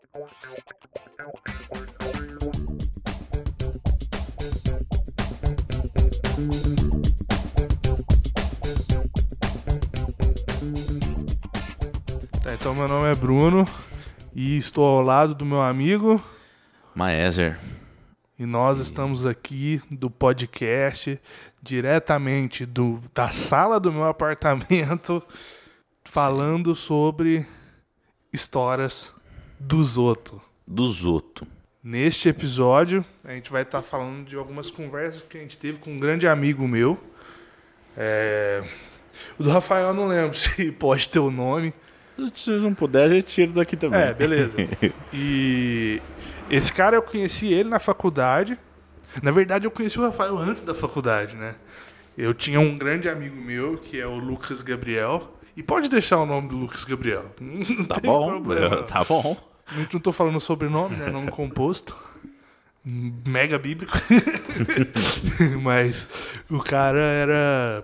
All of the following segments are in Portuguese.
Tá, então meu nome é Bruno e estou ao lado do meu amigo Maezer. e nós estamos aqui do podcast diretamente da sala do meu apartamento falando sobre histórias dos outros. Dos outros. Neste episódio, a gente vai estar falando de algumas conversas que a gente teve com um grande amigo meu. O do Rafael eu não lembro se pode ter o nome. Se não puder, a gente tira daqui também. Beleza. E esse cara eu conheci ele na faculdade. Na verdade, eu conheci o Rafael antes da faculdade, né? Eu tinha um grande amigo meu, que é o Lucas Gabriel. E pode deixar o nome do Lucas Gabriel. Não Tá tem bom, problema. tá bom. Não tô falando sobrenome, né? Nome composto. Mega bíblico. Mas o cara era...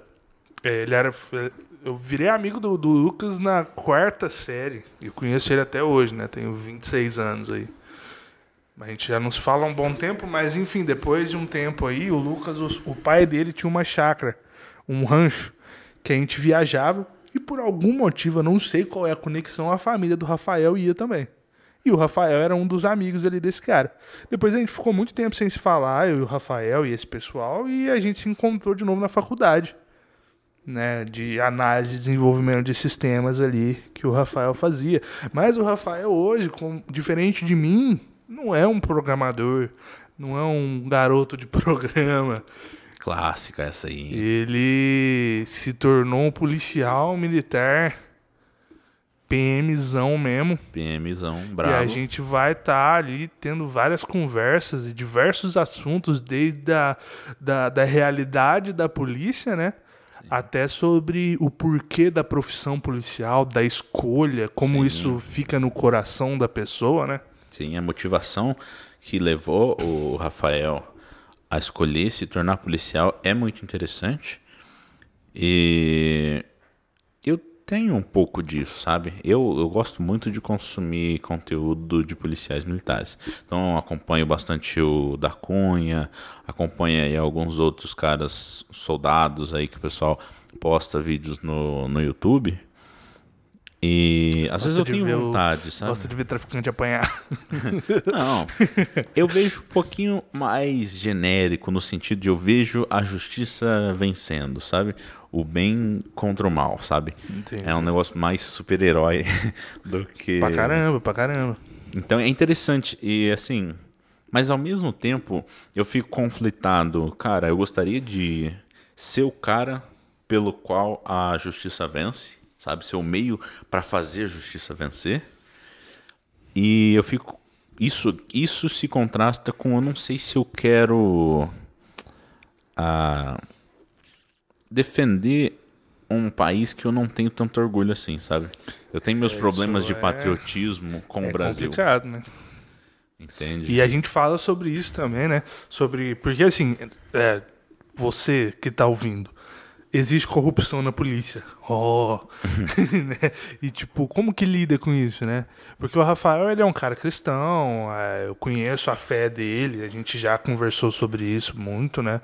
Eu virei amigo do Lucas na 4ª série. Eu conheço ele até hoje, né? Tenho 26 anos aí. A gente já não se fala há um bom tempo, mas enfim, depois de um tempo aí, o Lucas, o pai dele tinha uma chácara, um rancho, que a gente viajava e por algum motivo, eu não sei qual é a conexão, a família do Rafael ia também. E o Rafael era um dos amigos ali desse cara. Depois a gente ficou muito tempo sem se falar, eu e o Rafael e esse pessoal, e a gente se encontrou de novo na faculdade, né, de análise e desenvolvimento de sistemas ali que o Rafael fazia. Mas o Rafael hoje, diferente de mim, não é um programador, não é um garoto de programa. Clássica essa aí. Ele se tornou um policial militar, PMzão mesmo. PMzão, bravo. E a gente vai estar ali tendo várias conversas e diversos assuntos, desde da realidade da polícia, né? Sim. Até sobre o porquê da profissão policial, da escolha, como Sim. isso fica no coração da pessoa, né? Sim, a motivação que levou o Rafael a escolher se tornar policial é muito interessante. E eu tenho um pouco disso, sabe? Eu gosto muito de consumir conteúdo de policiais militares. Então acompanho bastante o da Cunha, acompanho aí alguns outros caras, soldados aí que o pessoal posta vídeos no YouTube. E às vezes eu tenho vontade, sabe? Gosta de ver traficante apanhar. Não, eu vejo um pouquinho mais genérico, no sentido de eu vejo a justiça vencendo, sabe? O bem contra o mal, sabe? Entendi. É um negócio mais super-herói do que... Pra caramba. Então é interessante e assim... Mas ao mesmo tempo eu fico conflitado. Cara, eu gostaria de ser o cara pelo qual a justiça vence, sabe? Ser o meio para fazer a justiça vencer. E eu fico... Isso se contrasta com... Eu não sei se eu quero... defender um país que eu não tenho tanto orgulho assim, sabe? Eu tenho meus problemas de patriotismo com o Brasil. É complicado, né? Entende? E a gente fala sobre isso também, né? Porque assim, você que tá ouvindo, existe corrupção na polícia. Né? E tipo, como que lida com isso, né? Porque o Rafael, ele é um cara cristão, eu conheço a fé dele, a gente já conversou sobre isso muito, né?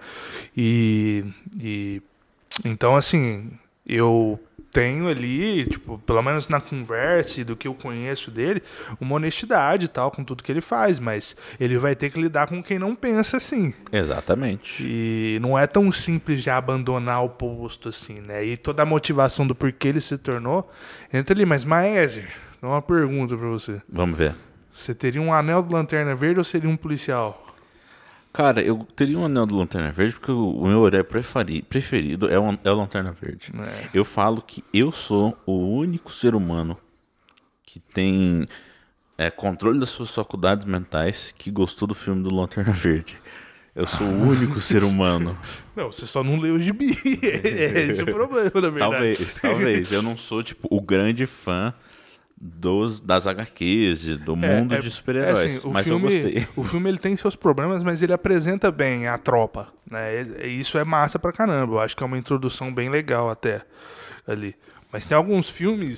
Então, assim, eu tenho ali, tipo, pelo menos na conversa e do que eu conheço dele, uma honestidade e tal, com tudo que ele faz, mas ele vai ter que lidar com quem não pensa assim. Exatamente. E não é tão simples de abandonar o posto assim, né? E toda a motivação do porquê ele se tornou entra ali. Mas, Maezer, dá uma pergunta pra você. Vamos ver. Você teria um anel de Lanterna Verde ou seria um policial? Cara, eu teria um anel do Lanterna Verde porque o meu herói preferido é o Lanterna Verde. Eu falo que eu sou o único ser humano que tem controle das suas faculdades mentais que gostou do filme do Lanterna Verde. Eu sou o único ser humano. Não, você só não leu o gibi. É esse o problema, na verdade. Talvez. Eu não sou, tipo, o grande fã das HQs, do mundo de super-heróis, assim, mas eu gostei. O filme ele tem seus problemas, mas ele apresenta bem a tropa, né? Isso é massa pra caramba. Eu acho que é uma introdução bem legal até ali. Mas tem alguns filmes,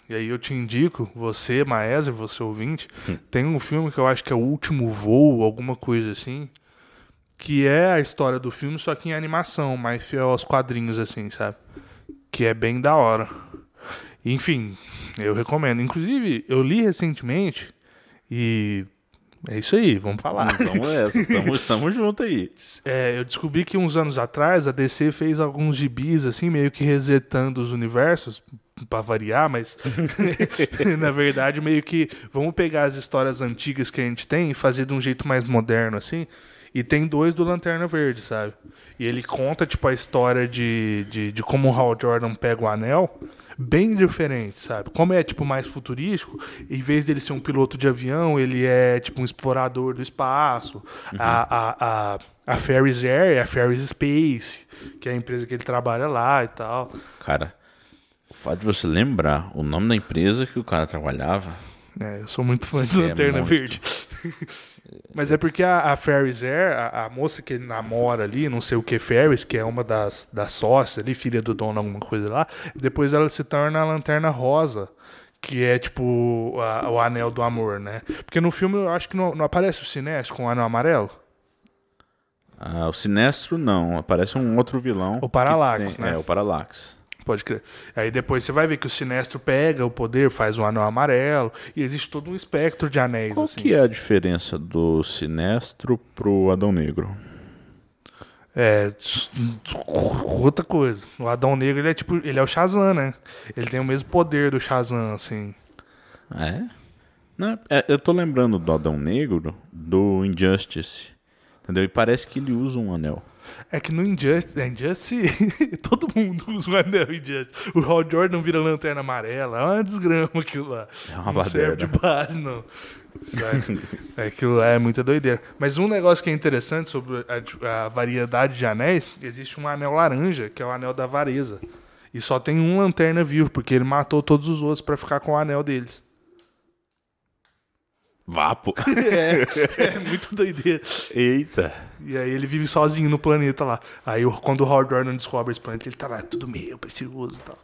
e aí eu te indico, você, Maese, você ouvinte, tem um filme que eu acho que é O Último Voo, alguma coisa assim, que é a história do filme, só que em animação, mais fiel aos quadrinhos, assim, sabe? Que é bem da hora. Enfim, eu recomendo. Inclusive, eu li recentemente e é isso aí, vamos falar. Vamos nessa, tamo junto aí. Eu descobri que uns anos atrás a DC fez alguns gibis, assim, meio que resetando os universos, pra variar, mas na verdade meio que vamos pegar as histórias antigas que a gente tem e fazer de um jeito mais moderno, assim. E tem 2 do Lanterna Verde, sabe? E ele conta, tipo, a história de como o Hal Jordan pega o anel, bem diferente, sabe? Como é, tipo, mais futurístico, em vez dele ser um piloto de avião, ele é, tipo, um explorador do espaço. A Ferris Air é a Ferris Space, que é a empresa que ele trabalha lá e tal. Cara, o fato de você lembrar o nome da empresa que o cara trabalhava... Eu sou muito fã de Lanterna Verde. Mas é porque a Ferris Air, a moça que ele namora ali, não sei o que Ferris, que é uma das sócias ali, filha do dono, alguma coisa lá, depois ela se torna a Lanterna Rosa, que é tipo o anel do amor, né? Porque no filme eu acho que não aparece o Sinestro com o anel amarelo. O Sinestro não, aparece um outro vilão. O Parallax, né? O Parallax. Pode crer. Aí depois você vai ver que o Sinestro pega o poder, faz o anel amarelo, e existe todo um espectro de anéis. Qual assim. que é a diferença do Sinestro pro Adão Negro? Outra coisa. O Adão Negro, ele é o Shazam, né? Ele tem o mesmo poder do Shazam, assim. É? Não, eu tô lembrando do Adão Negro do Injustice. Entendeu? E parece que ele usa um anel. É que no Injustice, todo mundo usa o anel Injustice. O Hal Jordan vira lanterna amarela. É uma desgrama aquilo lá. É uma não serve de base, não. Aquilo lá é muita doideira. Mas um negócio que é interessante sobre a variedade de anéis, existe um anel laranja, que é o anel da avareza. E só tem um lanterna vivo, porque ele matou todos os outros pra ficar com o anel deles. Vapo. É muito doideira. Eita. E aí ele vive sozinho no planeta lá. Aí quando o Hal Jordan descobre esse planeta, ele tá lá, tudo meio precioso e tal.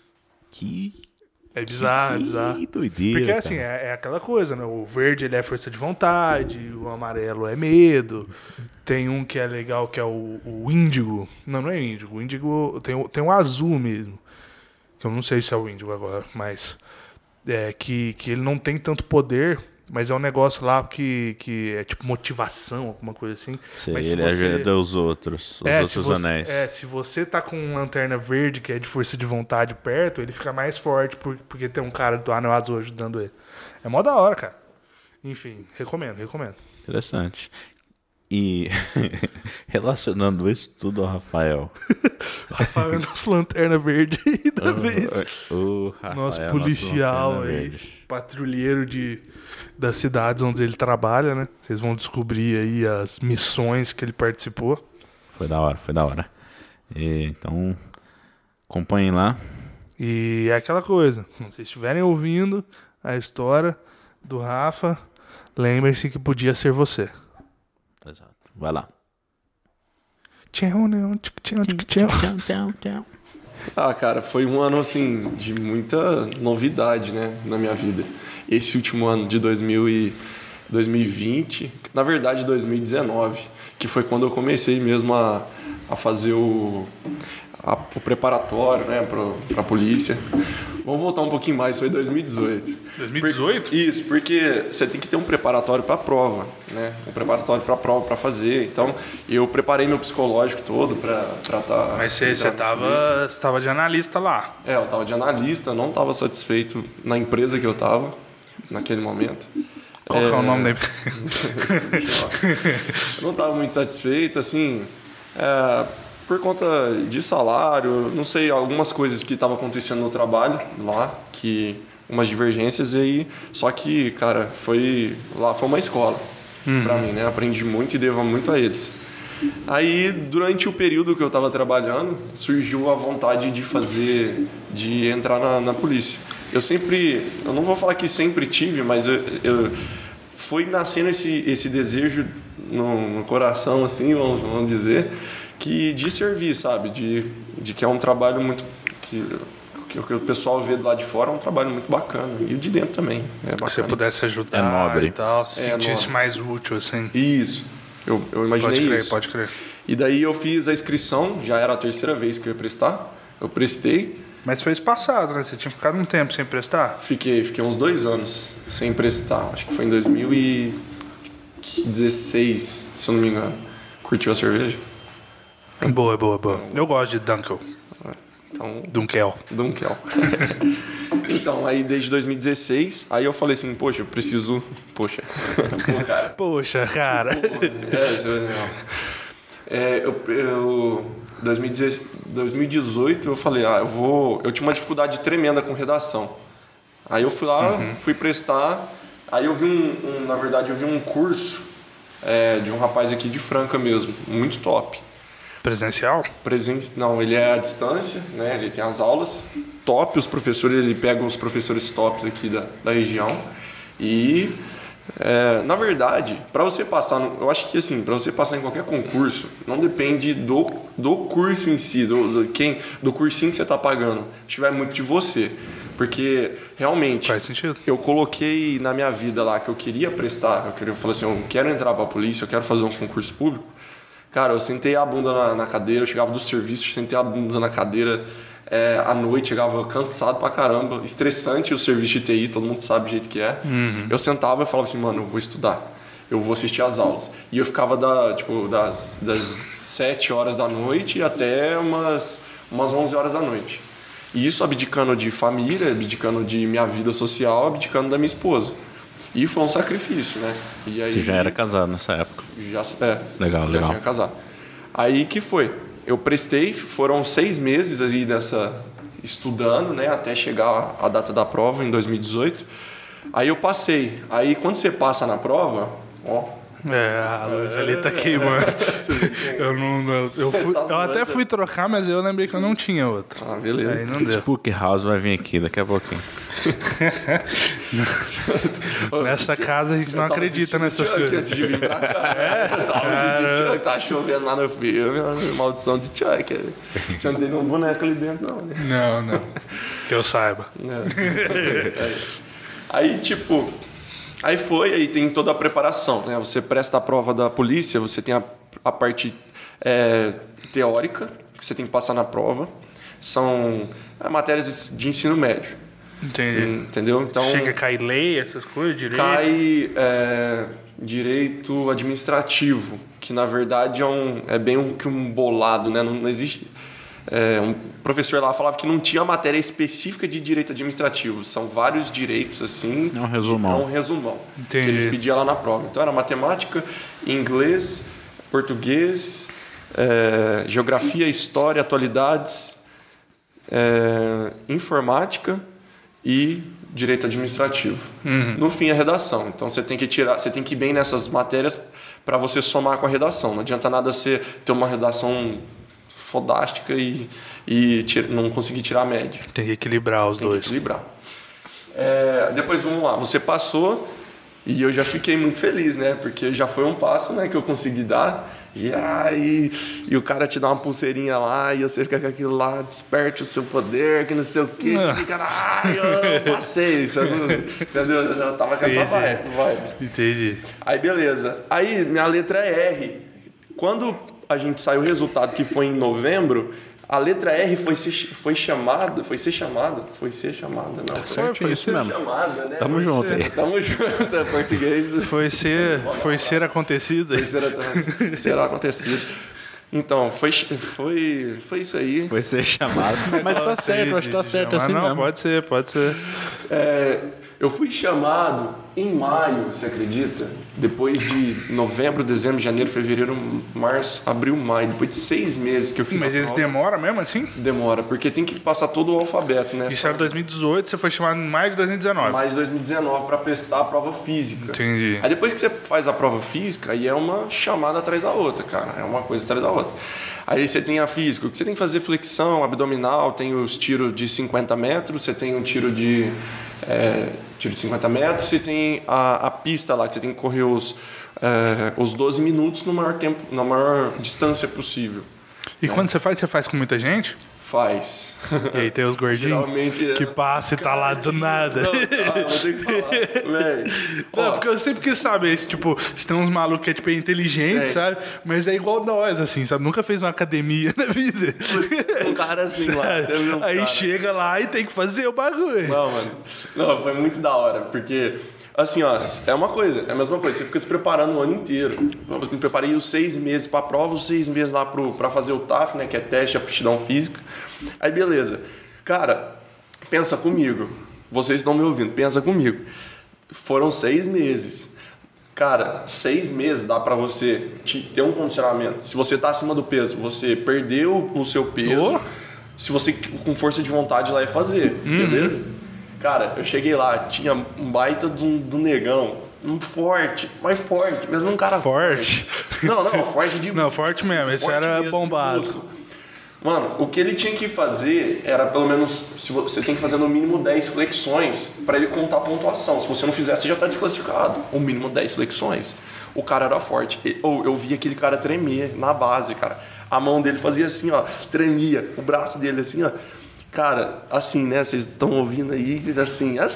É bizarro, é bizarro. Que doideira. Porque assim, é aquela coisa, né? O verde ele é força de vontade, o amarelo é medo. Tem um que é legal, que é o índigo. Não é índigo. O índigo tem um azul mesmo. Que eu não sei se é o índigo agora, mas... que ele não tem tanto poder... Mas é um negócio lá que é tipo motivação, alguma coisa assim. Sim, mas ele ajuda os outros anéis. Se você tá com uma lanterna verde, que é de força de vontade perto, ele fica mais forte porque tem um cara do anel azul ajudando ele. É mó da hora, cara. Enfim, recomendo. Interessante. E relacionando isso tudo ao Rafael. O Rafael é nosso lanterna verde aí da vez. O Rafael, nosso policial aí, patrulheiro das cidades onde ele trabalha, né? Vocês vão descobrir aí as missões que ele participou. Foi da hora. Então, acompanhem lá. E é aquela coisa, se vocês estiverem ouvindo a história do Rafa, lembre-se que podia ser você. Exato. Vai lá. Tchau. Cara, foi um ano, assim, de muita novidade, né, na minha vida. Esse último ano de 2020, na verdade 2019, que foi quando eu comecei mesmo a fazer o preparatório, né, pra polícia. Vamos voltar um pouquinho mais, foi 2018. 2018? Isso, porque você tem que ter um preparatório para a prova, né? Um preparatório para a prova para fazer. Então, eu preparei meu psicológico todo para estar... Mas você estava de analista lá. Eu estava de analista, não estava satisfeito na empresa que eu estava naquele momento. Qual que é o nome da empresa? Eu não estava muito satisfeito, assim... por conta de salário, não sei, algumas coisas que estavam acontecendo no trabalho lá, que umas divergências aí, só que, cara, foi uma escola pra mim, né? Aprendi muito e devo muito a eles. Aí, durante o período que eu estava trabalhando, surgiu a vontade de entrar na polícia. Eu não vou falar que sempre tive, mas eu foi nascendo esse desejo no coração, assim, vamos dizer, de servir, sabe? De que é um trabalho muito... que que o que o pessoal vê do lado de fora é um trabalho muito bacana. E o de dentro também. É bacana. Se você pudesse ajudar nobre. e tal, se sentisse nobre. mais útil, assim. Isso. Eu imaginei Pode crer, isso. pode crer. E daí eu fiz a inscrição, já era a terceira vez que eu ia prestar. Eu prestei, Mas foi isso passado, né? Você tinha ficado um tempo sem prestar? fiquei uns 2 anos sem prestar. Acho que foi em 2016, se eu não me engano. Curtiu a cerveja? Boa. Eu gosto de Dunkel. Então, Dunkel. Dunkel. Então, aí desde 2016, aí eu falei assim, poxa, eu preciso... Poxa. Pô, cara. Poxa, cara. Isso é legal. 2018 eu falei, eu tinha uma dificuldade tremenda com redação. Aí eu fui lá, fui prestar, aí eu vi na verdade eu vi um curso de um rapaz aqui de Franca mesmo, muito top. Presencial? Não, ele é à distância, né? Ele tem as aulas top, os professores, ele pega os professores tops aqui da região e na verdade, para você passar, eu acho que assim, para você passar em qualquer concurso, não depende do curso em si, do cursinho que você está pagando. Tiver muito de você, porque realmente Faz sentido. eu coloquei na minha vida lá que eu queria prestar, eu falei assim, eu quero entrar para a polícia, eu quero fazer um concurso público. Cara, eu sentei a bunda na cadeira, eu chegava do serviço, sentei a bunda na cadeira. À noite, chegava cansado pra caramba, estressante o serviço de TI, todo mundo sabe o jeito que é. Eu sentava e falava assim, mano, eu vou estudar, eu vou assistir às aulas. E eu ficava das 7 horas da noite até umas 11 horas da noite. E isso abdicando de família, abdicando de minha vida social, abdicando da minha esposa. E foi um sacrifício, né? E aí, Você já era casado nessa época. Legal. Tinha casado. Aí que foi? Eu prestei, foram 6 meses aí estudando, né, até chegar a data da prova em 2018. Aí eu passei. Aí quando você passa na prova, A luz ali tá queimando. Eu até fui trocar, mas eu lembrei que eu não tinha outro. Beleza. Aí não deu. Spook House vai vir aqui daqui a pouquinho. Nessa casa a gente não acredita nessas coisas. Antes de vir pra cá. Eu tava assistindo Chuck, tá chovendo lá no filme, maldição de Chuck. Você não tem nenhum boneco ali dentro, não, né? Não. Que eu saiba. Aí, aí tem toda a preparação, né? Você presta a prova da polícia, você tem a parte teórica, que você tem que passar na prova. São matérias de ensino médio. Entendi. Entendeu? Então, chega a cair lei, essas coisas, direito? Cai direito administrativo, que na verdade é bem que um bolado, né? Não existe... um professor lá falava que não tinha matéria específica de direito administrativo. São vários direitos, assim. É um resumão. Entendi. Que eles pediam lá na prova. Então era matemática, inglês, português, geografia, história, atualidades, informática e direito administrativo. No fim, a redação. Então você tem que ir bem nessas matérias para você somar com a redação. Não adianta nada você ter uma redação fodástica e não conseguir tirar a média. Tem que equilibrar os dois. Tem que equilibrar. Depois, vamos lá. Você passou e eu já fiquei muito feliz, né? Porque já foi um passo, né, que eu consegui dar. E o cara te dá uma pulseirinha lá e você fica com aquilo lá, desperte o seu poder, que não sei o quê. Você fica, eu passei. Entendeu? Eu já tava com essa vibe. Entendi. Aí, beleza. Aí, minha letra é R. Quando a gente saiu o resultado, que foi em novembro, a letra R foi ser chamada, não. Foi isso mesmo. Chamada, né? Tamo junto aí. Tamo junto, é português. Foi ser acontecida. Será acontecido. Então, foi isso aí. Foi ser chamado. Mas tá certo, acho que tá certo assim não, mesmo. Pode ser. Eu fui chamado em maio, você acredita? Depois de novembro, dezembro, janeiro, fevereiro, março, abril, maio. Depois de 6 meses que eu fiz. Mas eles demoram mesmo assim? Demora, porque tem que passar todo o alfabeto, né? Isso era 2018, você foi chamado em maio de 2019. Mais de 2019 para prestar a prova física. Entendi. Aí depois que você faz a prova física, aí é uma chamada atrás da outra, cara. É uma coisa atrás da outra. Aí você tem a física, que você tem que fazer flexão abdominal, tem os tiros de 50 metros, você tem um tiro de 50 metros, você tem a pista lá, que você tem que correr os 12 minutos no maior tempo, na maior distância possível. E quando você faz com muita gente? Faz. E aí tem os gordinhos Geralmente, que passa e tá lá do nada. Não, vou ter que falar, velho. Não, porque eu sempre quis saber, tipo, se tem uns malucos que é tipo inteligente, sabe? Mas é igual nós, assim, sabe? Nunca fez uma academia na vida. Um cara assim lá. Aí chega lá e tem que fazer o bagulho. Não, mano. Não, foi muito da hora, porque... Assim, ó, é uma coisa, é a mesma coisa. Você fica se preparando o ano inteiro. Eu me preparei os 6 meses pra prova, os 6 meses lá pra fazer o TAF, né? Que é teste de aptidão física. Aí, beleza. Cara, pensa comigo. Vocês estão me ouvindo, pensa comigo. Foram 6 meses. Cara, 6 meses dá pra você ter um condicionamento. Se você tá acima do peso, você perdeu o seu peso. Se você, com força de vontade, lá ia fazer, beleza? Cara, eu cheguei lá, tinha um baita do negão, forte, mais forte, mesmo um cara forte. Não, forte de... Não, forte mesmo, esse era mesmo, bombado. Mano, o que ele tinha que fazer era pelo menos, se você tem que fazer no mínimo 10 flexões pra ele contar a pontuação. Se você não fizer, você já tá desclassificado. O mínimo 10 flexões. O cara era forte. Eu vi aquele cara tremer na base, cara. A mão dele fazia assim, ó, tremia. O braço dele assim, ó. Cara, assim, né? Vocês estão ouvindo aí, assim. Não.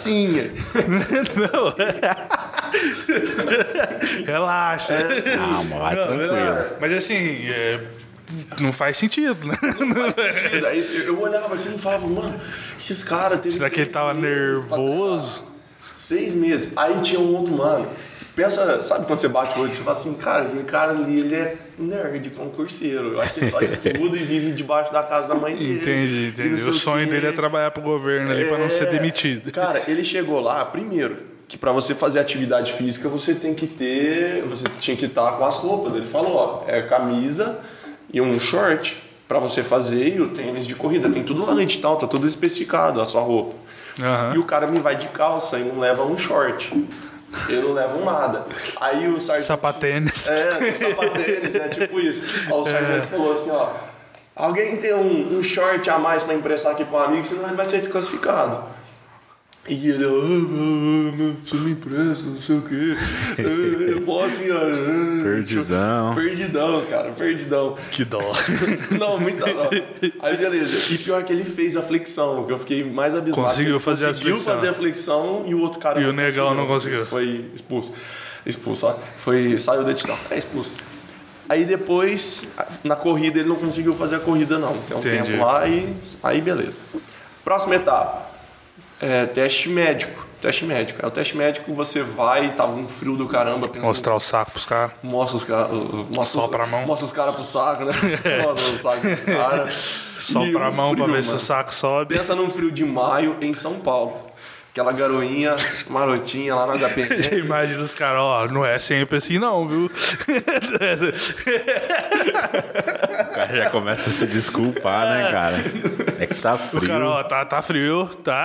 Relaxa. Calma, vai tranquilo. Mas assim, não faz sentido, né? Não faz sentido. Aí eu olhava assim e falava, mano, esses caras teve Será que ele tava nervoso? 6 meses. Aí tinha um outro mano. Pensa, sabe quando você bate o olho e você fala assim, cara, aquele cara ali, ele é nerd, concurseiro. Eu acho que ele só estuda e vive debaixo da casa da mãe dele. Entendi. O sonho dele é trabalhar pro governo ali pra não ser demitido. Cara, ele chegou lá, primeiro, que pra você fazer atividade física, você tinha que estar com as roupas. Ele falou, ó, é camisa e um short pra você fazer e o tênis de corrida. Tem tudo lá no edital, tá tudo especificado, a sua roupa. E o cara me vai de calça e não leva um short. Ele não leva nada. Aí o sargento... Sapatênis. Sapatênis, né? Tipo isso. Aí o sargento falou assim, ó... Alguém tem um short a mais pra emprestar aqui pra um amigo, senão ele vai ser desclassificado. E ele... você me empresta, não sei o quê. Eu posso assim, ó... Perdidão, cara. Perdidão. Que dó. Não, muita dó. Aí, beleza. E pior que ele fez a flexão, que eu fiquei mais abismado. Conseguiu fazer a flexão e o outro cara... E o negão não conseguiu. Foi expulso. Ó. Saiu do edital. Expulso. Aí depois, na corrida, ele não conseguiu fazer a corrida, não. Tem um tempo lá e... Aí, beleza. Próxima etapa. Teste médico. Aí o teste médico você vai, tava um frio do caramba. Mostrar o saco pros caras. Mostra os caras. Mostra os caras pro saco, né? Mostra o saco pros caras. Sopra a mão pra ver se o saco sobe. Pensa num frio de maio em São Paulo. Aquela garoinha marotinha lá no HP. Imagina os caras, ó, não é sempre assim não, viu? O cara já começa a se desculpar, né, cara? É que tá frio. O cara, ó, tá frio, tá?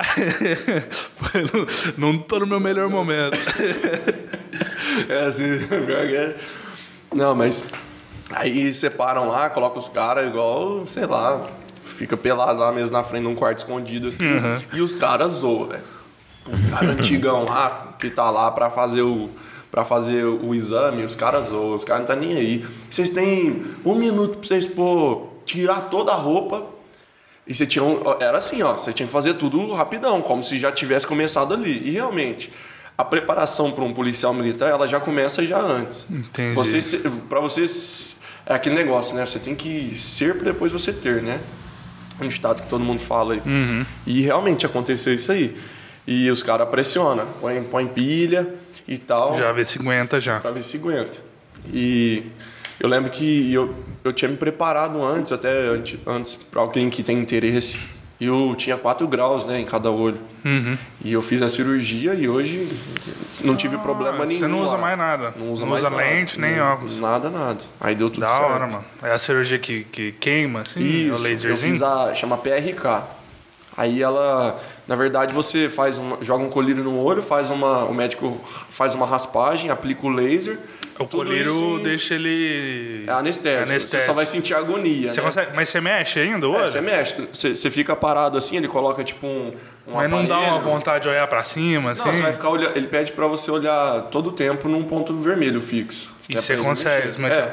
não tô no meu melhor momento. Assim, pior que é. Não, mas aí separam lá, colocam os caras igual, sei lá, fica pelado lá mesmo na frente de um quarto escondido assim. E os caras zoam, velho. Os caras antigão lá, que tá lá pra fazer o exame, os caras zoam, os caras não tá nem aí. Vocês têm 1 minuto pra vocês tirar toda a roupa. E você tinha era assim, ó, você tinha que fazer tudo rapidão, como se já tivesse começado ali. E realmente, a preparação para um policial militar, ela já começa já antes. Entendi. Pra você, é aquele negócio, né? Você tem que ser pra depois você ter, né? Um ditado que todo mundo fala aí. E realmente aconteceu isso aí. E os caras pressionam, põe pilha e tal. Já vê se aguenta já. Pra ver se aguenta. E eu lembro que eu tinha me preparado antes pra alguém que tem interesse. Eu tinha 4 graus, né, em cada olho. E eu fiz a cirurgia e hoje não tive problema nenhum. Você não usa mais nada. Não usa lente, nem óculos. Nada. Aí deu tudo certo. Da hora, mano. É a cirurgia que queima, assim? Isso, o laserzinho? eu fiz chama PRK. Aí ela, na verdade, você joga um colírio no olho, o médico faz uma raspagem, aplica o laser. O colírio deixa ele... É anestésico. Você só vai sentir agonia, você né? consegue... Mas você mexe ainda o olho? Você mexe. Você fica parado assim, ele coloca tipo um mas não dá uma vontade de olhar pra cima, assim? Não, você vai ficar olhando... Ele pede pra você olhar todo o tempo num ponto vermelho fixo. E você consegue, mas...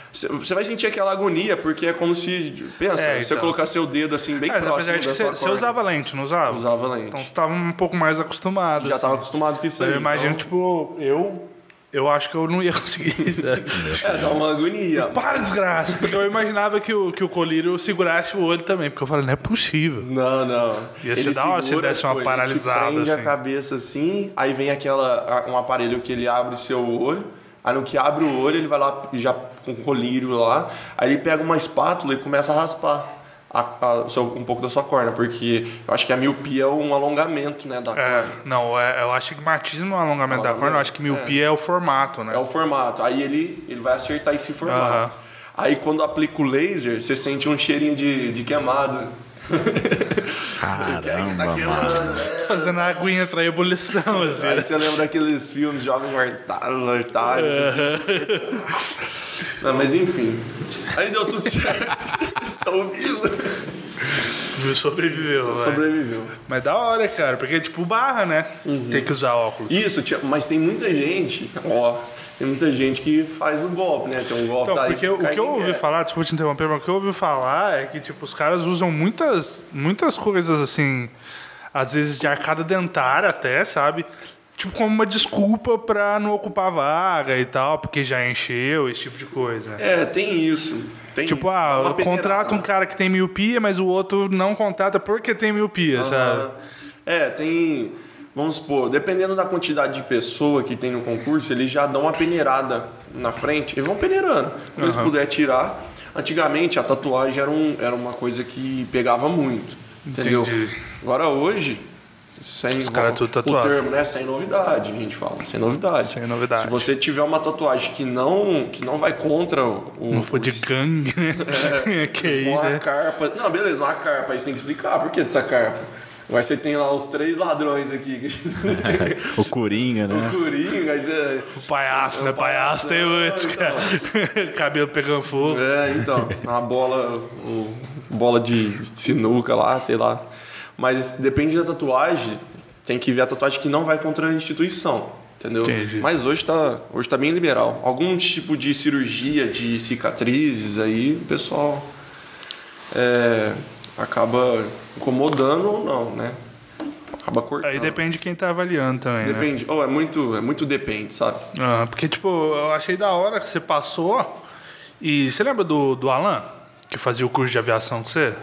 Você vai sentir aquela agonia, porque é como se... Pensa, você então. colocar seu dedo assim bem próximo apesar de da que sua você córnea. usava lente, não usava? Usava lente. Então você tava um pouco mais acostumado. Já assim. tava acostumado com isso aí. Eu imagino, então... tipo, eu acho que eu não ia conseguir. dá uma agonia. Para, desgraça! Porque eu imaginava que o colírio segurasse o olho também. Porque eu falei, não é possível. Não. Ia ser da hora se ele desse uma ele paralisada, te prende assim. a cabeça assim, aí vem um aparelho que ele abre o seu olho. Aí no que abre o olho, ele vai lá já com o colírio lá. Aí ele pega uma espátula e começa a raspar um pouco da sua córnea. Porque eu acho que a miopia é um alongamento, né, da córnea. Não, eu acho que astigmatismo não é alongamento da córnea. Eu acho que miopia é o formato, né? É o formato. Aí ele vai acertar esse formato. Aham. Aí quando aplica o laser, você sente um cheirinho de queimado. Caramba, Tá queimando, mano. né? Fazendo a aguinha pra ebulição, assim. Aí você lembra daqueles filmes Jovens Mortais, assim. Não, mas enfim. Aí deu tudo certo. Estou vivo. Sobreviveu, velho. Sobreviveu. Mas da hora, cara. Porque, tipo, barra, né? Tem que usar óculos. Isso, mas tem muita gente, tem muita gente que faz o golpe, né? Tem um golpe Então, aí porque o que eu ouvi falar, desculpa te interromper, mas o que eu ouvi falar é que, tipo, os caras usam muitas coisas, assim, às vezes de arcada dentária até, sabe? Tipo, como uma desculpa pra não ocupar vaga e tal, porque já encheu, esse tipo de coisa. Tem isso. Tipo, Dá uma contrata um cara que tem miopia, mas o outro não contrata porque tem miopia, sabe? Tem... Vamos supor, dependendo da quantidade de pessoa que tem no concurso, eles já dão uma peneirada na frente e vão peneirando. Quando eles puderem tirar. Antigamente, a tatuagem era uma coisa que pegava muito. Entendeu? Entendi. Agora, hoje... Os caras tudo tatuado. O termo, né? Sem novidade, a gente fala. Sem novidade. Sem novidade. Se você tiver uma tatuagem que não vai contra Não for de gangue, né? Que isso, uma né? carpa. Não, beleza, uma carpa. Aí você tem que explicar por que dessa carpa. Agora você tem lá os 3 ladrões aqui. O Coringa, né? O Coringa, aí você... O palhaço, né? Palhaço tem então. antes, cara. Cabelo pegando fogo. Então, uma bola de sinuca lá, sei lá. Mas depende da tatuagem, tem que ver a tatuagem que não vai contra a instituição, entendeu? Entendi. Mas hoje tá bem liberal. Algum tipo de cirurgia, de cicatrizes aí, o pessoal acaba incomodando ou não, né? Acaba cortando. Aí depende de quem tá avaliando também, né? Depende. É muito depende, sabe? Porque, tipo, eu achei da hora que você passou. E você lembra do Alan, que fazia o curso de aviação com você?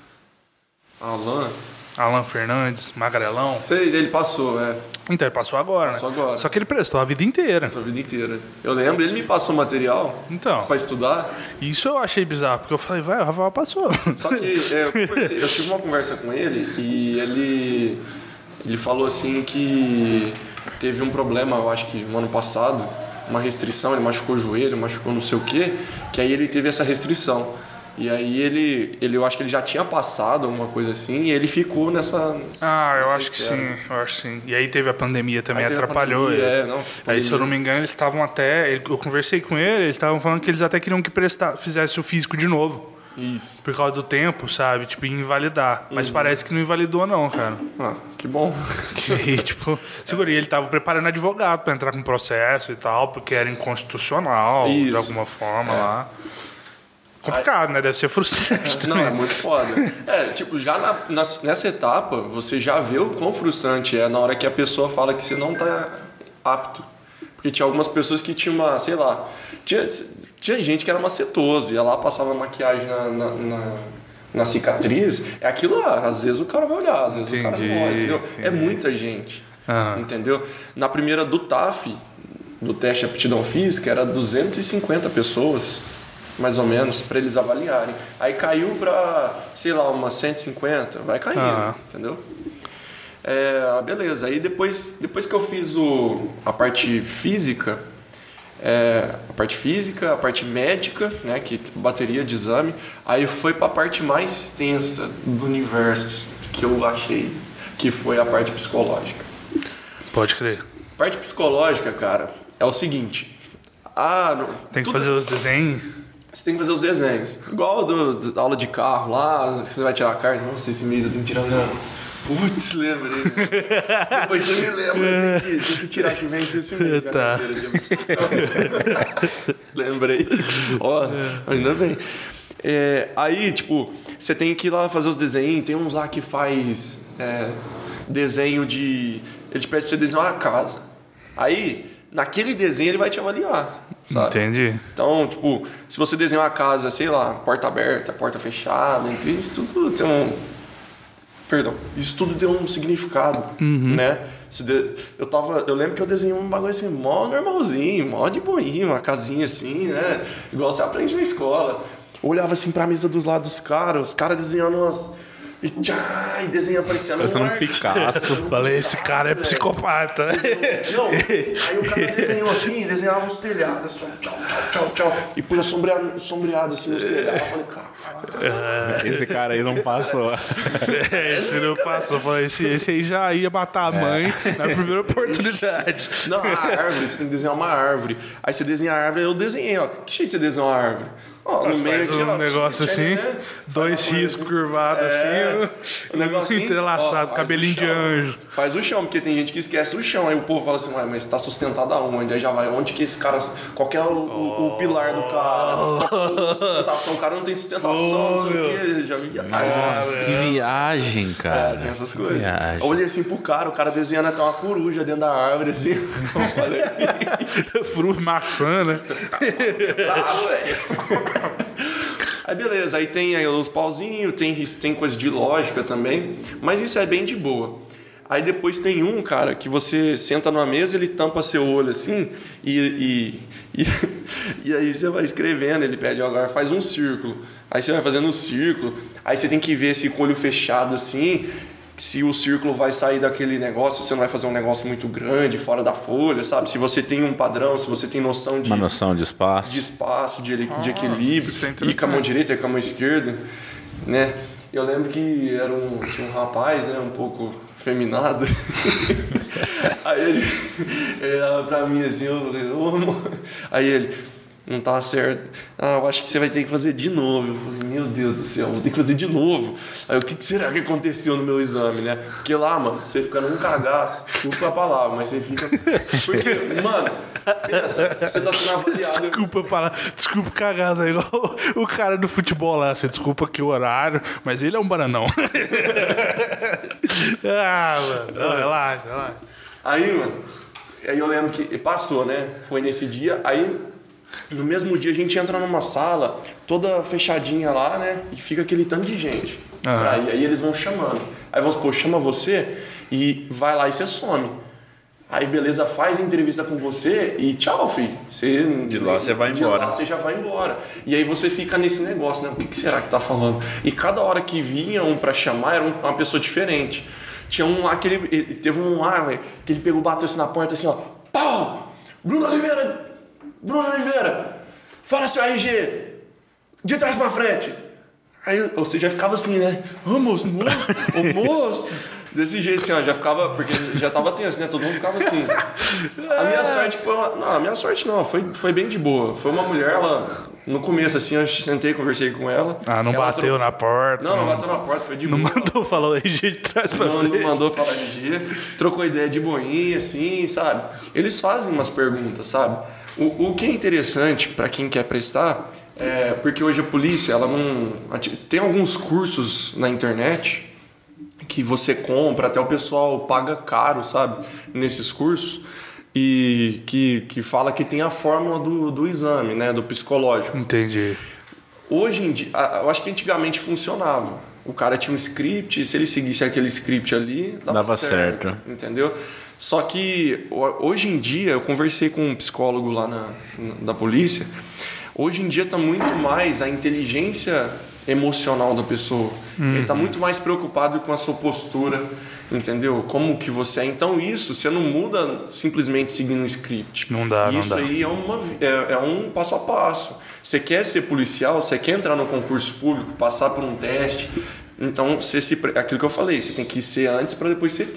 Alan Fernandes, magrelão. Sei, ele passou, Então, ele passou agora, Passou né? agora. Só que ele prestou a vida inteira. essa vida inteira. Eu lembro, ele me passou material Então, pra estudar. isso eu achei bizarro, porque eu falei, vai, o Rafael passou. Só que eu tive uma conversa com ele e ele falou assim que teve um problema, eu acho que no ano passado, uma restrição, ele machucou o joelho, machucou não sei o quê, que aí ele teve essa restrição. E aí eu acho que ele já tinha passado alguma coisa assim e ele ficou nessa Eu nessa acho que espera. sim, eu acho que sim. E aí teve a pandemia também, Aí teve a atrapalhou pandemia, ele. nossa, Aí, se eu não me engano, eles estavam até... Eu conversei com ele, eles estavam falando que eles até queriam que fizesse o físico de novo. Isso. Por causa do tempo, sabe? Tipo, ia invalidar. Mas parece que não invalidou, não, cara. Que bom. Que, tipo, segura, ele tava preparando advogado pra entrar com processo e tal, porque era inconstitucional, de Isso. alguma forma lá. Complicado, né? Deve ser frustrante Não, também. é muito foda. Tipo, já nessa etapa, você já vê o quão frustrante é na hora que a pessoa fala que você não tá apto. Porque tinha algumas pessoas que tinham uma, sei lá... Tinha gente que era macetoso, ia lá, passava maquiagem na cicatriz. É aquilo lá, às vezes o cara vai olhar, às vezes o cara não olha, entendeu? É muita gente, entendeu? Na primeira do TAF, do teste de aptidão física, era 250 pessoas... mais ou menos, para eles avaliarem. Aí caiu para, sei lá, umas 150, vai caindo, entendeu? Beleza, aí depois que eu fiz a parte física, a parte médica, né, que bateria de exame, aí foi para a parte mais tensa do universo que eu achei, que foi a parte psicológica. Pode crer. Parte psicológica, cara, é o seguinte... Tem que fazer os desenhos... Você tem que fazer os desenhos. Igual da aula de carro lá, que você vai tirar a carta. Nossa, esse mês eu tenho que tirar Putz, lembrei. Né? Depois você me lembra, tem que tirar que vence esse mês. Tá. Lembrei. Ó, ainda bem. Aí, tipo, você tem que ir lá fazer os desenhos. Tem uns lá que faz desenho de... Ele te pede pra você desenhar uma casa. Aí, naquele desenho, ele vai te avaliar, sabe? Entendi. Então, tipo, se você desenhar uma casa, sei lá, porta aberta, porta fechada, então isso tudo tem um... Perdão. Isso tudo tem um significado, né? Eu lembro que eu desenhei um bagulho assim, mó normalzinho, mó de boinha, uma casinha assim, né? Igual você aprende na escola. Eu olhava assim pra mesa dos lados dos caras, os caras desenhando umas... E desenha parecendo Parecendo um Picasso. Falei, esse cara é psicopata. Não, aí o cara desenhou assim, desenhava uns telhados, assim, tchau. E punha sombreado assim nos telhados. Eu falei, caralho. Esse cara aí não passou. Esse não passou. Falei, esse aí já ia matar a mãe na primeira oportunidade. Não, a árvore, você tem que desenhar uma árvore. Aí você desenha a árvore, eu desenhei, ó. Que jeito você desenha uma árvore? Ó, no meio faz aqui, um negócio assim, né? dois riscos curvados assim, um negocinho entrelaçado, ó, cabelinho de anjo. Faz o chão, porque tem gente que esquece o chão. Aí o povo fala assim, mas tá sustentado aonde? Aí já vai, onde que esse cara... Qual que é o pilar do cara? Qual que é a sustentação? O cara não tem sustentação, não sei o quê. Já vi. Que viagem, cara. Tem essas coisas. Eu olhei assim pro cara, o cara desenhando até uma coruja dentro da árvore, assim. Eu falei... Fruto, maçã, né? Bravo, velho. Aí beleza, aí tem aí os pauzinhos, tem coisa de lógica também, mas isso é bem de boa. Aí depois tem um, cara, que você senta numa mesa, ele tampa seu olho assim e aí você vai escrevendo, ele pede agora faz um círculo. Aí você vai fazendo um círculo, aí você tem que ver se com o olho fechado assim, se o círculo vai sair daquele negócio, você não vai fazer um negócio muito grande, fora da folha, sabe? Se você tem um padrão, se você tem noção de... Uma noção de espaço. De equilíbrio, e com a mão direita e com a mão esquerda, né? Eu lembro que tinha um rapaz, né, um pouco feminado. Aí ele olhava pra mim assim, eu falei, ô, amor. Aí ele... Não tá certo. Eu acho que você vai ter que fazer de novo. Eu falei, meu Deus do céu, vou ter que fazer de novo. Aí o que será que aconteceu no meu exame, né? Porque lá, mano, você fica num cagaço. Desculpa a palavra, mas você fica... Porque, mano, pensa, você tá sendo avaliado. Desculpa cagada, é igual o cara do futebol lá. Você desculpa aqui o horário, mas ele é um bananão. Mano, não, relaxa. Aí eu lembro que passou, né? Foi nesse dia, aí... No mesmo dia a gente entra numa sala toda fechadinha lá, né? E fica aquele tanto de gente. Aí eles vão chamando. Aí vamos supor, chama você e vai lá e você some. Aí beleza, faz a entrevista com você e tchau, filho. De lá você vai embora. De lá você já vai embora. E aí você fica nesse negócio, né? O que será que tá falando? E cada hora que vinha um pra chamar era uma pessoa diferente. Tinha um lá que ele teve um lá, véio, que ele bateu assim na porta assim, ó. Pau! Bruno Oliveira, fala seu RG, de trás pra frente. Aí você já ficava assim, né? Moço, desse jeito assim, ó, já ficava, porque já tava tenso, né? Todo mundo ficava assim. A minha sorte foi a minha sorte não, foi bem de boa. Foi uma mulher, ela, no começo assim, eu sentei, conversei com ela. Não ela bateu na porta. Não bateu na porta, foi de boa. Não mandou falar o RG de trás pra frente. Não mandou falar RG, trocou ideia de boinha, assim, sabe? Eles fazem umas perguntas, sabe? O que é interessante para quem quer prestar porque hoje a polícia ela não tem alguns cursos na internet que você compra, até o pessoal paga caro, sabe, nesses cursos e que fala que tem a fórmula do exame, né, do psicológico. Entendi. Hoje em dia, eu acho que antigamente funcionava. O cara tinha um script, e se ele seguisse aquele script ali, dava certo. Entendeu? Só que hoje em dia, eu conversei com um psicólogo lá da polícia, hoje em dia está muito mais a inteligência emocional da pessoa. Ele está muito mais preocupado com a sua postura, entendeu? Como que você é. Então isso, você não muda simplesmente seguindo um script. Não dá. Aí é um passo a passo. Você quer ser policial, você quer entrar no concurso público, passar por um teste. Então, aquilo que eu falei, você tem que ser antes para depois você ter.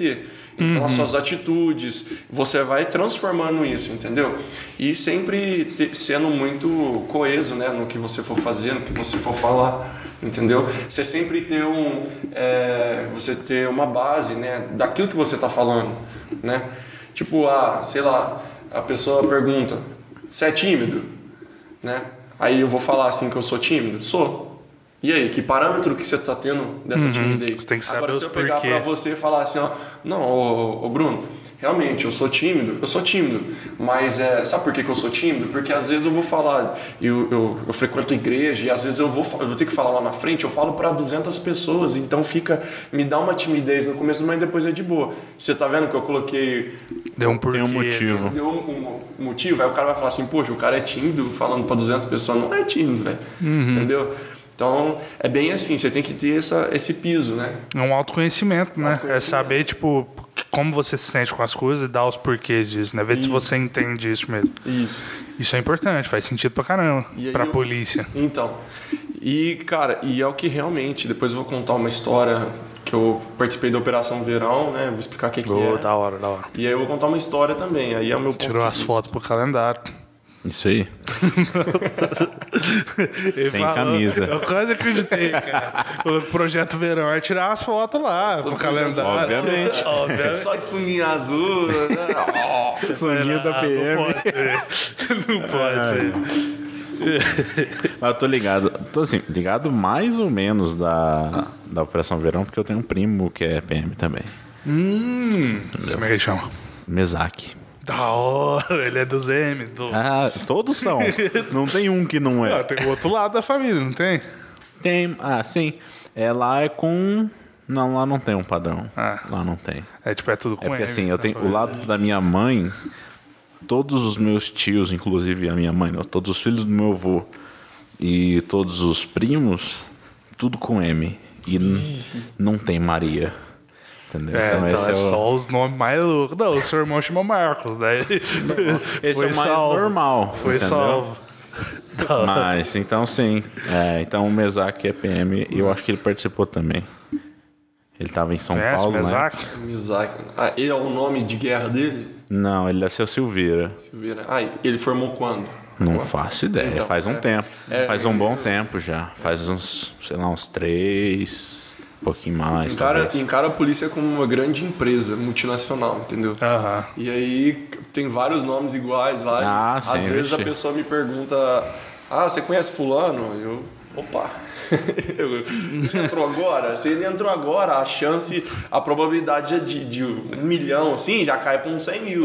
Então, as suas atitudes, você vai transformando isso, entendeu? E sempre sendo muito coeso, né? No que você for fazer, no que você for falar, entendeu? Você sempre ter você ter uma base, né? Daquilo que você está falando, né? Tipo, sei lá, a pessoa pergunta, você é tímido? Né? Aí eu vou falar assim que eu sou tímido? Sou. E aí, que parâmetro que você está tendo dessa timidez? Você tem que saber Agora, se os eu pegar porquê. para você e falar assim, não, ô Bruno, realmente eu sou tímido, mas sabe por que eu sou tímido? Porque às vezes eu vou falar, eu frequento igreja e às vezes eu vou ter que falar lá na frente, eu falo para 200 pessoas, então me dá uma timidez no começo, mas depois é de boa. Você tá vendo que eu coloquei... Deu um porquê. Tem um motivo. Deu um motivo, aí o cara vai falar assim, poxa, o cara é tímido falando para 200 pessoas, não é tímido, velho, entendeu? Então, é bem assim, você tem que ter esse piso, né? É um autoconhecimento, né? É saber, tipo, como você se sente com as coisas e dar os porquês disso, né? Ver se você entende isso mesmo. Isso é importante, faz sentido pra caramba, pra polícia. Então, cara, é o que realmente, depois eu vou contar uma história que eu participei da Operação Verão, né? Vou explicar o que é. Da hora. E aí eu vou contar uma história também, aí é o meu ponto Tirou as fotos pro calendário. Isso aí. Sem camisa. Eu quase acreditei, cara. O projeto Verão é tirar as fotos lá pro calendário. Obviamente. Só de sunguinha azul, né? Sunguinha da PM. Não pode ser. Não pode ser. Mas eu tô ligado. Tô assim, ligado mais ou menos da Operação Verão, porque eu tenho um primo que é PM também. Como é que ele chama? Mesaque. Da hora, ele é do ZM. Todos são. Não tem um que não é. Tem o outro lado da família, não tem? Tem. Sim. Lá é com... Não, lá não tem um padrão. Lá não tem. É tipo, é tudo com porque M, assim, eu tenho o lado da minha mãe, todos os meus tios, inclusive a minha mãe, todos os filhos do meu avô e todos os primos, tudo com M. E não tem Maria. Entendeu? Então esse é só os nomes mais loucos. Não, o seu irmão chama Marcos, né? Esse é o mais normal. Foi entendeu? salvo. Mas, então sim. Então o Mesaque é PM e eu acho que ele participou também. Ele estava em São Paulo, Mesaque? né? Mesaque. Ele é o nome de guerra dele? Não, ele deve ser o Silveira. Ele formou quando? Não faço ideia. Então, faz um tempo. Faz um bom tempo já. Faz uns 3... Um pouquinho mais. Encara a polícia como uma grande empresa multinacional, entendeu? E aí tem vários nomes iguais lá. Às vezes a pessoa me pergunta: você conhece fulano? Opa! Entrou agora? Se ele entrou agora, a probabilidade é de 1 milhão, assim, já cai para uns 100 mil.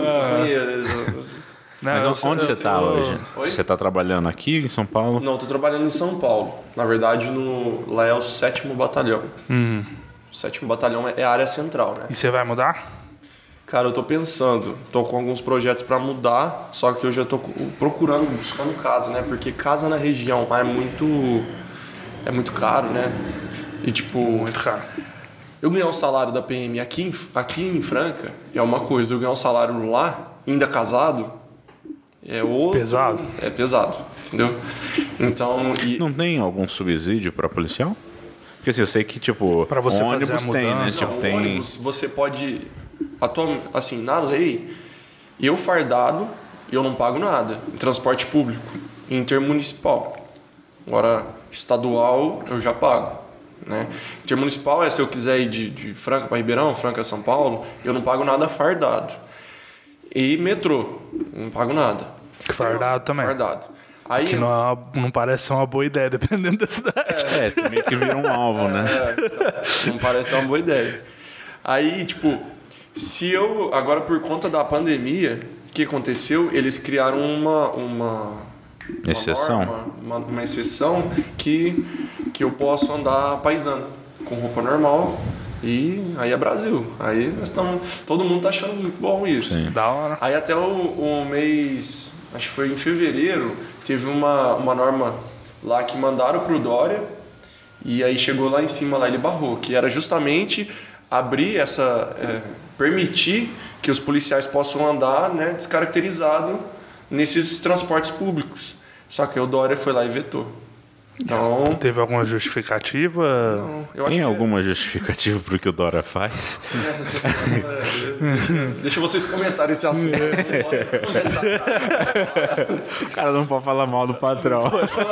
Mas onde você está hoje? Oi? Você está trabalhando aqui em São Paulo? Não, estou trabalhando em São Paulo. Na verdade, lá é o 7º Batalhão. O 7º Batalhão é a área central, né? E você vai mudar? Cara, eu tô pensando. Tô com alguns projetos para mudar, só que eu já tô buscando casa, né? Porque casa na região lá é muito caro, né? E tipo... Muito caro. Eu ganhar o salário da PM aqui em Franca é uma coisa. Eu ganhar o salário lá, ainda casado... É pesado. É pesado, entendeu? Então... Não tem algum subsídio para policial? Porque assim, eu sei que, tipo, pra você ônibus fazer a tem, né? mudança. Tipo, tem... ônibus, você pode... Assim, na lei, eu fardado, eu não pago nada em transporte público, intermunicipal. Agora, estadual, eu já pago. Né? Intermunicipal é se eu quiser ir de Franca para Ribeirão, Franca a São Paulo, eu não pago nada fardado. E metrô, não pago nada. Fardado também. Fardado. Aí, que não parece ser uma boa ideia, dependendo da cidade. Você meio que vira um alvo, né? Então, não parece ser uma boa ideia. Aí, tipo, agora por conta da pandemia, o que aconteceu? Eles criaram uma exceção? Uma exceção que eu posso andar paisano, com roupa normal. E aí é Brasil. Aí todo mundo tá achando muito bom isso. Sim. Da hora. Aí até o mês, acho que foi em fevereiro, teve uma norma lá que mandaram pro Dória e aí chegou lá em cima, lá ele barrou, que era justamente abrir permitir que os policiais possam andar, né, descaracterizado nesses transportes públicos. Só que o Dória foi lá e vetou. Então, Teve alguma justificativa? eu acho Tem que alguma justificativa pro que o Dora faz? deixa vocês comentarem esse assunto. Eu não posso comentar. O cara não pode falar mal do patrão.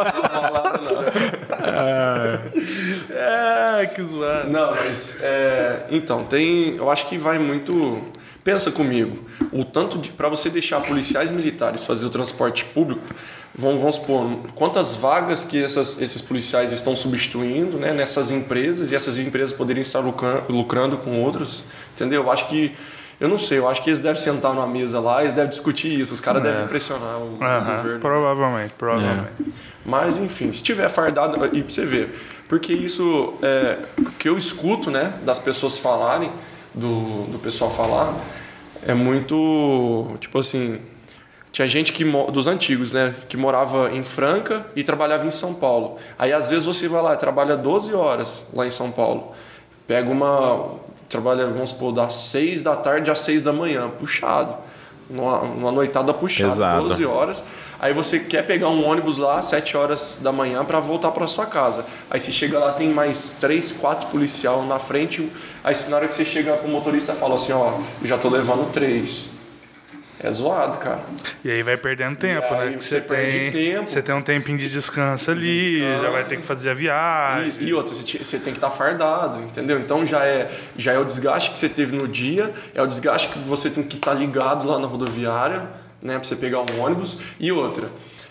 Que zoado. Não, mas então, eu acho que vai muito. Pensa comigo, o tanto para você deixar policiais militares fazer o transporte público, vamos supor, quantas vagas que esses policiais estão substituindo, né, nessas empresas, e essas empresas poderiam estar lucrando com outros, entendeu? Eu não sei, eu acho que eles devem sentar numa mesa lá, eles devem discutir isso, os caras devem pressionar o governo. Provavelmente. Mas, enfim, se tiver fardado, e pra você ver, porque isso, o que eu escuto, né, das pessoas falarem, do pessoal falar, é muito, tipo assim, tinha gente dos antigos, né, que morava em Franca e trabalhava em São Paulo. Aí, às vezes, você vai lá e trabalha 12 horas lá em São Paulo, trabalha, vamos supor, das 6 da tarde às 6 da manhã, puxado. Uma noitada puxada, Exato. 12 horas. Aí você quer pegar um ônibus lá, 7 horas da manhã, para voltar para sua casa. Aí você chega lá, tem mais 3, 4 policial na frente. Aí na hora que você chega pro motorista, fala assim, ó, eu já tô levando 3. É zoado, cara. E aí vai perdendo tempo, E aí né? Que você perde tempo. Você tem um tempinho de descanso ali, já vai ter que fazer a viagem. E outra, você tem que estar fardado, entendeu? Então já é o desgaste que você teve no dia, é o desgaste que você tem que estar ligado lá na rodoviária, né, pra você pegar um ônibus. E outra,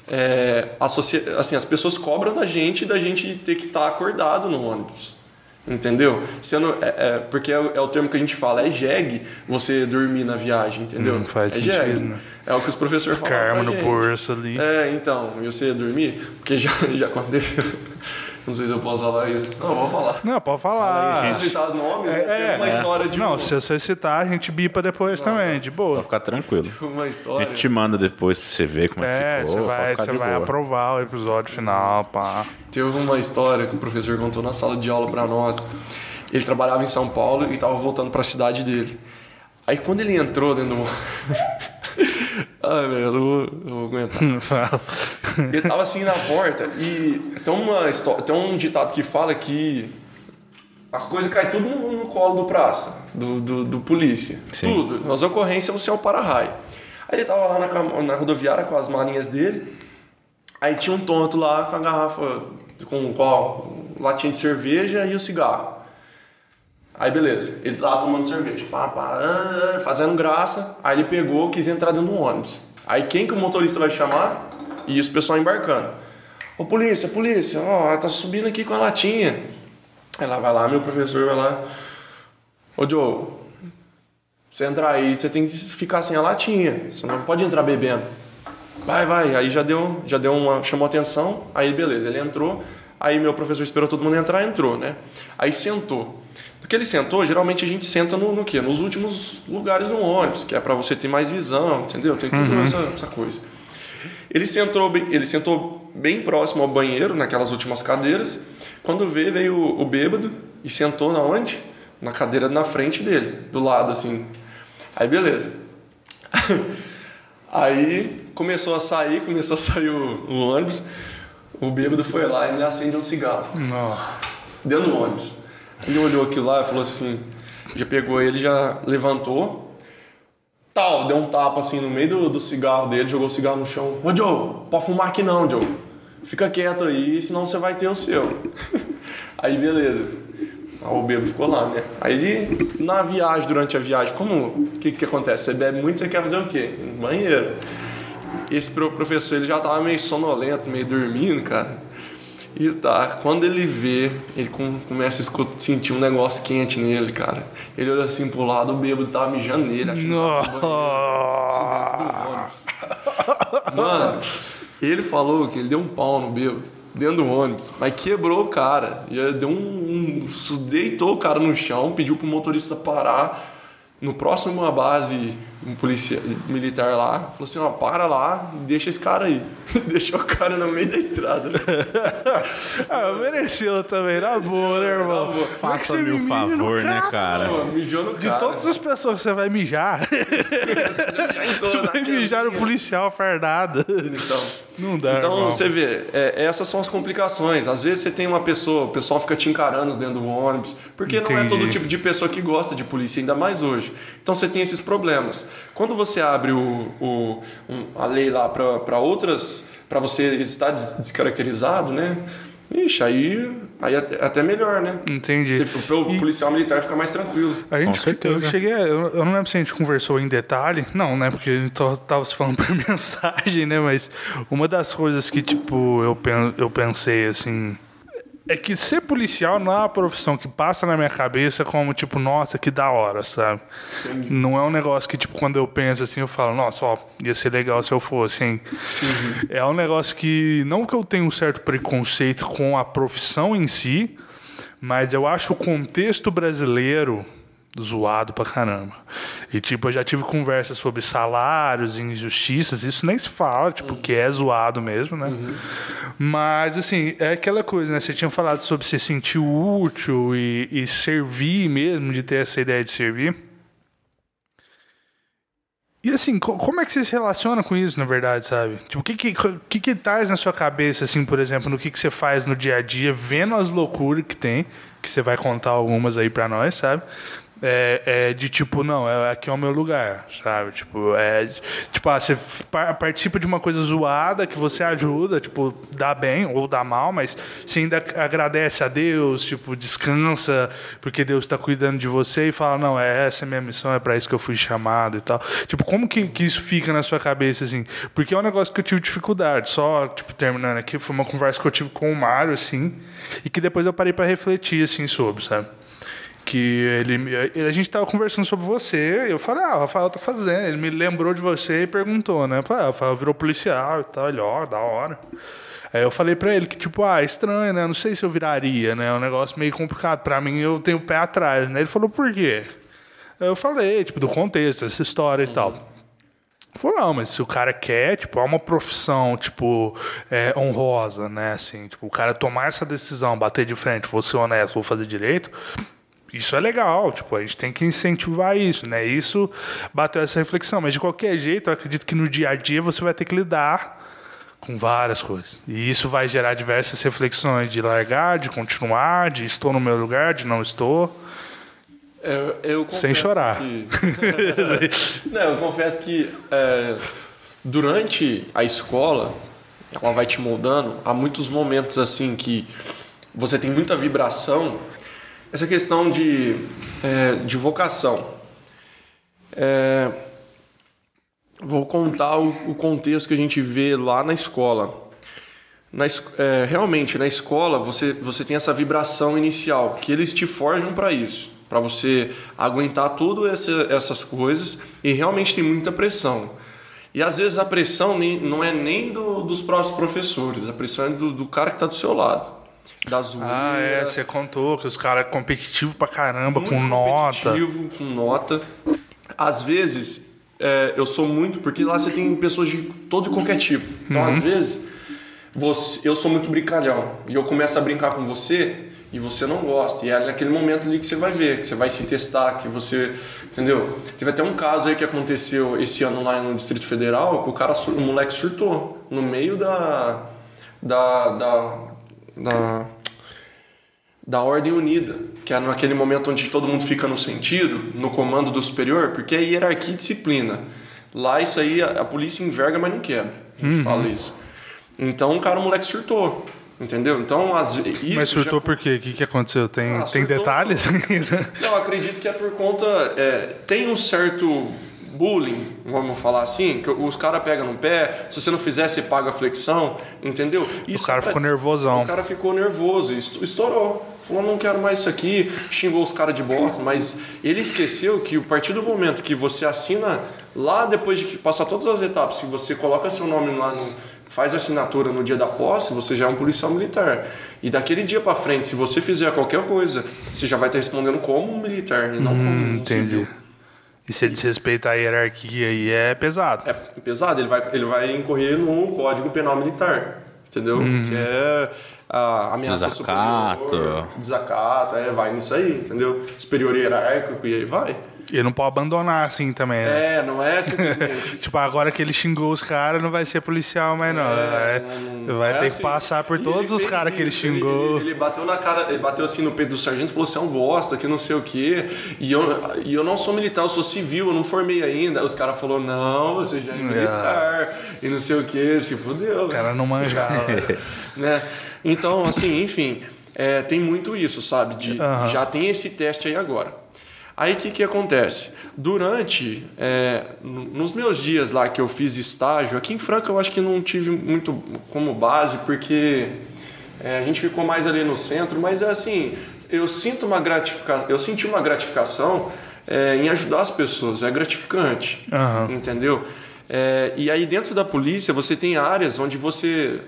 assim, as pessoas cobram da gente ter que estar acordado no ônibus. Entendeu? Porque é o termo que a gente fala, é jegue você dormir na viagem, entendeu? Não faz é sentido, jegue. né? É o que os professores falam. Carma no bolso ali. Então, e você ia dormir? Porque já aconteceu. Não sei se eu posso falar isso. Não, vou falar. Não, pode falar. Não citar nomes, né? Tem uma história de Não, se você citar, a gente bipa depois também, de boa. Pode ficar tranquilo. uma A história. gente te manda depois pra você ver como é que ficou. Você vai aprovar o episódio final, pá. Teve uma história que o professor contou na sala de aula pra nós. Ele trabalhava em São Paulo e tava voltando pra cidade dele. Aí quando ele entrou dentro do... Ai, velho, eu não vou aguentar. Ele tava assim na porta e tem um ditado que fala que as coisas caem tudo no colo do praça, do polícia. Sim. Tudo. As ocorrências você é o para-raio. Aí ele tava lá na rodoviária com as malinhas dele. Aí tinha um tonto lá com a garrafa, com a latinha de cerveja e o cigarro. Aí beleza, ele lá tomando cerveja, fazendo graça. Aí ele pegou, quis entrar dentro do ônibus. Aí quem que o motorista vai chamar? E isso o pessoal embarcando. Ô polícia, ó, tá subindo aqui com a latinha. Aí lá vai lá, meu professor vai lá. Ô Joe, você entrar aí, você tem que ficar sem a latinha. Você não pode entrar bebendo. Vai. Aí já deu chamou atenção. Aí beleza, ele entrou. Aí meu professor esperou todo mundo entrar, entrou, né? Aí sentou. No que ele sentou, geralmente a gente senta no quê? Nos últimos lugares no ônibus, que é pra você ter mais visão, entendeu? Tem toda essa coisa. Ele sentou bem próximo ao banheiro, naquelas últimas cadeiras. Quando veio o bêbado e sentou na onde? Na cadeira na frente dele, do lado, assim. Aí beleza. Aí começou a sair o ônibus. O bêbado foi lá e me acende um cigarro. Dentro do ônibus. Ele olhou aquilo lá e falou assim, já pegou ele, já levantou, deu um tapa assim no meio do cigarro dele, jogou o cigarro no chão. Ô Joe, pode fumar aqui não, Joe. Fica quieto aí, senão você vai ter o seu. Aí beleza. Aí o bêbado ficou lá, né? Aí durante a viagem, o que acontece? Você bebe muito, você quer fazer o quê? No banheiro. Esse professor, ele já tava meio sonolento, meio dormindo, cara. E quando ele vê, ele começa a sentir um negócio quente nele, cara. Ele olha assim pro lado, o bêbado tava mijando nele, achando que tava no banheiro, dentro do ônibus. Mano, ele falou que ele deu um pau no bêbado, dentro do ônibus, mas quebrou o cara. Já deu deitou o cara no chão, pediu pro motorista parar. No próximo a base, um polícia militar lá, falou assim, ó, para lá e deixa esse cara aí. Deixou o cara no meio da estrada. Né? Mereceu também, na boa, né, irmão? Faça-me o favor, né, cara? Pô, mijou no De cara. todas as pessoas que você vai mijar, você vai mijar no policial fardado. Então, Não dá, então, irmão. você vê, essas são as complicações. Às vezes você tem uma pessoa, o pessoal fica te encarando dentro do ônibus, porque não é todo tipo de pessoa que gosta de polícia, ainda mais hoje. Então você tem esses problemas. Quando você abre a lei lá para outras, para você estar descaracterizado, né? Ixi, aí é até melhor, né? Entendi. O policial militar fica mais tranquilo. Com certeza. Eu não lembro se a gente conversou em detalhe. Não, né? Porque a gente tava se falando por mensagem, né? Mas uma das coisas que, tipo, eu pensei, assim... É que ser policial não é uma profissão que passa na minha cabeça como, tipo, nossa, que da hora, sabe? Entendi. Não é um negócio que, tipo, quando eu penso assim, eu falo, nossa, ó, ia ser legal se eu fosse, hein? Uhum. É um negócio que, não que eu tenha um certo preconceito com a profissão em si, mas eu acho o contexto brasileiro zoado pra caramba. E, tipo, eu já tive conversas sobre salários e injustiças, isso nem se fala, tipo, que é zoado mesmo, né? Uhum. Mas, assim, é aquela coisa, né? Você tinha falado sobre se sentir útil e servir mesmo, de ter essa ideia de servir. E, assim, como é que você se relaciona com isso, na verdade, sabe? Tipo, o que traz na sua cabeça, assim, por exemplo, no que você faz no dia a dia, vendo as loucuras que tem, que você vai contar algumas aí pra nós, sabe? De tipo, não, aqui é o meu lugar, sabe? Tipo, você participa de uma coisa zoada que você ajuda, tipo, dá bem ou dá mal, mas você ainda agradece a Deus, tipo, descansa porque Deus está cuidando de você e fala, não, essa é a minha missão, é para isso que eu fui chamado e tal. Tipo, como que isso fica na sua cabeça, assim? Porque é um negócio que eu tive dificuldade, só, tipo, terminando aqui, foi uma conversa que eu tive com o Mário, assim, e que depois eu parei para refletir, assim, sobre, sabe? Que a gente tava conversando sobre você, e eu falei, o Rafael tá fazendo. Ele me lembrou de você e perguntou, né? Eu falei, o Rafael virou policial e tal. Ele, da hora. Aí eu falei pra ele que, tipo, é estranho, né? Não sei se eu viraria, né? É um negócio meio complicado. Pra mim, eu tenho o pé atrás, né? Ele falou, por quê? Aí eu falei, tipo, do contexto, essa história e tal. Ele falou, não, mas se o cara quer, tipo, é uma profissão, tipo, honrosa, né? Assim, tipo, o cara tomar essa decisão, bater de frente, vou ser honesto, vou fazer direito... Isso é legal, tipo, a gente tem que incentivar isso, né? Isso bateu essa reflexão, mas de qualquer jeito, eu acredito que no dia a dia você vai ter que lidar com várias coisas. E isso vai gerar diversas reflexões de largar, de continuar, de estou no meu lugar, de não estou. Eu sem chorar. Não, eu confesso que durante a escola, ela vai te moldando, há muitos momentos assim que você tem muita vibração. Essa questão de vocação. Vou contar o contexto que a gente vê lá na escola. Realmente, na escola, você tem essa vibração inicial, que eles te forjam para isso, para você aguentar todas essas coisas, e realmente tem muita pressão. E às vezes a pressão não é nem dos próprios professores, a pressão é do cara que está do seu lado. Da zoeira. Você contou que os caras competitivos pra caramba, muito com nota. Com nota. Às vezes, eu sou muito... Porque lá você tem pessoas de todo e qualquer tipo. Então, às vezes, eu sou muito brincalhão. E eu começo a brincar com você e você não gosta. E é naquele momento ali que você vai ver, que você vai se testar, que você... Entendeu? Teve até um caso aí que aconteceu esse ano lá no Distrito Federal, que o moleque surtou no meio da Ordem Unida, que é naquele momento onde todo mundo fica no sentido, no comando do superior, porque é hierarquia e disciplina. Lá isso aí a polícia enverga, mas não quebra. A gente fala isso. Então o moleque surtou, entendeu? Então isso. Mas surtou por quê? O que aconteceu? Tem detalhes? Não, acredito que é por conta. Tem um certo bullying, vamos falar assim, que os caras pegam no pé, se você não fizer, você paga a flexão, entendeu? O cara ficou nervosão. O cara ficou nervoso, estourou. Falou, não quero mais isso aqui, xingou os caras de bosta, mas ele esqueceu que a partir do momento que você assina, lá depois de passar todas as etapas, se você coloca seu nome lá faz a assinatura no dia da posse, você já é um policial militar. E daquele dia pra frente, se você fizer qualquer coisa, você já vai estar respondendo como um militar e não como um civil. E se desrespeitar a hierarquia aí é pesado. É pesado, ele vai incorrer no Código Penal Militar, entendeu? Que é a ameaça superior, desacato, vai nisso aí, entendeu? Superior hierárquico e aí vai. E não pode abandonar assim também, né? Não é simplesmente. Tipo, agora que ele xingou os caras, não vai ser policial mais não. Vai ter que passar por todos os caras que ele xingou. Ele bateu na cara, ele bateu assim no peito do sargento e falou: você é um bosta, que não sei o quê. E eu não sou militar, eu sou civil, eu não formei ainda. Aí os caras falaram: não, você já é militar. E não sei o quê, se fudeu. O cara não manjava. Né? Então, assim, enfim, tem muito isso, sabe? Já tem esse teste aí agora. Aí o que acontece? Durante, nos meus dias lá que eu fiz estágio, aqui em Franca eu acho que não tive muito como base, porque a gente ficou mais ali no centro, mas assim, eu senti uma gratificação em ajudar as pessoas, é gratificante, entendeu? E aí dentro da polícia você tem áreas onde você,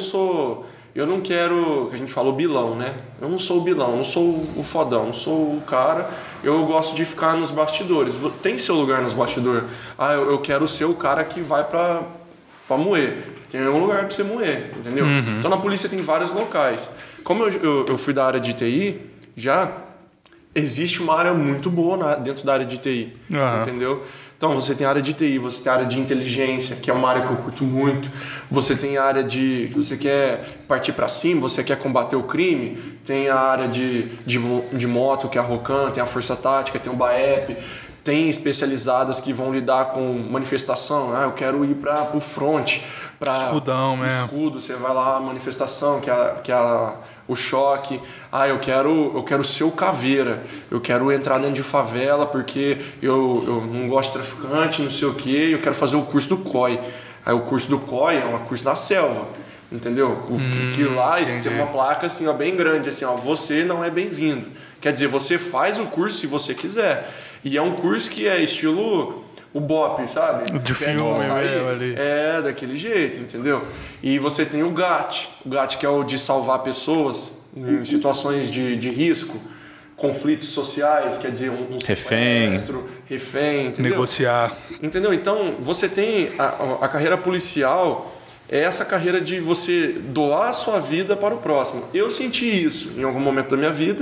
eu não quero, que a gente fala o bilão, né? Eu não sou o bilão, não sou o fodão, não sou o cara. Eu gosto de ficar nos bastidores. Tem seu lugar nos bastidores. Eu quero ser o cara que vai pra moer. Tem um lugar pra você moer, entendeu? Então na polícia tem vários locais. Como eu fui da área de TI, já existe uma área muito boa dentro da área de TI, entendeu? Então, você tem a área de TI, você tem a área de inteligência, que é uma área que eu curto muito. Você tem a área que você quer partir para cima, você quer combater o crime. Tem a área de moto, que é a Rocan, tem a Força Tática, tem o BAEP. Tem especializadas que vão lidar com manifestação. Eu quero ir para o front. Escudão mesmo. Escudo, você vai lá, manifestação, que é o choque. Eu quero ser o caveira. Eu quero entrar dentro de favela porque eu não gosto de traficante, não sei o quê. Eu quero fazer o curso do COI. Aí o curso do COI é um curso da selva. Entendeu? Que lá tem uma placa assim, bem grande, assim, você não é bem-vindo. Quer dizer, você faz o curso se você quiser. E é um curso que é estilo o BOP, sabe? De filme mesmo ali. Daquele jeito, entendeu? E você tem o GAT. O GAT que é o de salvar pessoas em situações de risco, conflitos sociais, quer dizer, um sequestro, refém, entendeu? Negociar. Entendeu? Então, você tem a carreira policial... É essa carreira de você doar a sua vida para o próximo. Eu senti isso em algum momento da minha vida,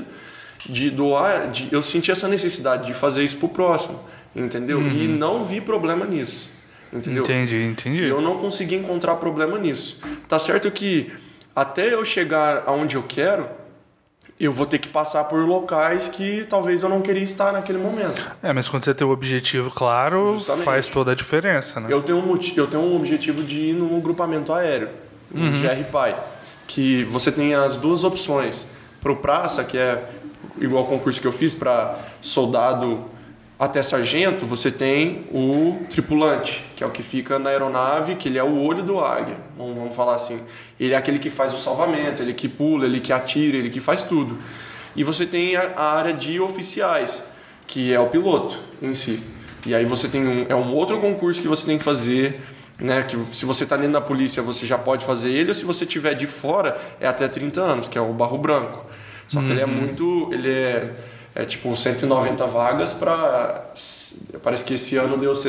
eu senti essa necessidade de fazer isso para o próximo, entendeu? E não vi problema nisso, entendeu? Entendi. Eu não consegui encontrar problema nisso. Tá certo que até eu chegar aonde eu quero, eu vou ter que passar por locais que talvez eu não queria estar naquele momento. Mas quando você tem o objetivo claro, justamente, faz toda a diferença, né? Eu tenho um objetivo de ir no grupamento aéreo, no GRPAI, que você tem as duas opções. Para o praça, que é igual ao concurso que eu fiz para soldado até sargento, você tem o tripulante, que é o que fica na aeronave, que ele é o olho do águia, vamos falar assim. Ele é aquele que faz o salvamento, ele que pula, ele que atira, ele que faz tudo. E você tem a área de oficiais, que é o piloto em si. E aí você tem um outro concurso que você tem que fazer, né? Que se você está dentro da polícia, você já pode fazer ele, ou se você tiver de fora, é até 30 anos, que é o barro branco. Só que ele é tipo 190 vagas parece que esse ano deu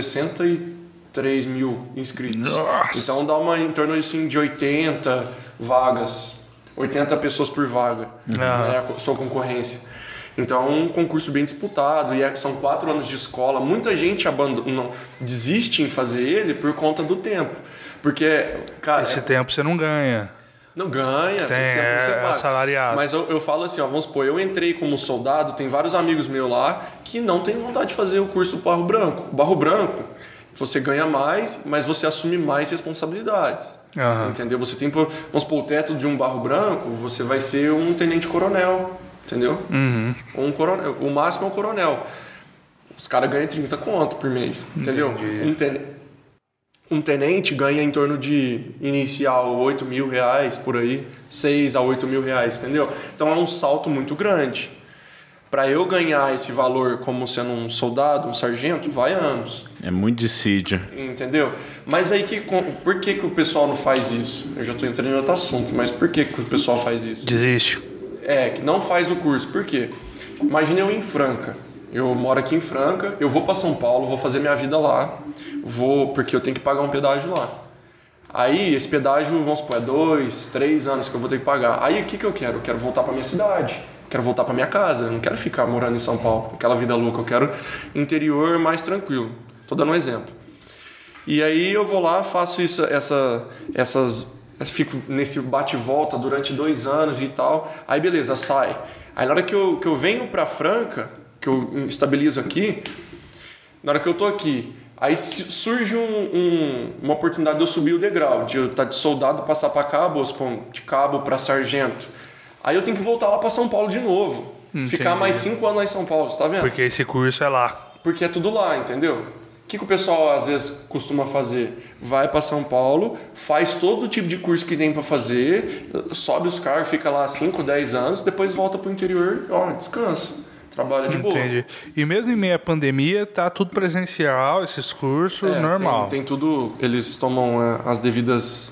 63 mil inscritos. Nossa. Então dá em torno assim, de 80 vagas, 80 pessoas por vaga, né, a sua concorrência. Então é um concurso bem disputado e são 4 anos de escola. Muita gente desiste em fazer ele por conta do tempo. Porque, cara... Esse tempo você não ganha. Não ganha, esse tempo você paga. Assalariado. Mas eu falo assim, vamos supor, eu entrei como soldado, tem vários amigos meus lá que não tem vontade de fazer o curso do Barro Branco. O Barro Branco, você ganha mais, mas você assume mais responsabilidades. Entendeu? Você tem, vamos supor, o teto de um Barro Branco, você vai ser um tenente-coronel, entendeu? Um coronel, o máximo é um coronel. Os caras ganham 30 conto por mês, entendeu? Um tenente ganha em torno de inicial 8 mil reais por aí, 6 a 8 mil reais, entendeu? Então é um salto muito grande. Para eu ganhar esse valor como sendo um soldado, um sargento, vai anos. É muito dissídio. Entendeu? Mas aí, por que o pessoal não faz isso? Eu já estou entrando em outro assunto, mas por que o pessoal faz isso? Desiste. Que não faz o curso. Por quê? Imagina eu em Franca. Eu moro aqui em Franca, eu vou para São Paulo, vou fazer minha vida lá, porque eu tenho que pagar um pedágio lá. Aí, esse pedágio, vamos supor, 2, 3 anos que eu vou ter que pagar. Aí, o que eu quero? Eu quero voltar para minha cidade. Quero voltar para minha casa, eu não quero ficar morando em São Paulo, aquela vida louca, eu quero interior mais tranquilo. Tô dando um exemplo. E aí eu vou lá, faço fico nesse bate-volta durante 2 anos e tal. Aí beleza, sai. Aí na hora que eu venho para Franca, que eu estabilizo aqui, na hora que eu tô aqui, aí surge uma oportunidade de eu subir o degrau, de eu estar de soldado passar para cabo, de cabo para sargento. Aí eu tenho que voltar lá para São Paulo de novo. Entendi. Ficar mais 5 anos lá em São Paulo, você tá vendo? Porque esse curso é lá. Porque é tudo lá, entendeu? O que o pessoal às vezes costuma fazer? Vai para São Paulo, faz todo tipo de curso que tem para fazer, sobe os carros, fica lá 5, 10 anos, depois volta pro interior, descansa, trabalha de boa. Entendi. E mesmo em meio à pandemia, tá tudo presencial, esses cursos, normal. Tem tudo, eles tomam as devidas...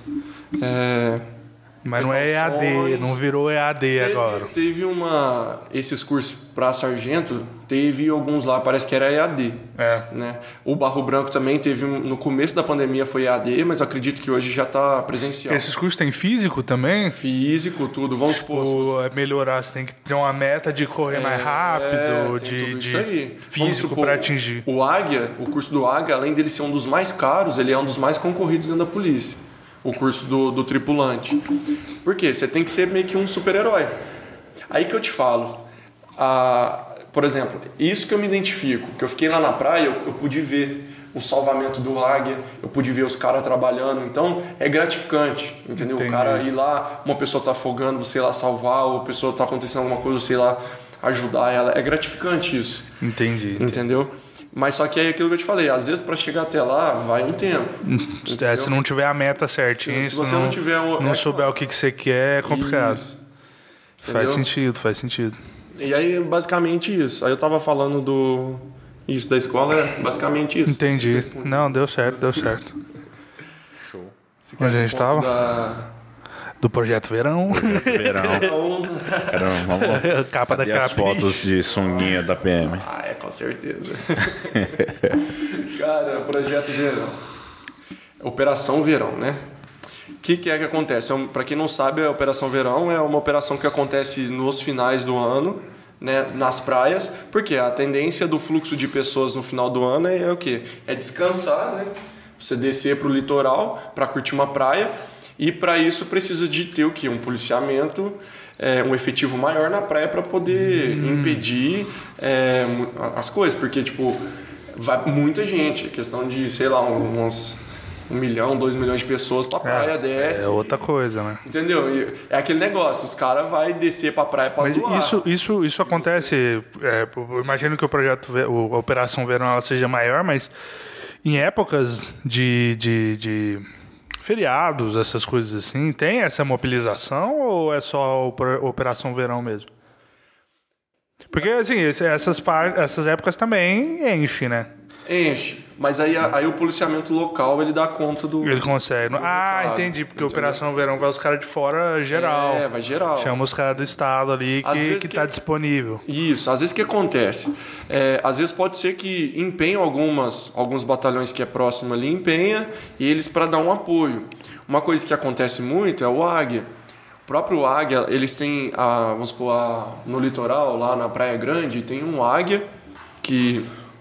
Mas não é EAD, não virou EAD agora. Teve esses cursos para sargento, teve alguns lá, parece que era EAD. Né? O Barro Branco também teve, no começo da pandemia foi EAD, mas acredito que hoje já está presencial. Esses cursos têm físico também? Físico, tudo. Vamos supor. É melhorar, você tem que ter uma meta de correr mais rápido, de físico para atingir. O curso do Águia, além dele ser um dos mais caros, ele é um dos mais concorridos dentro da polícia. O curso do tripulante. Por quê? Você tem que ser meio que um super-herói. Aí que eu te falo. Por exemplo, isso que eu me identifico, que eu fiquei lá na praia, eu pude ver o salvamento do Águia, eu pude ver os caras trabalhando, então é gratificante, entendeu? Entendi. O cara ir lá, uma pessoa tá afogando, você ir lá salvar, ou a pessoa tá acontecendo alguma coisa, você ir lá ajudar ela, é gratificante isso. Entendi. Entendeu? Mas só que é aquilo que eu te falei, às vezes para chegar até lá vai um tempo. Se não tiver a meta certinha, se você não tiver não souber o que você quer, é complicado. Isso. Faz sentido. E aí, basicamente isso. Aí eu tava falando isso da escola, é basicamente isso. Entendi. Não, deu certo. Show. Onde a gente tava? Do Projeto Verão. Verão. Vamos... Capa Cadê da as fotos de sunguinha da PM? Com certeza. Cara, Projeto Verão. Operação Verão, né? O que é que acontece? Para quem não sabe, a Operação Verão é uma operação que acontece nos finais do ano, né, nas praias, porque a tendência do fluxo de pessoas no final do ano é o quê? É descansar, né? Você descer para o litoral para curtir uma praia. E para isso precisa de ter o quê? Um policiamento, um efetivo maior na praia para poder impedir as coisas. Porque, vai muita gente. É questão de, sei lá, uns 1 milhão, 2 milhões de pessoas pra praia, desce. É outra coisa, né? Entendeu? E é aquele negócio, os caras vão descer pra praia pra zoar. Isso acontece... eu imagino que a Operação Verão ela seja maior, mas em épocas de feriados, essas coisas assim, tem essa mobilização ou é só Operação Verão mesmo? Porque, assim, essas épocas também enche, né? Enche. Mas aí o policiamento local, ele dá conta do... Ele consegue. Entendi. Porque a Operação Verão vai os caras de fora geral. Vai geral. Chama os caras do estado ali que tá disponível. Isso. Às vezes o que acontece? Às vezes pode ser que empenham alguns batalhões que é próximo ali, empenha e eles para dar um apoio. Uma coisa que acontece muito é o Águia. O próprio Águia, eles têm, vamos supor, no litoral, lá na Praia Grande, tem um Águia que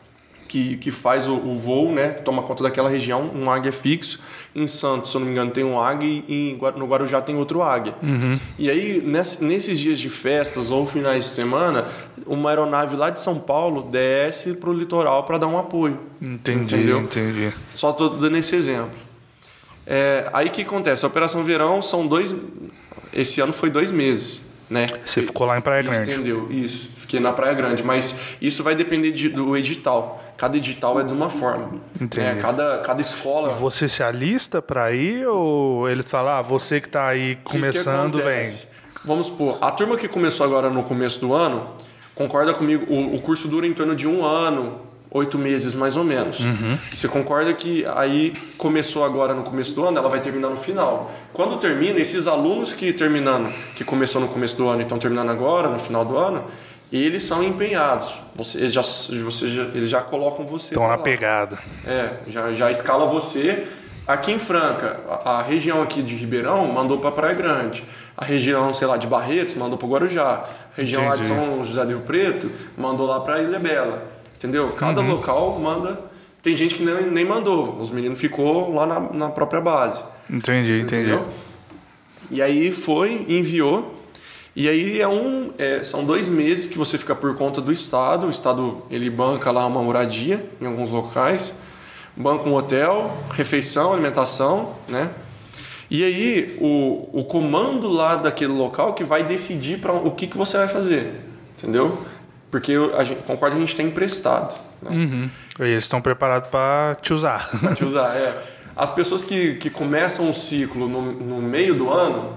faz o voo, né? Toma conta daquela região, um Águia fixo. Em Santos, se eu não me engano, tem um Águia e no Guarujá tem outro Águia. Uhum. E aí, nesses dias de festas ou finais de semana, uma aeronave lá de São Paulo desce pro litoral para dar um apoio. Entendeu? Só tô dando esse exemplo. Aí o que acontece? A Operação Verão são esse ano foi 2 meses. Né? Você ficou lá em Praia Grande. Entendeu? Isso. Fiquei na Praia Grande. Mas isso vai depender do edital. Cada edital é de uma forma. Entendi. Cada escola... Você se alista para ir ou eles falam, você que tá aí começando, vem? Vamos supor, a turma que começou agora no começo do ano, concorda comigo, o curso dura em torno de 1 ano, 8 meses mais ou menos. Uhum. Você concorda que aí começou agora no começo do ano, ela vai terminar no final. Quando termina, esses alunos que começou no começo do ano e estão terminando agora, no final do ano, eles são empenhados. Eles já colocam você. Estão na pegada. Já escala você aqui em Franca, a região aqui de Ribeirão mandou para Praia Grande. A região, sei lá, de Barretos mandou para Guarujá. A região lá de São José do Rio Preto mandou lá para Ilha Bela. Entendeu? Cada local manda. Tem gente que nem mandou. Os meninos ficou lá na própria base. Entendi. E aí enviou. E aí são 2 meses que você fica por conta do Estado. O Estado ele banca lá uma moradia em alguns locais. Banca um hotel, refeição, alimentação, né? E aí o comando lá daquele local que vai decidir para o que você vai fazer, entendeu? Porque concordo, a gente tem emprestado. Né? E eles estão preparados para te usar. Para te usar, As pessoas que começam um ciclo no meio do ano,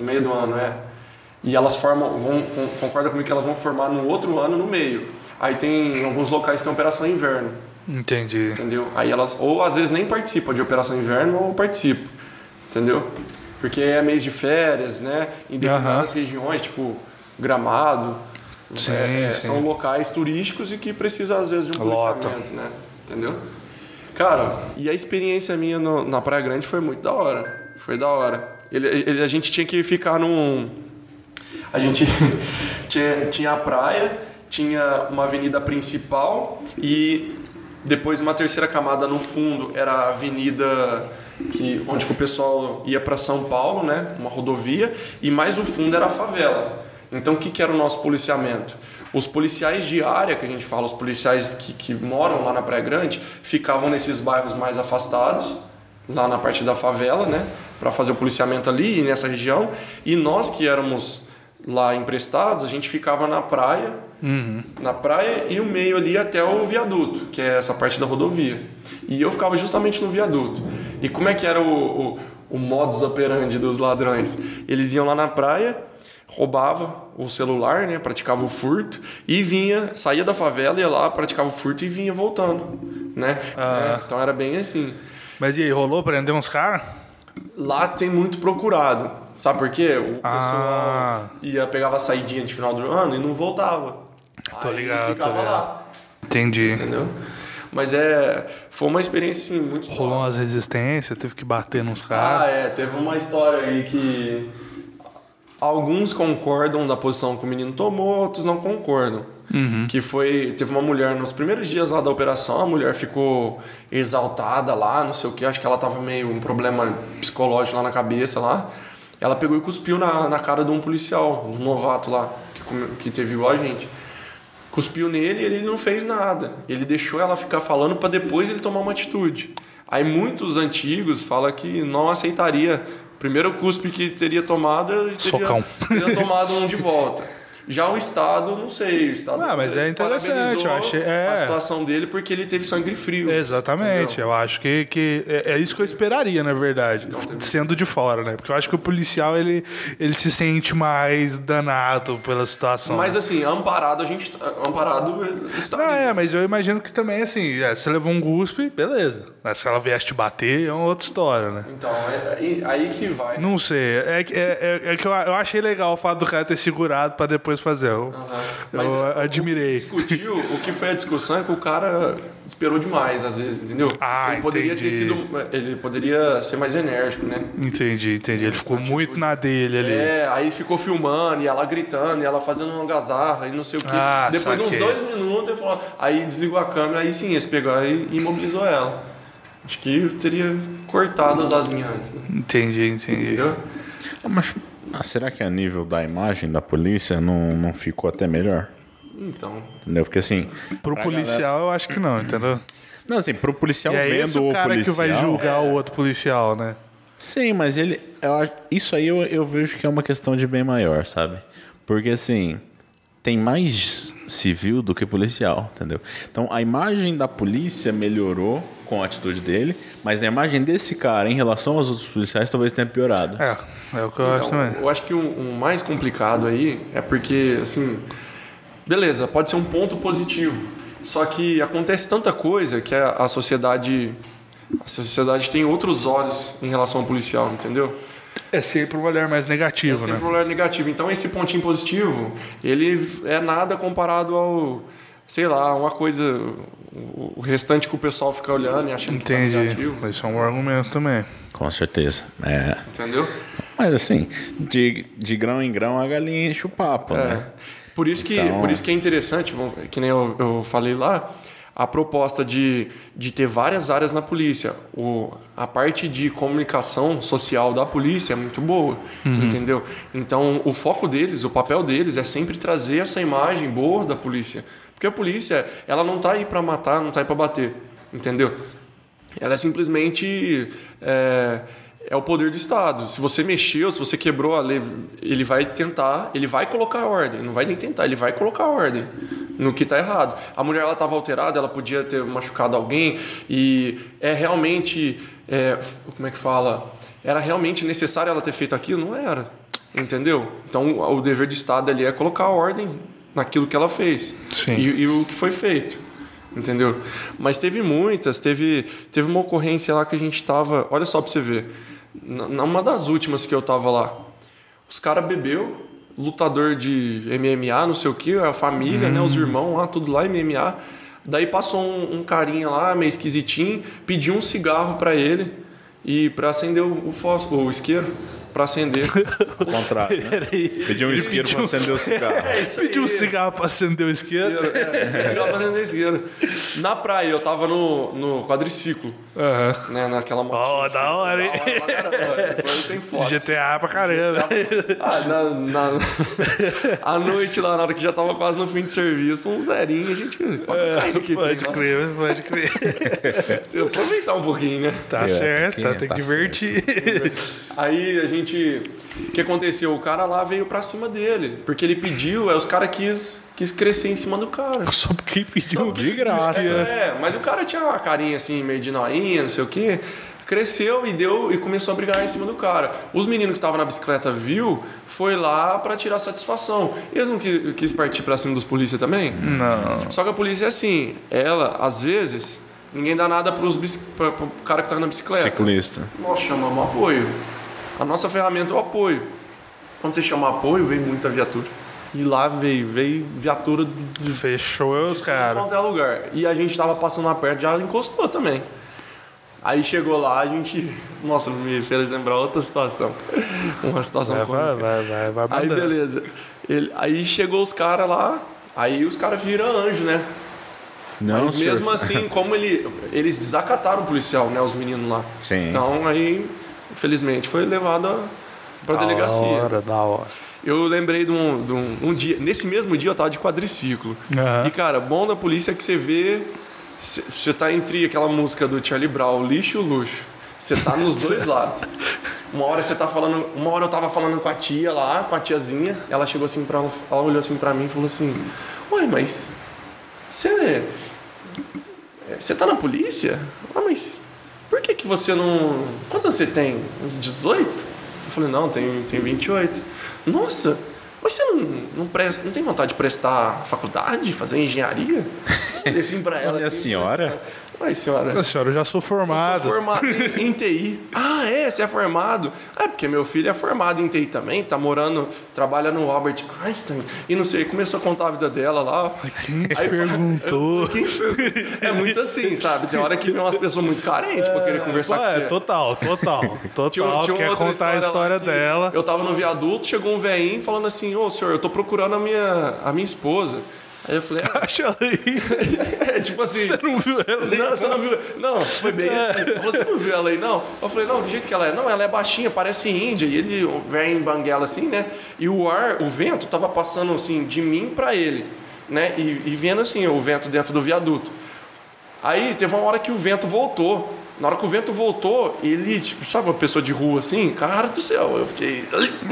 e elas concorda comigo que elas vão formar no outro ano no meio. Aí tem alguns locais que tem operação inverno. Entendi. Entendeu? Aí elas ou às vezes nem participam de operação inverno ou participam. Entendeu? Porque é mês de férias, né? Em determinadas regiões, tipo Gramado, sim. São locais turísticos e que precisa às vezes de um policiamento, né? Entendeu? Cara, e a experiência minha na Praia Grande foi muito da hora. Foi da hora. A gente tinha que ficar A gente tinha a praia, tinha uma avenida principal e depois uma terceira camada no fundo era a avenida onde o pessoal ia para São Paulo, né? Uma rodovia, e mais o fundo era a favela. Então o que era o nosso policiamento? Os policiais de área, que a gente fala, os policiais que moram lá na Praia Grande, ficavam nesses bairros mais afastados, lá na parte da favela, né? Para fazer o policiamento ali nessa região, e nós que éramos lá emprestados, a gente ficava na praia, e o meio ali até o viaduto, que é essa parte da rodovia. E eu ficava justamente no viaduto. E como é que era o modus operandi dos ladrões? Eles iam lá na praia, roubava o celular, né, praticava o furto e saía da favela, ia lá, praticava o furto e vinha voltando, né? Então era bem assim. Mas e aí, rolou prender uns caras? Lá tem muito procurado. Sabe por quê? O pessoal pegava a saidinha de final do ano e não voltava. Tô ligado, ficava lá. Entendi. Entendeu? Mas foi uma experiência assim, muito rolou umas resistências, teve que bater nos caras. Teve uma história aí que alguns concordam da posição que o menino tomou, outros não concordam. Que teve uma mulher nos primeiros dias lá da operação, a mulher ficou exaltada lá, não sei o que, acho que ela tava meio um problema psicológico lá na cabeça lá. Ela pegou e cuspiu na cara de um policial, um novato lá, que teve igual a gente. Cuspiu nele e ele não fez nada. Ele deixou ela ficar falando para depois ele tomar uma atitude. Aí muitos antigos falam que não aceitaria. Primeiro cuspe que teria tomado, ele teria tomado um de volta. Já o Estado, não sei. O Estado mas é interessante. Eu achei, a situação dele porque ele teve sangue frio. Exatamente. Entendeu? Eu acho que é isso que eu esperaria, na verdade. Então, sendo de fora, né? Porque eu acho que o policial, ele se sente mais danado pela situação. Mas assim, amparado está. Mas eu imagino que também, assim, se você levou um cuspe, beleza. Mas se ela viesse te bater, é uma outra história, né? Então, aí que vai. Não sei. É que eu achei legal o fato do cara ter segurado pra depois fazer. Eu admirei. O que foi a discussão é que o cara esperou demais, às vezes, entendeu? Ele poderia ele poderia ser mais enérgico, né? Entendi. Ele ficou muito na dele ali. Aí ficou filmando, e ela gritando, e ela fazendo uma algazarra, e não sei o quê. Depois de uns 2 minutos, ele falou, aí desligou a câmera, aí sim, eles pegaram e imobilizou ela. Acho que eu teria cortado as asinhas antes, né? Entendi. Entendeu? Mas será que a nível da imagem da polícia não ficou até melhor? Então. Entendeu? Porque assim. Pro policial eu acho que não, entendeu? Não, assim, pro policial vendo o cara policial, que vai julgar o outro policial, né? Sim, mas isso aí eu vejo que é uma questão de bem maior, sabe? Porque assim, tem mais civil do que policial, entendeu? Então a imagem da polícia melhorou com a atitude dele, mas a imagem desse cara em relação aos outros policiais talvez tenha piorado. É o que eu acho também. Eu acho que o mais complicado aí é porque, assim, beleza, pode ser um ponto positivo, só que acontece tanta coisa que a sociedade tem outros olhos em relação ao policial, entendeu? É sempre um olhar mais negativo, né? É sempre um olhar negativo. Então, esse pontinho positivo, ele é nada comparado ao, sei lá, uma coisa, o restante que o pessoal fica olhando e achando que tá Entendi. negativo. Esse é um argumento também. Com certeza. É. Entendeu? Mas assim, de grão em grão a galinha enche o papo, né? Por isso que é interessante, que nem eu falei lá, a proposta de ter várias áreas na polícia. A parte de comunicação social da polícia é muito boa, entendeu? Então, o foco deles, o papel deles é sempre trazer essa imagem boa da polícia. Porque a polícia, ela não tá aí para matar, não tá aí para bater, entendeu? Ela é simplesmente... É o poder do Estado. Se você mexeu, se você quebrou a lei, ele vai tentar, ele vai colocar ordem. Não vai nem tentar, ele vai colocar ordem no que está errado. A mulher ela estava alterada, ela podia ter machucado alguém e é realmente, como é que fala? Era realmente necessário ela ter feito aquilo? Não era, entendeu? Então o dever do Estado ali é colocar ordem naquilo que ela fez. Sim. E o que foi feito. Entendeu? Mas teve muitas, teve uma ocorrência lá que a gente tava, olha só pra você ver, numa das últimas que eu tava lá, os caras bebeu, lutador de MMA, não sei o que, a família, né, os irmãos lá, tudo lá, MMA, daí passou um carinha lá, meio esquisitinho, pediu um cigarro pra ele e pra acender o isqueiro. Pra acender. Ao contrário, né? Pediu um isqueiro pra acender o cigarro. Pediu um cigarro pra acender o isqueiro. Cigarro pra acender o isqueiro. Na praia, eu tava no quadriciclo. Né, naquela motinha. Da hora, hein? Tem foto. GTA pra caramba. À noite lá, na hora que já tava quase no fim de serviço, um zerinho, a gente Pode crer. Tem que aproveitar um pouquinho, né? Tá certo, tem que divertir. Aí a gente... O que aconteceu? O cara lá veio pra cima dele. Porque ele pediu, os caras quis crescer em cima do cara. Só porque pediu de graça. Mas o cara tinha uma carinha assim, meio de noinha, não sei o quê. Cresceu e começou a brigar em cima do cara. Os meninos que estavam na bicicleta foi lá pra tirar satisfação. Eles não quis partir pra cima dos polícia também? Não. Só que a polícia é assim, ela, às vezes, ninguém dá nada pro cara que tá na bicicleta. Ciclista. Nós chamamos apoio. A nossa ferramenta é o apoio. Quando você chama apoio, vem muita viatura. E lá veio viatura de Fechou os caras. qualquer lugar. E a gente tava passando lá perto, já encostou também. Aí chegou lá, a gente... Nossa, me fez lembrar outra situação. Uma situação cômica. Vai. Aí beleza. Aí chegou os caras lá, aí os caras viram anjo, né? Não, mas mesmo assim, como eles desacataram o policial, né? Os meninos lá. Sim. Então aí, infelizmente, foi levado pra delegacia. Da hora. Eu lembrei de um dia... Nesse mesmo dia eu tava de quadriciclo. E cara, bom da polícia é que você vê... Você tá entre aquela música do Charlie Brown, lixo e luxo. Você tá nos dois lados. Uma hora eu tava falando com a tia lá, com a tiazinha. Ela chegou assim ela olhou assim pra mim e falou assim: ué, mas você tá na polícia? Ah, mas por que você não... Quantos anos você tem? Uns 18? Eu falei, não, tem 28. Nossa, mas você não tem vontade de prestar faculdade, fazer engenharia? Falei assim pra ela. Minha senhora? Ai, senhora. Minha senhora, eu já sou formado. Eu sou formado em TI. Ah, é? Você é formado? Porque meu filho é formado em TI também, trabalha no Albert Einstein. E não sei, começou a contar a vida dela lá. Quem perguntou? É muito assim, sabe? Tem hora que vem umas pessoas muito carentes pra querer conversar com você. Total. Tinha Quer contar a história dela. Eu tava no viaduto, chegou um velhinho falando assim: ô, senhor, eu tô procurando a minha esposa. Aí eu falei, acha ela aí. Tipo assim... Você não viu ela aí? Não, você não viu... Não, foi bem assim. Você não viu ela aí, não? Eu falei, não, do jeito que ela é. Não, ela é baixinha, parece índia. E ele vem em banguela assim, né? E o vento tava passando assim, de mim pra ele, né? E vendo assim, o vento dentro do viaduto. Aí teve uma hora que o vento voltou. Na hora que o vento voltou, ele, tipo, sabe uma pessoa de rua assim? Cara do céu, eu fiquei...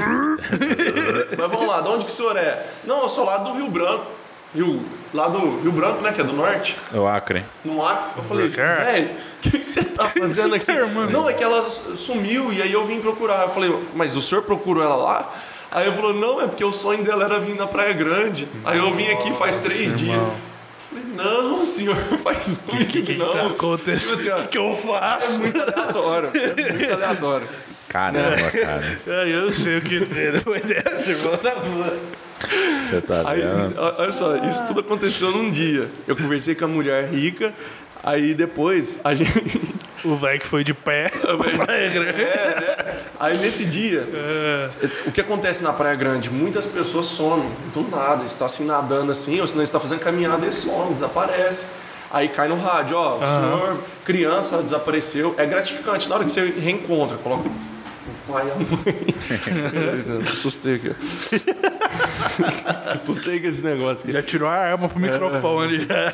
Mas vamos lá, de onde que o senhor é? Não, eu sou lá do Rio Branco. Lá do Rio Branco, né? Que é do norte. O Acre. No Acre. Eu falei, velho, o que você tá fazendo aqui? Não, é que ela sumiu e aí eu vim procurar. Eu falei, mas o senhor procurou ela lá? Aí eu falou, não, é porque o sonho dela era vir na Praia Grande. Aí eu vim aqui faz 3 dias. Eu falei, não, senhor, faz que não. Tá acontecendo? Tipo assim, o que eu faço? É muito aleatório. Caramba, cara. Eu não sei o que dizer depois dessa, irmão da rua. Você tá Aí, vendo? olha só, isso tudo aconteceu num dia. Eu conversei com a mulher rica, aí depois a gente... O velho que foi de pé. Praia Grande. né? Aí nesse dia, o que acontece na Praia Grande? Muitas pessoas somem, do nada. Está assim nadando assim, ou senão está fazendo caminhada e some, desaparece. Aí cai no rádio, ó, o senhor, criança, desapareceu. É gratificante, na hora que você reencontra, coloca o pai e a mãe. Assustei aqui. Assustei com esse negócio aqui. Já tirou a arma pro microfone. Já.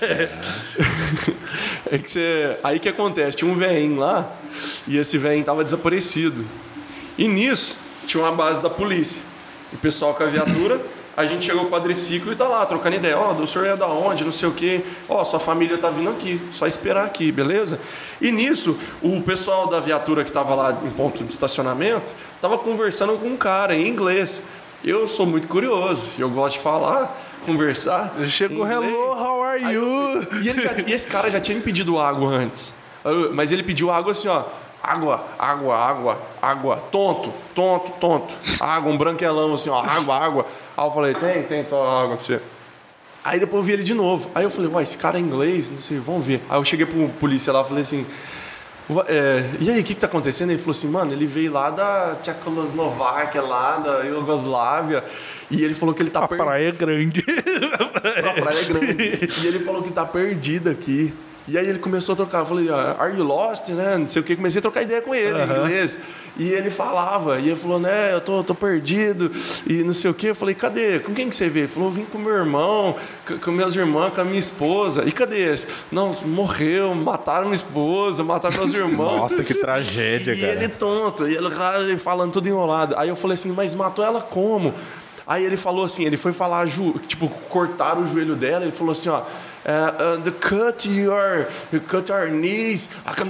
É que você... Aí que acontece? Tinha um velhinho lá e esse velhinho tava desaparecido. E nisso tinha uma base da polícia. O pessoal com a viatura, a gente chegou com o quadriciclo e tá lá, trocando ideia. Ó, o senhor é da onde? Não sei o quê. Ó, sua família tá vindo aqui. Só esperar aqui, beleza? E nisso, o pessoal da viatura que tava lá em ponto de estacionamento tava conversando com um cara em inglês. Eu sou muito curioso, eu gosto de falar, conversar. Chegou, em inglês. hello, how are you? E esse cara já tinha me pedido água antes. Mas ele pediu água assim, ó. Água, água, água, água. Tonto, tonto, tonto. Água, um branquelão assim, ó. Água, água. Aí eu falei, tem, toma água pra você. Aí depois eu vi ele de novo. Aí eu falei, uai, esse cara é inglês? Não sei, vamos ver. Aí eu cheguei pro polícia lá e falei assim... e aí, o que tá acontecendo? Ele falou assim, mano, ele veio lá da Tchecoslováquia, lá da Iugoslávia, e ele falou que ele tá perdido. Praia Grande. A praia é grande. E ele falou que tá perdido aqui. E aí ele começou a trocar, eu falei, are you lost, né? Não sei o que, comecei a trocar ideia com ele em inglês. E ele falava, e ele falou, né, eu tô perdido, e não sei o que. Eu falei, cadê? Com quem que você veio? Ele falou, eu vim com meu irmão, com meus irmãos, com a minha esposa. E cadê eles? Não, morreu, mataram minha esposa, mataram meus irmãos. Nossa, que tragédia, E cara. ele tonto, e ele falando tudo enrolado. Aí eu falei assim, mas matou ela como? Aí ele falou assim, ele foi falar, tipo, cortaram o joelho dela, ele falou assim, ó, the cut your knees.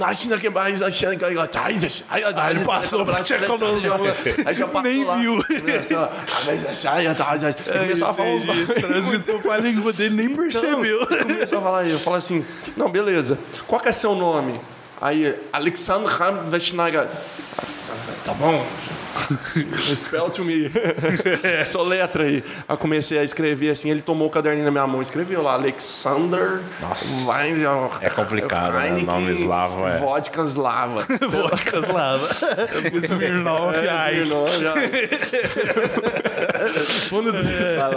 Aí ele passou pra Tchecoslováquia. Aí já passou Nem lá. viu. Começava a falar uns Transitou com a língua dele, nem percebeu. Começou a falar, eu falo assim, não, beleza, qual que é seu nome? Aí, Alexander Veshnagad. Tá bom. Spell to me. Essa letra aí. Aí eu comecei a escrever assim, ele tomou o caderninho na minha mão, escreveu lá, Alexander. Nossa. É complicado, né? O nome eslavo é. Vodka Slava. Vodka Slava. Smirnoff Ice. Fundo do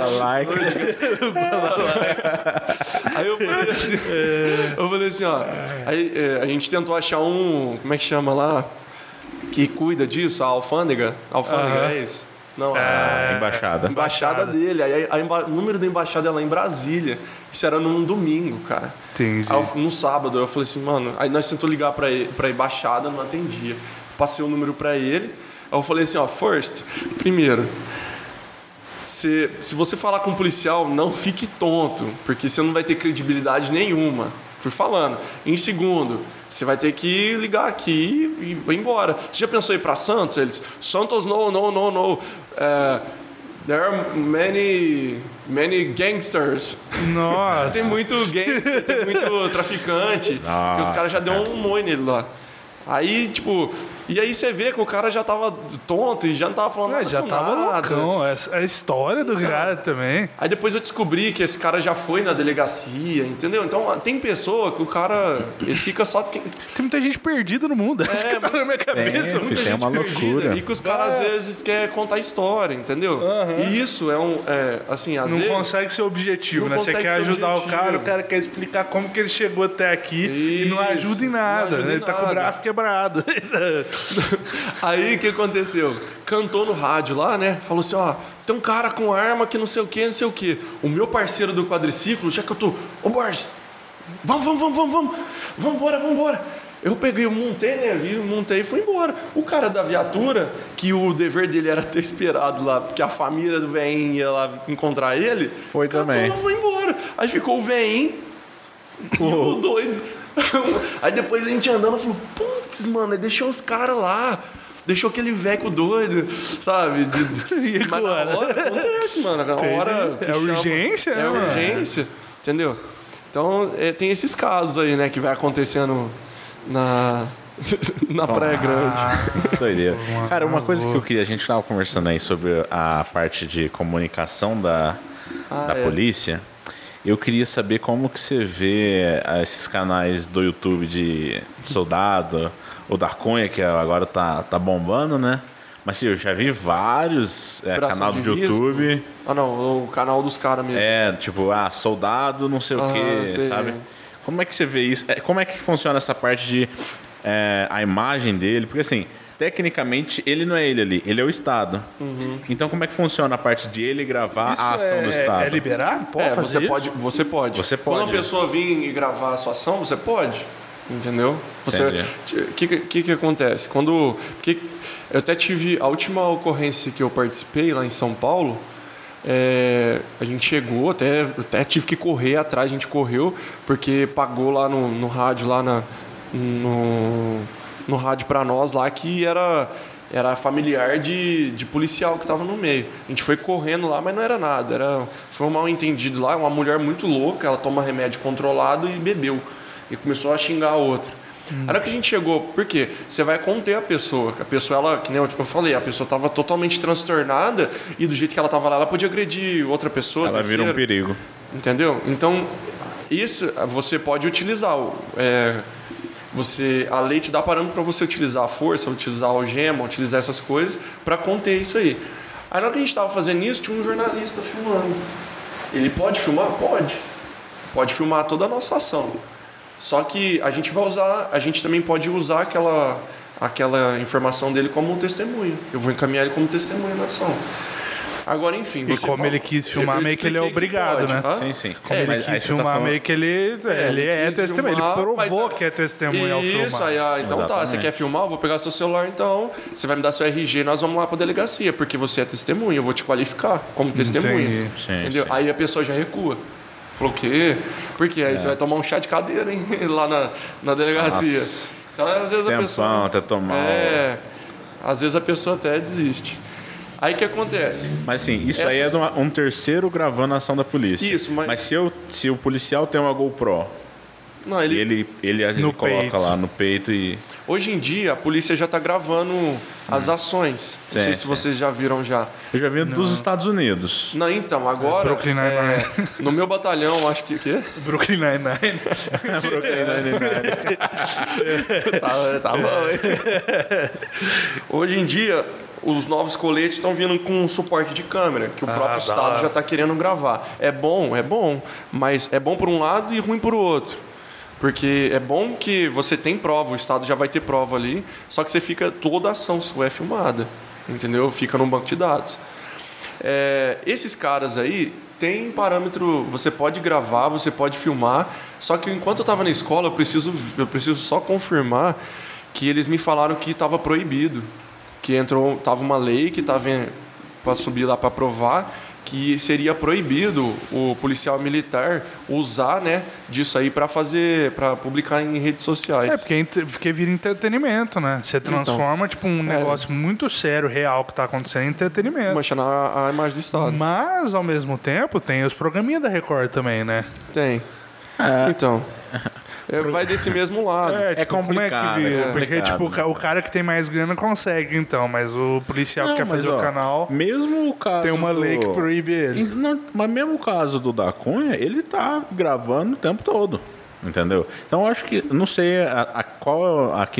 Aí eu falei assim, ó. Aí a gente tentou achar um. Como é que chama lá? Que cuida disso, a alfândega. Alfândega, é isso? Não, Embaixada. embaixada dele. Aí o número da embaixada é lá em Brasília. Isso era num domingo, cara. Entendi. Aí no sábado eu falei assim, mano. Aí nós tentou ligar pra embaixada, não atendia. Passei o número pra ele. Aí eu falei assim, ó, primeiro. Se você falar com um policial, não fique tonto, porque você não vai ter credibilidade nenhuma. Fui falando. Em segundo, você vai ter que ligar aqui e ir embora. Você já pensou em ir para Santos? Eles, Santos, no. There are many gangsters. Nossa. Tem muito gangster, tem muito traficante. Que os caras já deu um moi nele lá. Aí, tipo... E aí você vê que o cara já tava tonto e já não tava falando nada Já com tava nada. loucão. A história do cara também. Aí depois eu descobri que esse cara já foi na delegacia, entendeu? Então tem pessoa que o cara... Ele fica só... Tem muita gente perdida no mundo. Isso que tá na minha cabeça. Tem, tem uma loucura. E que os caras às vezes querem contar história, entendeu? E isso assim, às Não vezes... consegue ser objetivo, Não né? Você consegue quer ser ajudar objetivo. o cara quer explicar como que ele chegou até aqui e não Isso, ajuda em nada. não ajuda Né? em Ele tá com o nada. braço quebrado. Aí o que aconteceu? Cantou no rádio lá, né? Falou assim, ó, tem um cara com arma que não sei o que, não sei o que. O meu parceiro do quadriciclo, já que eu tô, ô Borges, vambora. Eu peguei, eu montei, né? Montei e fui embora. O cara da viatura, que o dever dele era ter esperado lá, porque a família do velhinho ia lá encontrar ele, Foi também. Foi embora. Aí ficou o velhinho e o doido. Aí depois a gente andando, falou, putz, mano, ele deixou os caras lá. Deixou aquele velho doido, sabe? E Mas na agora? hora acontece, mano. Na hora que É chama- urgência, né, É mano? urgência, entendeu? Então, tem esses casos aí, né, que vai acontecendo Na Praia Grande. Doideira. Cara, uma coisa que eu queria, a gente estava conversando aí sobre a parte de comunicação da polícia. Eu queria saber como que você vê esses canais do YouTube de soldado, o da Cunha, que agora tá bombando, né? Mas assim, eu já vi vários canal do YouTube. Risco. Ah, não, o canal dos caras mesmo. Tipo, soldado, não sei o quê, sabe? Como é que você vê isso? Como é que funciona essa parte de a imagem dele? Porque assim, tecnicamente, ele não é ele ali, ele é o Estado. Então, como é que funciona a parte de ele gravar a ação do Estado? É liberar? Pode fazer isso? Você pode. Você pode. Quando a pessoa vir e gravar a sua ação, você pode. Entendeu? O que acontece? Porque eu até tive a última ocorrência que eu participei lá em São Paulo. A gente chegou, até tive que correr atrás, a gente correu, porque pagou lá no rádio, lá no rádio pra nós lá, que era familiar de policial que estava no meio. A gente foi correndo lá, mas não era nada. Foi um mal entendido lá, uma mulher muito louca, ela toma remédio controlado e bebeu. E começou a xingar a outra. A hora que a gente chegou, por quê? Você vai conter a pessoa. A pessoa, ela, que nem eu falei, a pessoa estava totalmente transtornada e do jeito que ela estava lá, ela podia agredir outra pessoa. Ela vira um perigo. Entendeu? Então, isso você pode utilizar. A lei te dá parâmetro para você utilizar a força, utilizar a algema, utilizar essas coisas para conter isso aí. Aí na hora que a gente estava fazendo isso, tinha um jornalista filmando. Ele pode filmar? Pode. Pode filmar toda a nossa ação. Só que a gente também pode usar aquela informação dele como um testemunho. Eu vou encaminhar ele como testemunha na ação. Agora, enfim... E como ele quis filmar, meio que ele é obrigado, né? Sim. Como ele quis filmar, meio que ele é testemunha. Ele provou que é testemunha ao filmar. Isso, aí, então Exatamente. tá, você quer filmar? Eu vou pegar seu celular, então. Você vai me dar seu RG e nós vamos lá pra delegacia, porque você é testemunha, eu vou te qualificar como testemunha. Entendeu? Sim. Aí a pessoa já recua. Falou o quê? Porque aí você vai tomar um chá de cadeira, hein? Lá na delegacia. Nossa. Então, às vezes a pessoa... até tomar... Às vezes a pessoa até desiste. Aí o que acontece? Mas sim, isso aí é de um terceiro gravando a ação da polícia. Isso, mas se o policial tem uma GoPro, não, ele coloca peito. lá no peito e... Hoje em dia, a polícia já está gravando as ações. Não sei se vocês já viram já. Eu já vi dos Estados Unidos. Não, então, agora... Brooklyn Nine-Nine. No meu batalhão, acho que... O quê? Brooklyn Nine-Nine. Tá bom, hein? Hoje em dia, os novos coletes estão vindo com suporte de câmera, que o próprio Estado já está querendo gravar. É bom, mas é bom por um lado e ruim por outro. Porque é bom que você tem prova, o Estado já vai ter prova ali, só que toda a ação sua é filmada, entendeu? Fica num banco de dados. Esses caras aí tem parâmetro, você pode gravar, você pode filmar, só que enquanto eu estava na escola, eu preciso só confirmar que eles me falaram que estava proibido, que estava uma lei que estava para subir lá para aprovar, que seria proibido o policial militar usar, né, disso aí para publicar em redes sociais. Porque vira entretenimento, né? Você transforma um negócio muito sério, real, que está acontecendo em entretenimento. Manchando a imagem do Estado. Mas, ao mesmo tempo, tem os programinhas da Record também, né? Tem. Então... vai desse mesmo lado. complicado. Como é que vira? Porque, o cara que tem mais grana consegue, então, mas o policial que quer fazer o canal... Mesmo o caso tem uma lei que proíbe ele. Mas mesmo o caso do da Cunha, ele tá gravando o tempo todo, entendeu? Então eu acho que, não sei qual aqui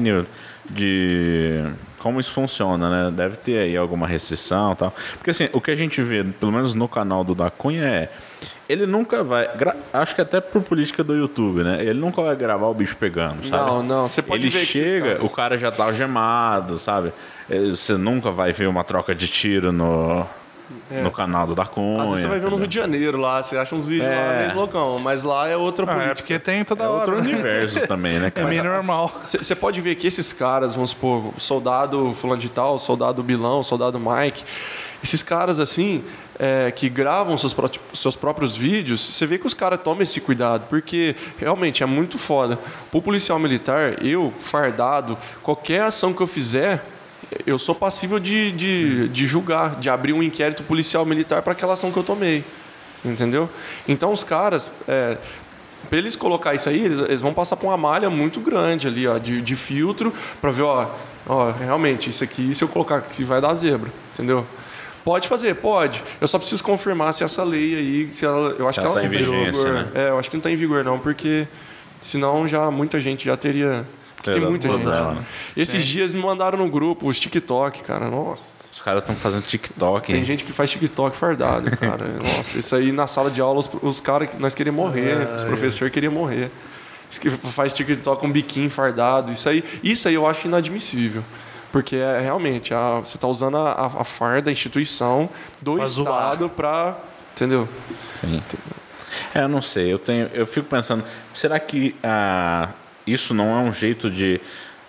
de como isso funciona, né? Deve ter aí alguma restrição e tal. Porque assim, o que a gente vê, pelo menos no canal do da Cunha, ele nunca vai... Acho que até por política do YouTube, né? Ele nunca vai gravar o bicho pegando, sabe? Não. Você pode ver que ele chega, o cara já tá algemado, sabe? Você nunca vai ver uma troca de tiro no canal do da Cunha. Às vezes você vai ver no Rio de Janeiro lá, você acha uns vídeos lá meio loucão, mas lá é outra política. Porque tem toda hora. Outro universo também, né, cara? É meio normal. Você pode ver que esses caras, vamos supor, soldado fulano de tal, soldado Bilão, soldado Mike, esses caras assim... que gravam seus próprios vídeos, você vê que os caras tomam esse cuidado, porque realmente é muito foda. Pro policial militar, eu, fardado, qualquer ação que eu fizer, eu sou passível de julgar, de abrir um inquérito policial militar para aquela ação que eu tomei. Entendeu? Então os caras... Pra eles colocar isso aí, eles vão passar por uma malha muito grande ali, ó, de filtro, pra ver, ó, realmente, isso aqui, se eu colocar aqui, vai dar zebra, entendeu? Pode fazer, pode. Eu só preciso confirmar se essa lei aí, se ela, eu acho que ela tá não em tem vigência, vigor. né? Eu acho que não tá em vigor não, porque senão já muita gente já teria. Porque tem muita gente. Né? Esses dias me mandaram no grupo os TikTok, cara. Nossa. Os caras estão fazendo TikTok. Tem gente que faz TikTok fardado, cara. Nossa, isso aí na sala de aula, os caras, nós queríamos morrer, os professores queriam morrer. Isso que faz TikTok com biquinho fardado. Isso aí eu acho inadmissível. Porque realmente, você está usando a farda, a instituição do pra Estado para. Entendeu? Sim. Eu não sei, eu fico pensando, será que isso não é um jeito de.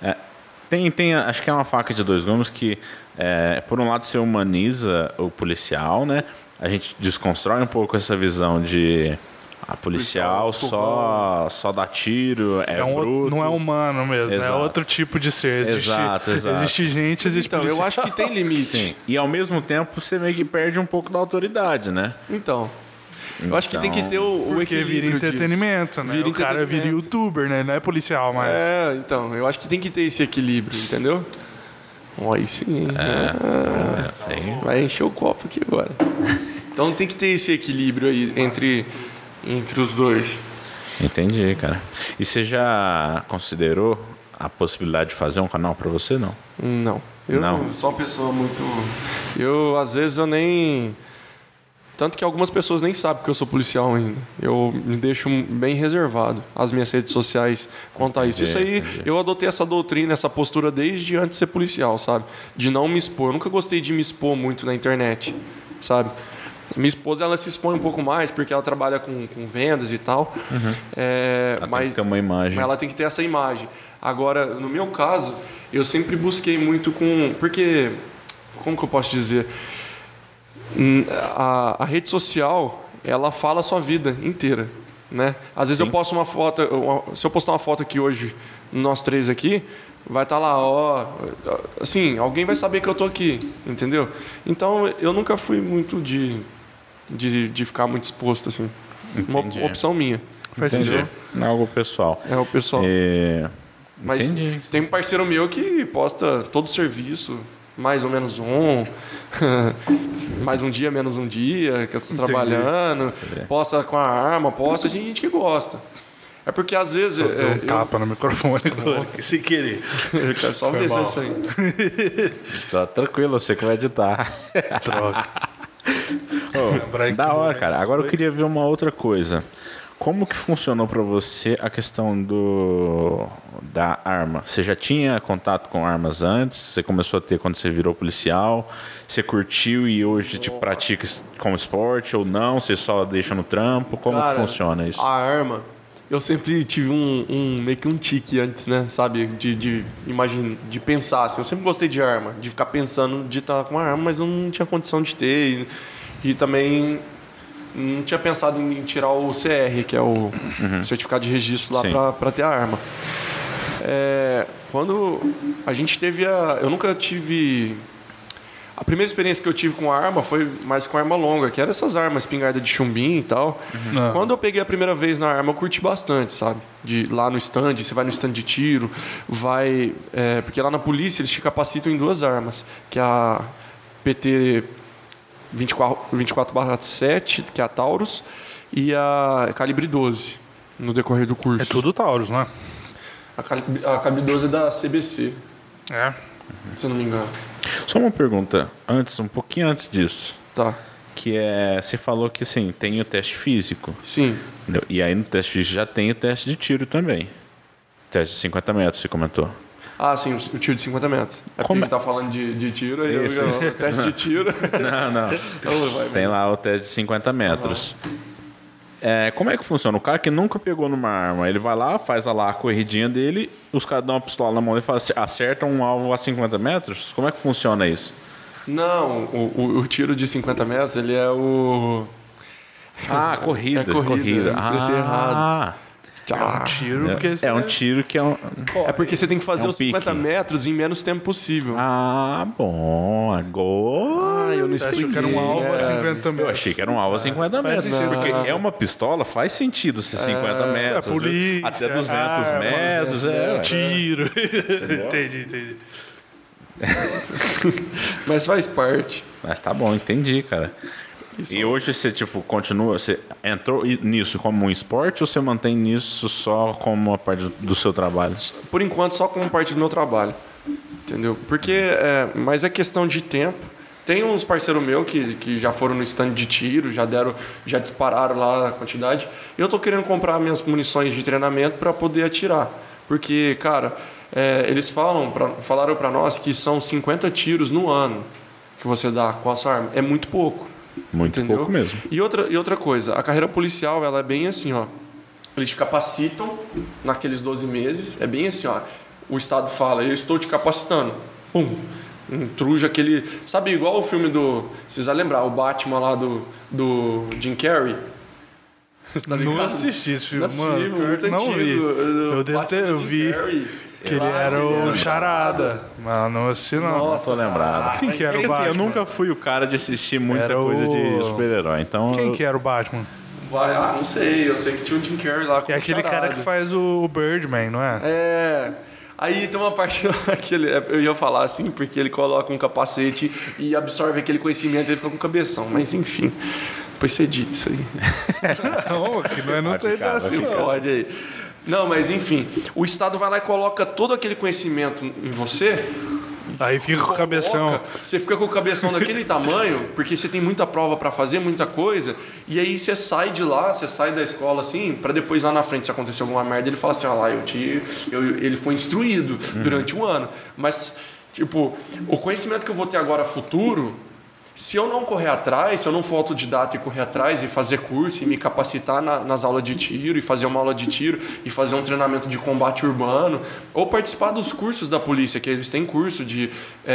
Acho que é uma faca de dois gumes que, por um lado, você humaniza o policial, né? A gente desconstrói um pouco essa visão de. A policial só dá tiro, bruto. Não é humano mesmo, Exato. é outro tipo de ser. Exato. Existe gente, existe Então, policial. eu acho que tem limite. Sim. E ao mesmo tempo você meio que perde um pouco da autoridade, né? Então. Eu acho que tem que ter o Porque equilíbrio vira entretenimento, né? Vira O cara vira entretenimento. youtuber, né? Não é policial mais. Então, eu acho que tem que ter esse equilíbrio, entendeu? Aí sim. Sim. Vai encher o copo aqui agora. Então tem que ter esse equilíbrio aí entre os dois. Entendi, cara. E você já considerou a possibilidade de fazer um canal pra você, não? Não. Eu Não. sou uma pessoa muito... Às vezes, eu nem... Tanto que algumas pessoas nem sabem que eu sou policial ainda. Eu me deixo bem reservado as minhas redes sociais quanto a isso. Isso aí, eu adotei essa doutrina, essa postura desde antes de ser policial, sabe? De não me expor. Eu nunca gostei de me expor muito na internet, sabe? Minha esposa, ela se expõe um pouco mais porque ela trabalha com vendas e tal. Ela tem que ter uma imagem. Mas ela tem que ter essa imagem. Agora, no meu caso, eu sempre busquei muito porque, como que eu posso dizer? A rede social, ela fala a sua vida inteira, né? Às vezes eu posto uma foto, se eu postar uma foto aqui hoje, nós três aqui, vai estar lá, assim, alguém vai saber que eu tô aqui, entendeu? Então, eu nunca fui muito de ficar muito exposto, assim. Entendi. Uma opção minha. Faz Entendi. sentido. Não é algo pessoal. É o pessoal. Mas Entendi. tem um parceiro meu que posta todo o serviço, mais ou menos mais um dia, menos um dia, que eu tô trabalhando, posta com a arma, posta, gente que gosta. É porque às vezes... Deu um tapa no microfone agora, sem querer. Eu quero só ver se é isso aí. Tá tranquilo, você que vai editar. Droga. Da hora, cara. Agora eu queria ver uma outra coisa. Como que funcionou pra você a questão da arma? Você já tinha contato com armas antes? Você começou a ter quando você virou policial? Você curtiu e hoje te pratica como esporte ou não? Você só deixa no trampo? Como que funciona isso? A arma, eu sempre tive meio que um tique antes, né? Sabe? De pensar assim. Eu sempre gostei de arma, de ficar pensando de estar com uma arma, mas eu não tinha condição de ter. E também não tinha pensado em tirar o CR, que é o certificado de registro lá para ter a arma. Quando a gente teve eu nunca tive... A primeira experiência que eu tive com arma foi mais com arma longa, que era essas armas, espingarda de chumbinho e tal. Quando eu peguei a primeira vez na arma, eu curti bastante, sabe? Lá no stand, você vai no stand de tiro, porque lá na polícia eles te capacitam em duas armas, que é a PT 24/7, que é a Taurus, e a calibre 12, no decorrer do curso. É tudo Taurus, né? A calibre 12 é da CBC, É. se eu não me engano. Só uma pergunta, um pouquinho antes disso. Tá. Que você falou que assim, tem o teste físico. Sim. Entendeu? E aí no teste físico já tem o teste de tiro também. Teste de 50 metros, você comentou. Ah, sim, o tiro de 50 metros. É porque ele tá falando de tiro, aí Isso. o teste de tiro. Não. Vai. Tem lá o teste de 50 metros. Como é que funciona? O cara que nunca pegou numa arma, ele vai lá, faz lá a corridinha dele, os caras dão uma pistola na mão e acertam um alvo a 50 metros? Como é que funciona isso? Não, o tiro de 50 metros, ele é o... Corrida. corrida. Eu expressei errado. É um tiro porque... É um tiro que é um... É porque você tem que fazer um os 50 pique. metros em menos tempo possível. Bom. Agora... eu não Você achou expliquei. que era um alvo a 50 metros? Eu achei que era um alvo a 50 metros. sentido. Porque é uma pistola, faz sentido ser 50 metros. polícia. Até 200 metros. Tiro. Entendi. Mas faz parte. Mas tá bom, entendi, cara. E hoje você, tipo, continua... Você entrou nisso como um esporte ou você mantém nisso só como uma parte do seu trabalho? Por enquanto, só como parte do meu trabalho. Entendeu? Porque, mas é questão de tempo. Tem uns parceiros meus que já foram no stand de tiro, já dispararam lá a quantidade. E eu tô querendo comprar minhas munições de treinamento para poder atirar. Porque, cara, eles falaram para nós que são 50 tiros no ano que você dá com a sua arma. É muito pouco. Muito entendeu? pouco mesmo. E outra coisa, a carreira policial ela é bem assim, ó. Eles te capacitam naqueles 12 meses. É bem assim, ó. O Estado fala, eu estou te capacitando. Pum. Intruja aquele... Sabe, igual o filme do... Vocês vão lembrar, o Batman lá do Jim Carrey? Tá Não assisti esse filme, mano. Não vi. Eu vi que ele era o Charada. Mas não assisti, não. Não tô lembrado. Quem que era o Assim, Batman? eu nunca fui o cara de assistir muita coisa de super-herói, então... Quem que era o Batman? Não sei. Eu sei que tinha o Jim Carrey lá com É aquele cara que faz o Birdman, não é? Aí tem uma parte que eu ia falar assim, porque ele coloca um capacete e absorve aquele conhecimento e ele fica com um cabeção. Mas enfim, depois você edita isso aí. Não, que não tem assim, Pode aí. Não, mas enfim, o Estado vai lá e coloca todo aquele conhecimento em você. Aí fica com o cabeção. Você fica com o cabeção daquele tamanho, porque você tem muita prova pra fazer, muita coisa, e aí você sai de lá, você sai da escola assim, pra depois lá na frente, se acontecer alguma merda, ele fala assim, ó lá, ele foi instruído durante um ano. Mas, tipo, o conhecimento que eu vou ter agora futuro, se eu não correr atrás, se eu não for autodidata e correr atrás e fazer curso e me capacitar nas aulas de tiro e fazer uma aula de tiro e fazer um treinamento de combate urbano ou participar dos cursos da polícia, que eles têm curso de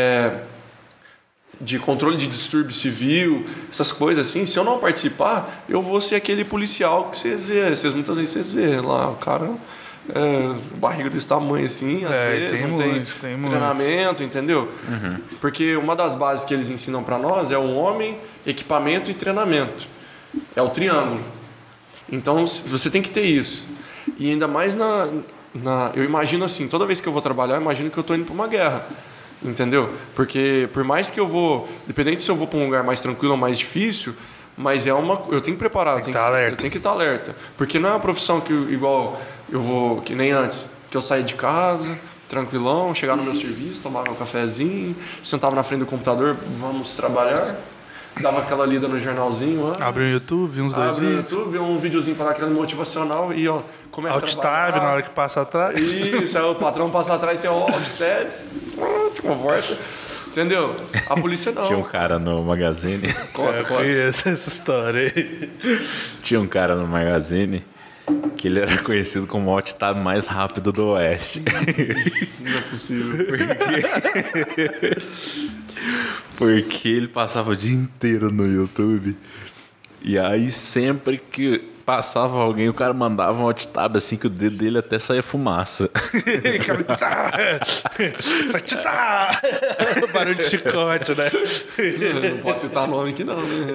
controle de distúrbio civil, essas coisas assim, se eu não participar, eu vou ser aquele policial que muitas vezes vocês vê lá, o cara... barriga desse tamanho assim, às vezes não tem treinamento, entendeu? Porque uma das bases que eles ensinam para nós é o homem, equipamento e treinamento. É o triângulo. Então você tem que ter isso. E ainda mais eu imagino assim, toda vez que eu vou trabalhar, eu imagino que eu estou indo para uma guerra. Entendeu? Porque por mais que eu vou, dependente se eu vou para um lugar mais tranquilo ou mais difícil, mas eu tenho que preparar, eu tenho que estar alerta. Porque não é uma profissão que igual eu vou, que nem antes, que eu saía de casa, tranquilão, chegar no meu serviço, tomava um cafezinho, sentava na frente do computador, vamos trabalhar, dava aquela lida no jornalzinho antes. Abre o YouTube, vi uns dois vídeos. Abre o YouTube, vê um videozinho para dar aquele motivacional e começa Alt tab na hora que passa atrás. Isso, aí o patrão passa atrás, você Alt tab, uma volta. Entendeu? A polícia não. Tinha um cara no Magazine. Conta. Conheço essa história aí. Tinha um cara no Magazine que ele era conhecido como o alt-tab mais rápido do Oeste. Não é possível. Porque ele passava o dia inteiro no YouTube. E aí sempre que passava alguém, o cara mandava um alt-tab assim que o dedo dele até saía fumaça. Barulho de chicote, né? Não posso citar nome aqui não, né?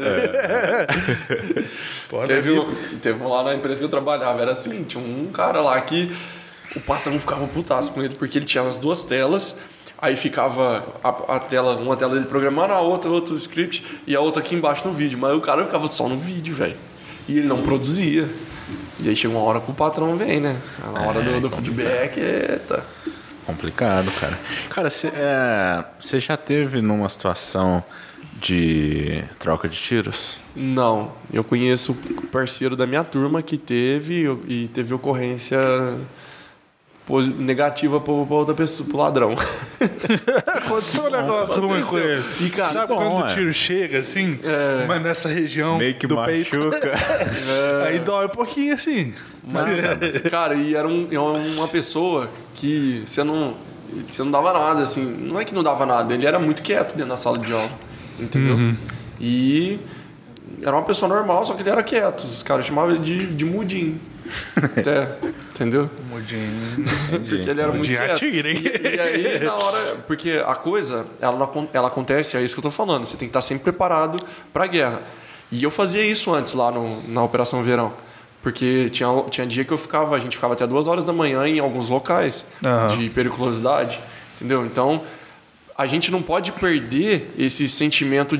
Teve um lá na empresa que eu trabalhava, era assim, tinha um cara lá que o patrão ficava putaço com ele, porque ele tinha as duas telas, aí ficava uma tela dele programando, a outra, outro script, e a outra aqui embaixo no vídeo, mas o cara ficava só no vídeo, velho. E ele não produzia. E aí chega uma hora que o patrão vem, né? Na hora do feedback, eita. Complicado, cara. Cara, você já teve numa situação de troca de tiros? Não. Eu conheço o parceiro da minha turma que teve e teve ocorrência negativa pra outra pessoa, pro ladrão. Aconteceu um negócio ruim com ele. E, cara, sabe quando o tiro chega assim, mas nessa região meio que do peito, aí dói um pouquinho assim. Mas, cara, e era uma pessoa que você não dava nada, assim. Não é que não dava nada, ele era muito quieto dentro da sala de aula, entendeu? E era uma pessoa normal, só que ele era quieto. Os caras chamavam ele de mudinho. Até, entendeu? Mudinho. Porque ele era muito Mudinho quieto. atira, hein? E aí, na hora... Porque a coisa, ela acontece, é isso que eu tô falando. Você tem que estar sempre preparado pra guerra. E eu fazia isso antes lá na Operação Verão. Porque tinha dia que a gente ficava até 2 horas da manhã em alguns locais de periculosidade, entendeu? Então, a gente não pode perder esse sentimento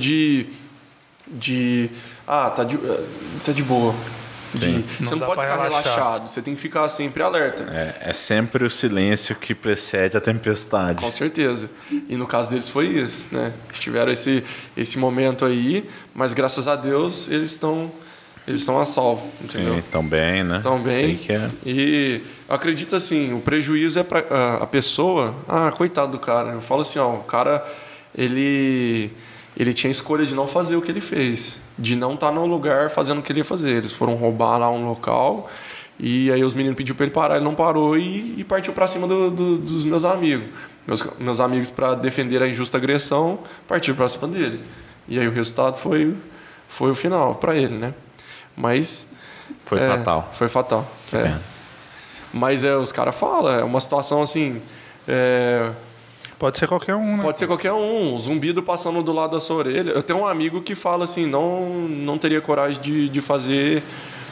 tá de boa. Você não pode ficar relaxado, você tem que ficar sempre alerta. É sempre o silêncio que precede a tempestade. Com certeza. E no caso deles foi isso, né? Eles tiveram esse momento aí, mas graças a Deus eles estão a salvo, entendeu? Estão bem, né? Estão bem. Que é. E eu acredito assim, o prejuízo é para a pessoa. Coitado do cara. Eu falo assim, o cara ele tinha a escolha de não fazer o que ele fez, de não estar no lugar fazendo o que ele ia fazer. Eles foram roubar lá um local e aí os meninos pediram para ele parar, ele não parou e partiu para cima dos meus amigos. Meus amigos, para defender a injusta agressão, partiram para cima dele. E aí o resultado foi o final para ele, né? Mas foi fatal. Foi fatal. Mas os caras falam, é uma situação assim. Pode ser qualquer um, né? Pode ser qualquer um. Um zumbido passando do lado da sua orelha. Eu tenho um amigo que fala assim, não teria coragem de fazer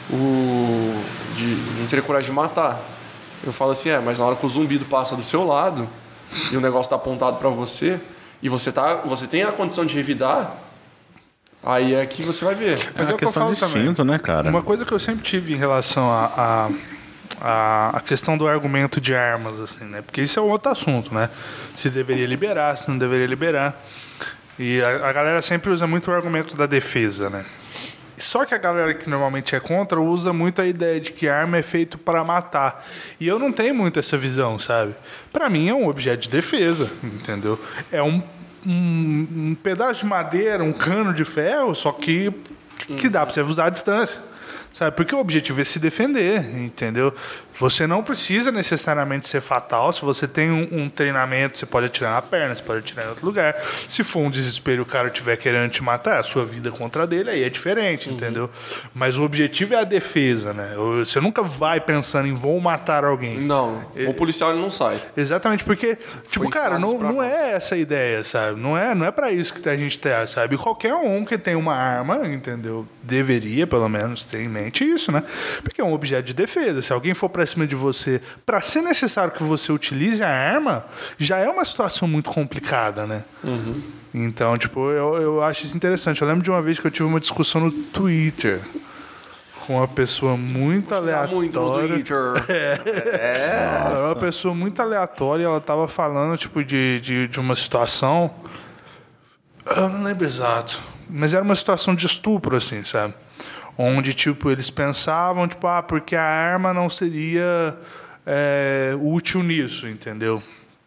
não teria coragem de matar. Eu falo assim, mas na hora que o zumbido passa do seu lado e o negócio tá apontado para você e você tem a condição de revidar, aí é que você vai ver. É uma questão de instinto, né, cara? Uma coisa que eu sempre tive em relação a questão do argumento de armas, assim, né? Porque isso é um outro assunto, né? Se deveria liberar, se não deveria liberar. E a galera sempre usa muito o argumento da defesa, né? Só que a galera que normalmente é contra usa muito a ideia de que a arma é feita para matar. E eu não tenho muito essa visão, sabe? Para mim é um objeto de defesa, entendeu? É um pedaço de madeira, um cano de ferro, só que dá para você usar à distância. Sabe? Porque o objetivo é se defender, entendeu? Você não precisa necessariamente ser fatal. Se você tem um treinamento, você pode atirar na perna, você pode atirar em outro lugar. Se for um desespero e o cara estiver querendo te matar, a sua vida contra dele, aí é diferente, entendeu? Mas o objetivo é a defesa, né? Você nunca vai pensando em vou matar alguém. Não, o policial ele não sai. Exatamente, porque, tipo, cara, não é essa a ideia, sabe? Não é pra isso que a gente tá, sabe? Qualquer um que tem uma arma, entendeu? Deveria, pelo menos, ter em mente isso, né? Porque é um objeto de defesa. Se alguém for pra cima de você, para ser necessário que você utilize a arma, já é uma situação muito complicada, né? Então, tipo, eu acho isso interessante. Eu lembro de uma vez que eu tive uma discussão no Twitter com uma pessoa muito aleatória. Muito no Twitter. Era uma pessoa muito aleatória. Ela tava falando, tipo, de uma situação. Eu não lembro exato, mas era uma situação de estupro, assim, sabe? Onde, tipo, eles pensavam, tipo, porque a arma não seria útil nisso, entendeu?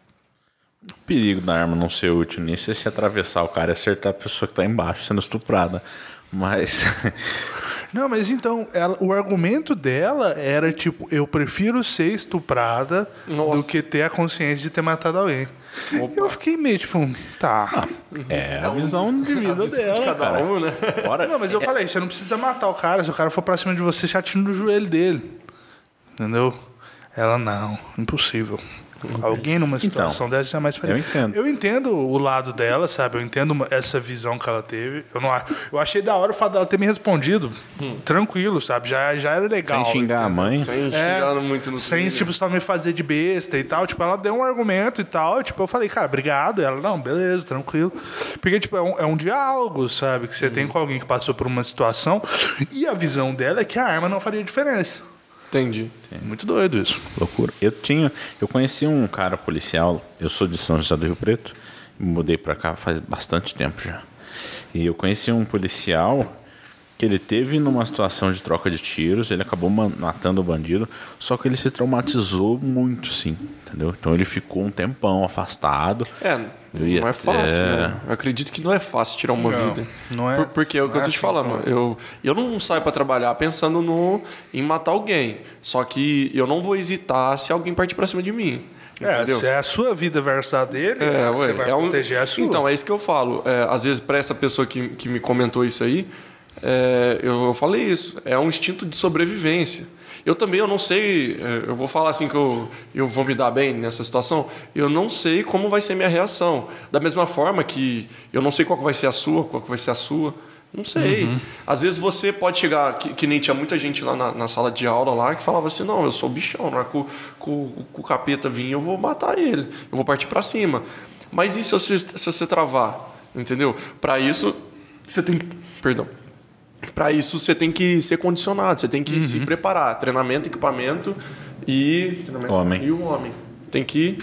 O perigo da arma não ser útil nisso é se atravessar o cara e acertar a pessoa que está embaixo sendo estuprada. Mas... Não, mas então, o argumento dela era, tipo, eu prefiro ser estuprada do que ter a consciência de ter matado alguém. Opa. Eu fiquei meio, tipo, tá. É a visão de vida dela, de cada cara. um, né? Não, mas eu falei, você não precisa matar o cara. Se o cara for pra cima de você, você atira no joelho dele. Entendeu? Ela, não, impossível. Alguém numa situação dessa jamais faria. Eu entendo. Eu entendo o lado dela, sabe? Eu entendo essa visão que ela teve. Eu achei da hora o fato dela ter me respondido tranquilo, sabe? Já era legal. Sem xingar a mãe. Sem xingar muito no sem, tipo, só me fazer de besta e tal. Tipo, ela deu um argumento e tal. Tipo, eu falei, cara, obrigado. E ela, não, beleza, tranquilo. Porque, tipo, é um diálogo, sabe? Que você tem com alguém que passou por uma situação. E a visão dela é que a arma não faria diferença. Entendi. Muito doido isso. Loucura. Eu conheci um cara policial, eu sou de São José do Rio Preto, me mudei pra cá faz bastante tempo já. E eu conheci um policial que ele teve numa situação de troca de tiros, ele acabou matando o bandido, só que ele se traumatizou muito, sim, entendeu? Então ele ficou um tempão afastado. Não é fácil, né? Eu acredito que não é fácil tirar uma vida. Não é. Porque é o que eu tô te falando. Eu não saio pra trabalhar pensando em matar alguém. Só que eu não vou hesitar se alguém partir pra cima de mim. Entendeu? Se é a sua vida versus a dele, você vai proteger a sua. Então, é isso que eu falo. Às vezes, pra essa pessoa que me comentou isso aí, eu falei isso, é um instinto de sobrevivência. Eu não sei, eu vou falar assim que eu vou me dar bem nessa situação, eu não sei como vai ser minha reação. Da mesma forma que eu não sei qual que vai ser a sua, qual que vai ser a sua, não sei. Às vezes você pode chegar, que nem tinha muita gente lá na sala de aula lá que falava assim, não, eu sou bichão, na hora que o capeta vir eu vou matar ele, eu vou partir pra cima. Mas e se você travar? Entendeu? Para isso, você tem... Perdão. Para isso, você tem que ser condicionado. Você tem que se preparar. Treinamento, equipamento e... Homem. E o homem. Tem que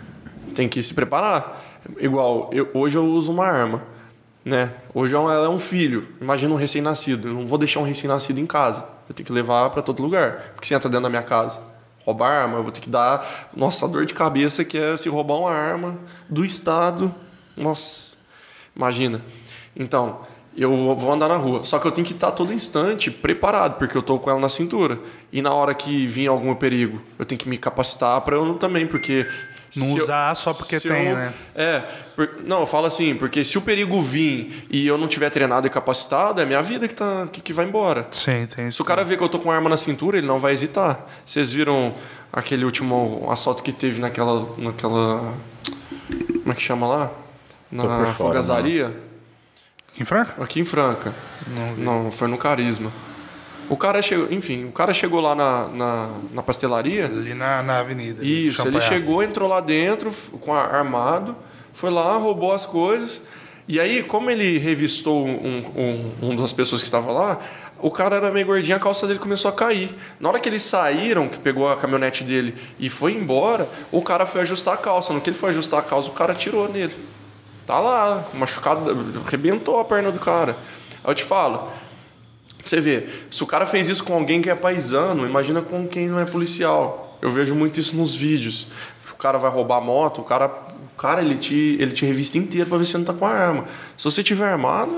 se preparar. Igual, hoje eu uso uma arma. Né? Hoje ela é um filho. Imagina um recém-nascido. Eu não vou deixar um recém-nascido em casa. Eu tenho que levar para todo lugar. Porque se entra dentro da minha casa... Roubar arma, eu vou ter que dar... Nossa, a dor de cabeça que é se roubar uma arma do Estado. Nossa, imagina. Então, eu vou andar na rua. Só que eu tenho que estar todo instante preparado, porque eu estou com ela na cintura. E na hora que vir algum perigo, eu tenho que me capacitar para eu não também, porque... Não usar só porque tem, né? Não, eu falo assim, porque se o perigo vir e eu não tiver treinado e capacitado, é minha vida que vai embora. Sim, tem isso. Se o cara ver que eu tô com a arma na cintura, ele não vai hesitar. Vocês viram aquele último assalto que teve naquela como é que chama lá? Na Fogazaria? Aqui em Franca? Aqui em Franca. Não, foi no Carisma. O cara chegou lá na pastelaria. Ali na avenida. Isso, ele chegou, entrou lá dentro armado, foi lá, roubou as coisas. E aí, como ele revistou um das pessoas que estava lá, o cara era meio gordinho, a calça dele começou a cair. Na hora que eles saíram, que pegou a caminhonete dele e foi embora, o cara foi ajustar a calça. No que ele foi ajustar a calça, o cara atirou nele. Tá lá, machucado, arrebentou a perna do cara. Aí eu te falo... Você vê, se o cara fez isso com alguém que é paisano, imagina com quem não é policial. Eu vejo muito isso nos vídeos. O cara vai roubar a moto, o cara ele te revista inteiro pra ver se você não tá com a arma. Se você tiver armado,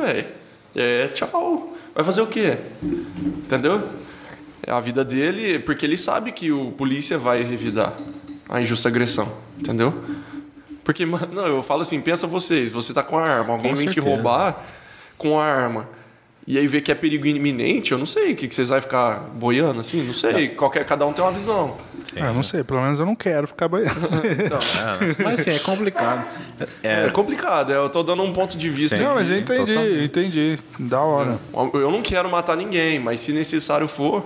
tchau. Vai fazer o quê? Entendeu? É a vida dele, porque ele sabe que o polícia vai revidar a injusta agressão. Entendeu? Porque, mano, eu falo assim, pensa você tá com a arma, alguém vem te roubar com a arma. E aí vê que é perigo iminente, eu não sei o que vocês vão ficar boiando assim, não sei, cada um tem uma visão. Eu não sei, pelo menos eu não quero ficar boiando. Então, mas assim, é complicado. É complicado, eu tô dando um ponto de vista. Não, mas eu entendi, da hora. Eu não quero matar ninguém, mas se necessário for,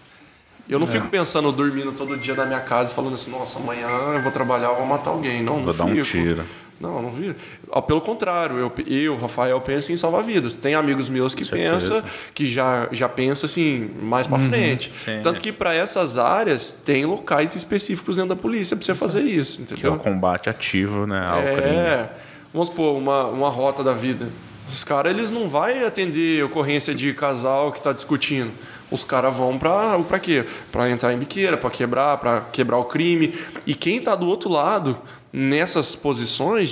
eu não fico pensando, dormindo todo dia na minha casa, falando assim, nossa, amanhã eu vou trabalhar, eu vou matar alguém. Não, vou dar um tiro. Não vi. Pelo contrário, Rafael, penso em salvar vidas. Tem amigos meus que pensam, que já pensa assim, mais pra frente. Sim, Tanto que para essas áreas tem locais específicos dentro da polícia pra você fazer isso, entendeu? Que é o combate ativo, né, ao crime. Vamos supor, uma rota da vida. Os caras, eles não vão atender ocorrência de casal que tá discutindo. Os caras vão pra quê? Pra entrar em biqueira, pra quebrar o crime. E quem tá do outro lado, nessas posições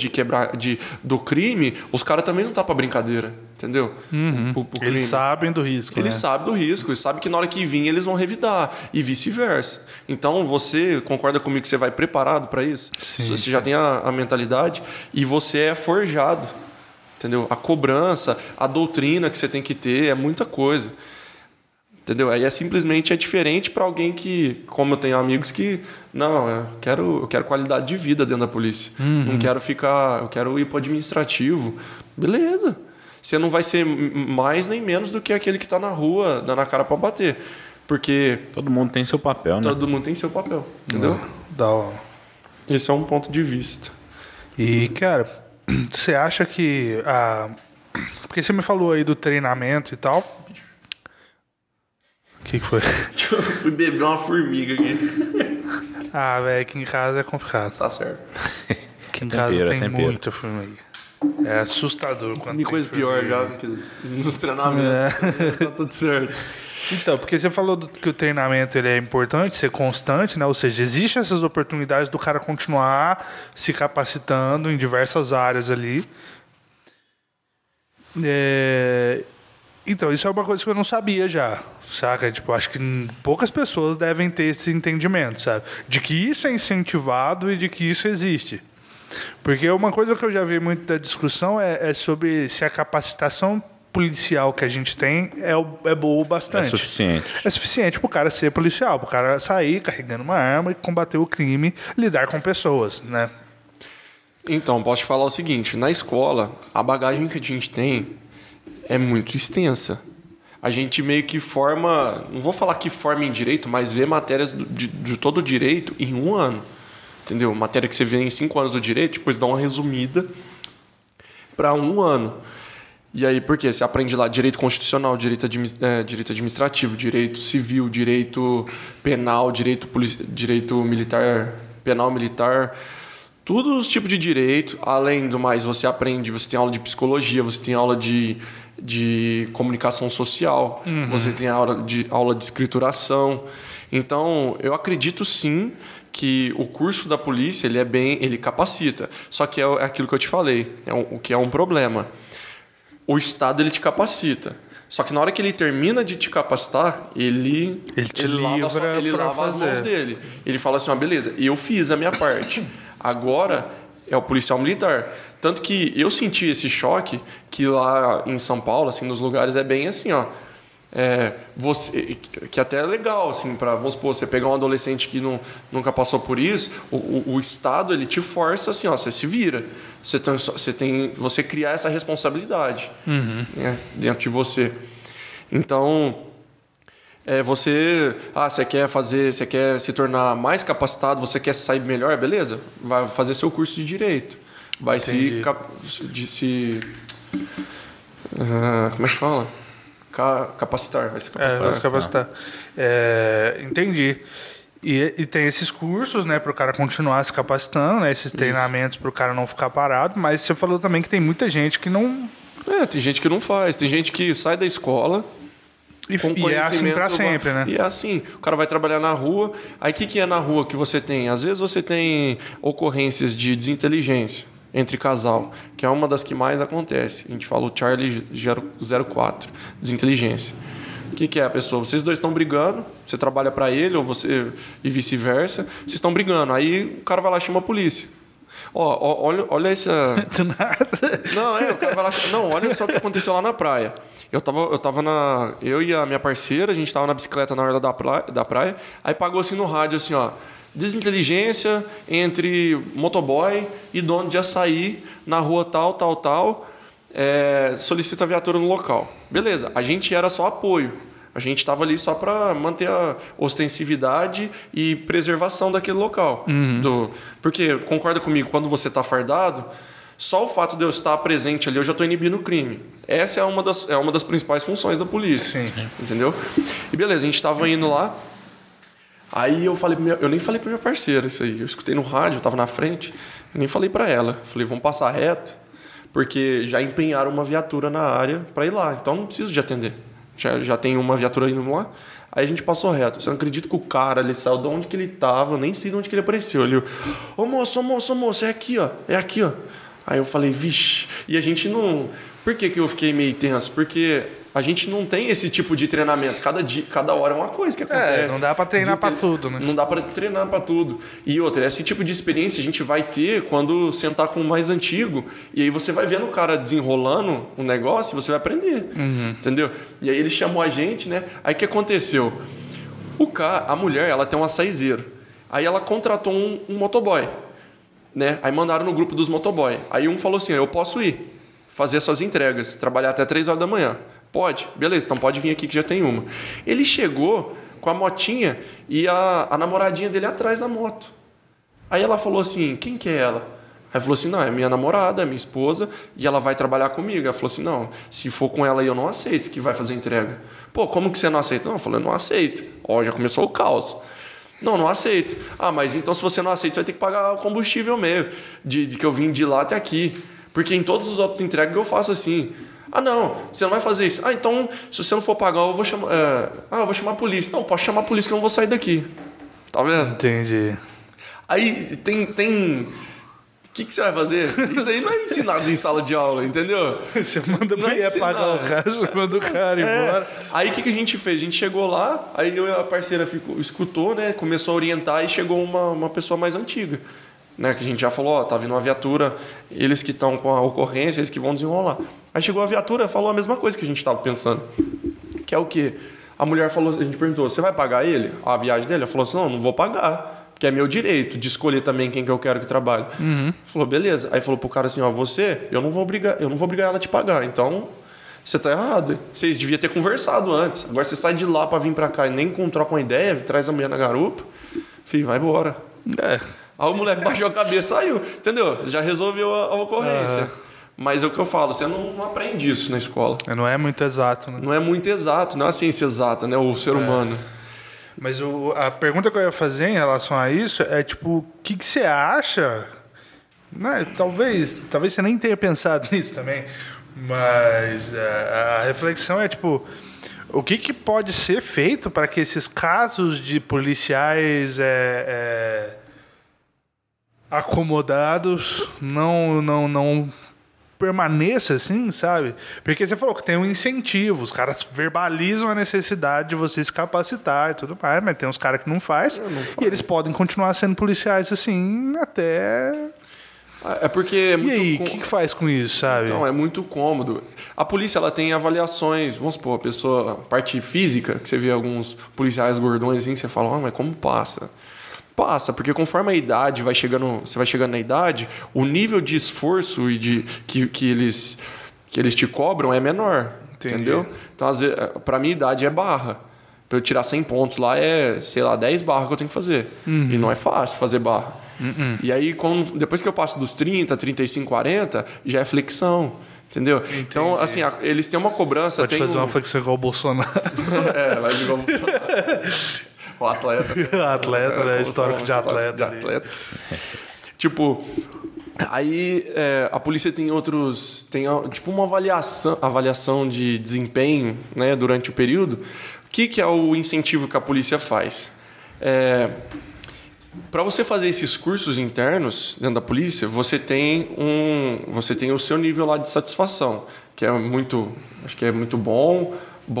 do crime, os caras também não tá pra brincadeira, entendeu? Eles sabem do risco. Eles sabem do risco, eles sabem que na hora que vir eles vão revidar, e vice-versa. Então você concorda comigo que você vai preparado para isso? Sim. Você já tem a mentalidade e você é forjado, entendeu? A cobrança, a doutrina que você tem que ter, é muita coisa. Entendeu? Aí simplesmente diferente para alguém que, como eu tenho amigos que, não, eu quero qualidade de vida dentro da polícia. Não quero eu quero ir para o administrativo. Beleza. Você não vai ser mais nem menos do que aquele que está na rua, dando a cara para bater. Porque... Todo mundo tem seu papel, né? Todo mundo tem seu papel, entendeu? Da hora. Esse é um ponto de vista. E, cara, você acha que... Porque você me falou aí do treinamento e tal... O que foi? Eu fui beber uma formiga aqui. Velho, aqui em casa é complicado. Tá certo. Aqui em casa tem muita formiga. É assustador. Tem coisa pior já nos treinamentos. Tá tudo certo. Então, porque você falou que o treinamento ele é importante, ser constante, né? Ou seja, existem essas oportunidades do cara continuar se capacitando em diversas áreas ali. Então, isso é uma coisa que eu não sabia já, saca? Tipo, acho que poucas pessoas devem ter esse entendimento, sabe? De que isso é incentivado e de que isso existe. Porque uma coisa que eu já vi muito da discussão é sobre se a capacitação policial que a gente tem é boa o bastante. É suficiente. É suficiente pro cara ser policial, pro cara sair carregando uma arma e combater o crime, lidar com pessoas, né? Então, posso te falar o seguinte, na escola, a bagagem que a gente tem é muito extensa. A gente meio que forma, não vou falar que forma em direito, mas vê matérias de todo o direito em 1 ano. Entendeu? Matéria que você vê em 5 anos do direito, depois dá uma resumida para 1 ano. E aí, por quê? Você aprende lá direito constitucional, direito administrativo, direito civil, direito penal, direito militar, penal militar, todos os tipos de direito. Além do mais, você aprende, você tem aula de psicologia, você tem aula de comunicação social, você tem aula de escrituração. Então, eu acredito sim que o curso da polícia ele capacita. Só que é aquilo que eu te falei, o que é um problema. O Estado ele te capacita. Só que na hora que ele termina de te capacitar, ele lava as mãos dele. Ele fala assim, beleza, eu fiz a minha parte. Agora é o policial militar. Tanto que eu senti esse choque que lá em São Paulo, assim, nos lugares é bem assim, que até é legal, assim, vamos supor, você pegar um adolescente que nunca passou por isso, o Estado ele te força assim, você se vira, você criar essa responsabilidade dentro de você. Então, você quer se tornar mais capacitado, você quer sair melhor, beleza? Vai fazer seu curso de direito, vai como é que fala? Capacitar, vai se capacitar. Vai se capacitar. Entendi. E tem esses cursos, né, para o cara continuar se capacitando, né, esses treinamentos para o cara não ficar parado, mas você falou também que tem muita gente que não... tem gente que não faz, tem gente que sai da escola... E é assim para sempre, né? E é assim, o cara vai trabalhar na rua, aí o que é na rua que você tem? Às vezes você tem ocorrências de desinteligência entre casal, que é uma das que mais acontece. A gente fala o Charlie 04, desinteligência. O que é a pessoa? Vocês dois estão brigando, você trabalha para ele, ou você e vice-versa, vocês estão brigando, aí o cara vai lá e chama a polícia. Olha essa... Do nada. O cara vai lá... Não, olha só o que aconteceu lá na praia. Eu e a minha parceira, a gente tava na bicicleta na hora da praia, aí pagou assim no rádio, assim, desinteligência entre motoboy e dono de açaí na rua tal, solicita a viatura no local. Beleza, a gente era só apoio. A gente estava ali só para manter a ostensividade e preservação daquele local. Porque, concorda comigo, quando você está fardado, só o fato de eu estar presente ali, eu já estou inibindo o crime. Essa é uma das principais funções da polícia. Sim. Entendeu? E beleza, a gente estava indo lá. Aí eu nem falei para minha parceira isso aí. Eu escutei no rádio, eu estava na frente. Eu nem falei para ela. Falei, vamos passar reto, porque já empenharam uma viatura na área para ir lá. Então não preciso de atender. Já tem uma viatura indo lá. Aí a gente passou reto. Você não acredita que o cara, ele saiu de onde que ele estava, eu nem sei de onde que ele apareceu. Ele, ô moço, é aqui, ó. Aí eu falei, vixe. E a gente não... Por que eu fiquei meio tenso? Porque a gente não tem esse tipo de treinamento. Cada hora é uma coisa que acontece. Não dá pra treinar pra tudo, né? Não dá pra treinar pra tudo. E outra, esse tipo de experiência a gente vai ter quando sentar com o mais antigo. E aí você vai vendo o cara desenrolando um negócio e você vai aprender. Entendeu? E aí ele chamou a gente, né? Aí o que aconteceu? A mulher, ela tem um açaizeiro. Aí ela contratou um motoboy. Né? Aí mandaram no grupo dos motoboy. Aí um falou assim, eu posso ir fazer suas entregas, trabalhar até 3 horas da manhã. Pode? Beleza, então pode vir aqui que já tem uma. Ele chegou com a motinha e a namoradinha dele atrás da moto. Aí ela falou assim, quem que é ela? Aí falou assim, não, é minha namorada, é minha esposa, e ela vai trabalhar comigo. Ela falou assim, não, se for com ela aí eu não aceito que vai fazer entrega. Pô, como que você não aceita? Não, eu falei, eu não aceito. Ó, já começou o caos. Não aceito. Mas então se você não aceita, você vai ter que pagar o combustível mesmo, de que eu vim de lá até aqui. Porque em todos os outros entregas eu faço assim. Não, você não vai fazer isso. Então, se você não for pagar, eu vou chamar... eu vou chamar a polícia. Não, posso chamar a polícia que eu não vou sair daqui. Tá vendo? Entendi. Aí tem... O que você vai fazer? Isso aí não é ensinado em sala de aula, entendeu? Você manda pra ir pagar o cara, você manda o cara embora. Aí o que a gente fez? A gente chegou lá, aí eu e a parceira escutou, né? Começou a orientar e chegou uma pessoa mais antiga. Né, que a gente já falou, tá vindo uma viatura, eles que estão com a ocorrência, eles que vão desenrolar. Aí chegou a viatura, falou a mesma coisa que a gente tava pensando. Que é o quê? A mulher falou, a gente perguntou, você vai pagar ele? A viagem dele? Ela falou assim, não vou pagar. Porque é meu direito de escolher também quem que eu quero que trabalhe. Falou, beleza. Aí falou pro cara assim, eu não vou obrigar ela a te pagar. Então, você tá errado. Vocês deviam ter conversado antes. Agora você sai de lá pra vir pra cá e nem troca uma ideia, traz a mulher na garupa. Filho, vai embora. Aí o moleque baixou a cabeça e saiu. Entendeu? Já resolveu a ocorrência. Mas é o que eu falo, você não aprende isso na escola. Não é muito exato, né? Não é muito exato, não é a ciência exata, né? O ser humano. Mas a pergunta que eu ia fazer em relação a isso é, tipo, o que você acha? Né? Talvez você nem tenha pensado nisso também, mas a reflexão é, tipo, o que pode ser feito para que esses casos de policiais acomodados não permaneça assim, sabe? Porque você falou que tem um incentivo, os caras verbalizam a necessidade de você se capacitar e tudo mais, mas tem uns caras que não faz, e eles podem continuar sendo policiais assim até... É porque é muito E aí, o que faz com isso, sabe? Então, é muito cômodo. A polícia, ela tem avaliações, vamos supor, a pessoa, parte física, que você vê alguns policiais gordões assim, você fala, mas como passa? Passa, porque conforme a idade você vai chegando na idade, o nível de esforço e que eles te cobram é menor. Entendi. Entendeu? Então, às vezes, pra minha idade é barra. Pra eu tirar 100 pontos lá é, sei lá, 10 barras que eu tenho que fazer. E não é fácil fazer barra. E aí, depois que eu passo dos 30, 35, 40, já é flexão. Entendeu? Entendi. Então, assim, eles têm uma cobrança... Pode fazer uma flexão igual o Bolsonaro. Vai igual o Bolsonaro. O atleta. Atleta, né? Histórico de atleta. Tipo, aí a polícia tem tipo uma avaliação de desempenho, né, durante o período. O que é o incentivo que a polícia faz? Para você fazer esses cursos internos dentro da polícia, você tem o seu nível lá de satisfação, que é muito, acho que é muito bom,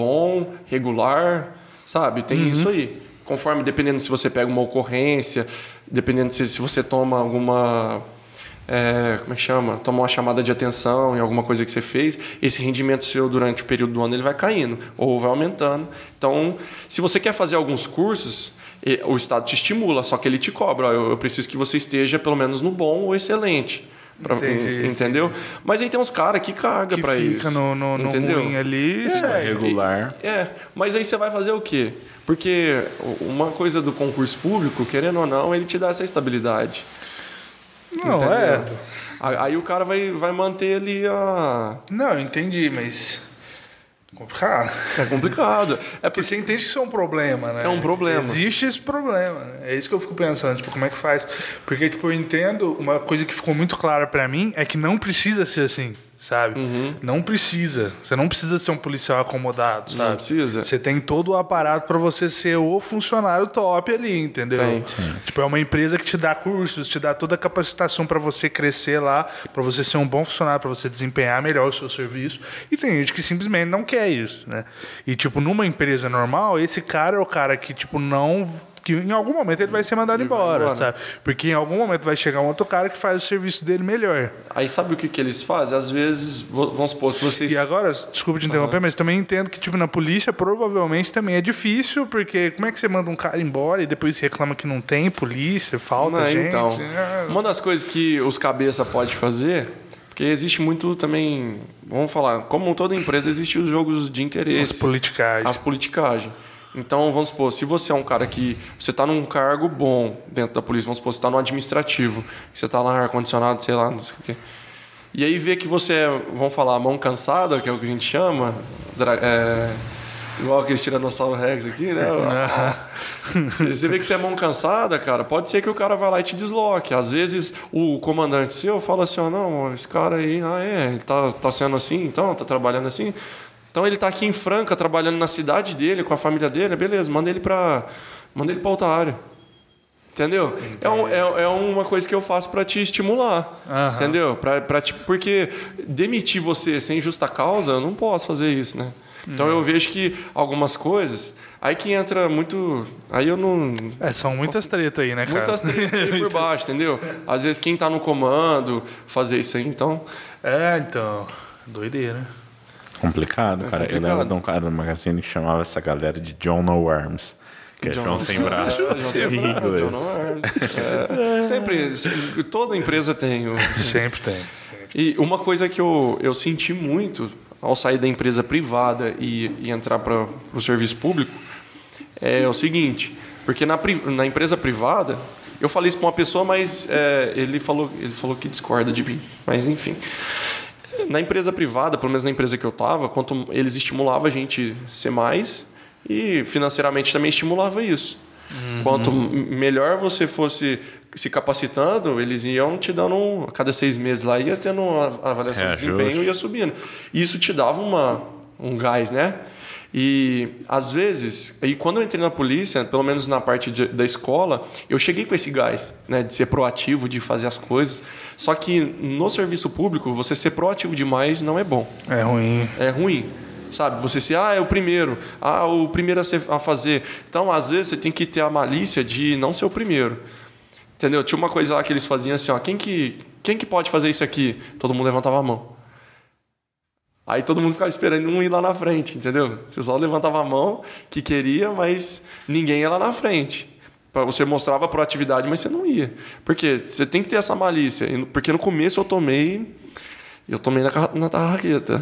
regular, sabe? Tem isso aí. Conforme, dependendo se você pega uma ocorrência, dependendo se você toma alguma... como é que chama? Toma uma chamada de atenção em alguma coisa que você fez, esse rendimento seu durante o período do ano ele vai caindo ou vai aumentando. Então, se você quer fazer alguns cursos, o Estado te estimula, só que ele te cobra. Eu preciso que você esteja pelo menos no bom ou excelente. Entendeu? Entendi. Mas aí tem uns caras que cagam pra isso. Fica no ruim ali, regular. Mas aí você vai fazer o quê? Porque uma coisa do concurso público, querendo ou não, ele te dá essa estabilidade. Não, entendeu? Aí o cara vai manter ali a... Não, entendi, mas... Complicado. É complicado. Porque você entende que isso é um problema, né? É um problema. Existe esse problema, né? É isso que eu fico pensando, tipo, como é que faz? Porque, tipo, eu entendo, uma coisa que ficou muito clara pra mim é que não precisa ser assim, sabe? Não precisa. Você não precisa ser um policial acomodado, sabe? Não precisa. Você tem todo o aparato pra você ser o funcionário top ali, entendeu? Sim. Tipo, é uma empresa que te dá cursos, te dá toda a capacitação pra você crescer lá, pra você ser um bom funcionário, pra você desempenhar melhor o seu serviço. E tem gente que simplesmente não quer isso, né? E, tipo, numa empresa normal, esse cara é o cara que, tipo, não... que em algum momento ele vai ser mandado embora, sabe? Porque em algum momento vai chegar um outro cara que faz o serviço dele melhor. Aí sabe o que eles fazem? Às vezes, vamos supor, se vocês... E agora, desculpa te interromper, mas também entendo que, tipo, na polícia provavelmente também é difícil, porque como é que você manda um cara embora e depois reclama que não tem polícia, falta gente? Então, uma das coisas que os cabeça podem fazer... Porque existe muito também... Vamos falar, como toda empresa, existem os jogos de interesse. As politicagens. Então, vamos supor, se você é um cara que... Você está num cargo bom dentro da polícia, vamos supor, você está no administrativo, você está lá ar-condicionado, sei lá, não sei o quê. E aí vê que você é, vamos falar, mão cansada, que é o que a gente chama, igual aqueles Tiranossauro Rex aqui, né? Você vê que você é mão cansada, cara, pode ser que o cara vá lá e te desloque. Às vezes o comandante seu fala assim, não, esse cara aí, ele tá sendo assim, então, tá trabalhando assim... Então ele está aqui em Franca, trabalhando na cidade dele, com a família dele, beleza, manda ele para outra área. Entendeu? É uma coisa que eu faço para te estimular. Entendeu? Porque demitir você sem justa causa, eu não posso fazer isso, né? Então eu vejo que algumas coisas... Aí que entra muito... Aí eu não... são muitas tretas aí, né, cara? Muitas tretas aí por baixo, entendeu? Às vezes quem está no comando fazer isso aí, então... Então... Doideira. Complicado, cara. Eu lembro de um cara do Magazine que chamava essa galera de John No Arms. Que é João sem braço. Em inglês. Sempre, toda empresa tem. Sempre tem. E uma coisa que eu senti muito ao sair da empresa privada e entrar para o serviço público é o seguinte, porque na empresa privada, eu falei isso para uma pessoa, mas ele falou que discorda de mim. Mas enfim, na empresa privada, pelo menos na empresa que eu estava, quanto eles estimulavam a gente ser mais e financeiramente também estimulava isso. Quanto melhor você fosse se capacitando, eles iam te dando, a cada 6 meses lá, ia tendo uma avaliação de desempenho e ia subindo. E isso te dava um gás, né? E, às vezes, e quando eu entrei na polícia, pelo menos na parte da escola, eu cheguei com esse gás, né? De ser proativo, de fazer as coisas. Só que no serviço público, você ser proativo demais não é bom. É ruim. É ruim. Sabe, você se, é o primeiro a fazer. Então, às vezes, você tem que ter a malícia de não ser o primeiro. Entendeu? Tinha uma coisa lá que eles faziam assim, ó, quem que pode fazer isso aqui? Todo mundo levantava a mão. Aí todo mundo ficava esperando um ir lá na frente, entendeu? Você só levantava a mão que queria, mas ninguém ia lá na frente. Você mostrava a proatividade, mas você não ia. Porque você tem que ter essa malícia. Porque no começo eu tomei na tarraqueta.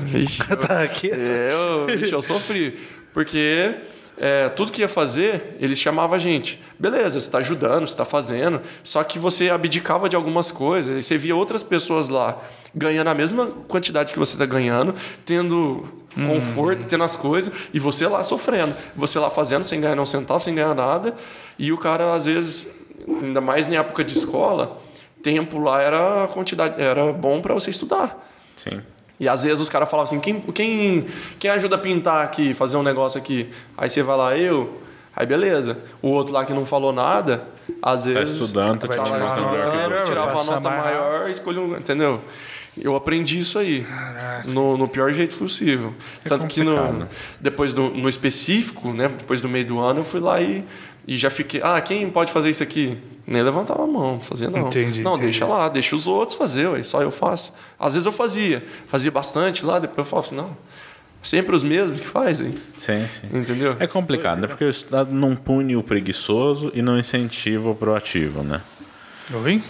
Eu sofri. Porque tudo que ia fazer, eles chamavam a gente. Beleza, você está ajudando, você está fazendo. Só que você abdicava de algumas coisas. E você via outras pessoas lá ganhando a mesma quantidade que você está ganhando, tendo conforto, tendo as coisas, e você lá sofrendo. Você lá fazendo sem ganhar um centavo, sem ganhar nada. E o cara, às vezes, ainda mais na época de escola, tempo lá era bom para você estudar. Sim. E às vezes os caras falavam assim, quem ajuda a pintar aqui, fazer um negócio aqui? Aí você vai lá, eu. Aí beleza. O outro lá que não falou nada, às vezes... Tá estudando, tá te mostrando. Tirava a nota maior e escolhia um... Entendeu? Eu aprendi isso aí. No pior jeito possível. Tanto que depois no específico, né, depois do meio do ano, eu fui lá e já fiquei... quem pode fazer isso aqui? Nem levantava a mão, não fazia não. Entendi. Deixa lá, deixa os outros fazer, ué, só eu faço. Às vezes eu fazia bastante lá, depois eu falava assim, não, sempre os mesmos que fazem. Sim. Entendeu? É complicado, né? Porque o Estado não pune o preguiçoso e não incentiva o proativo, né? Oi?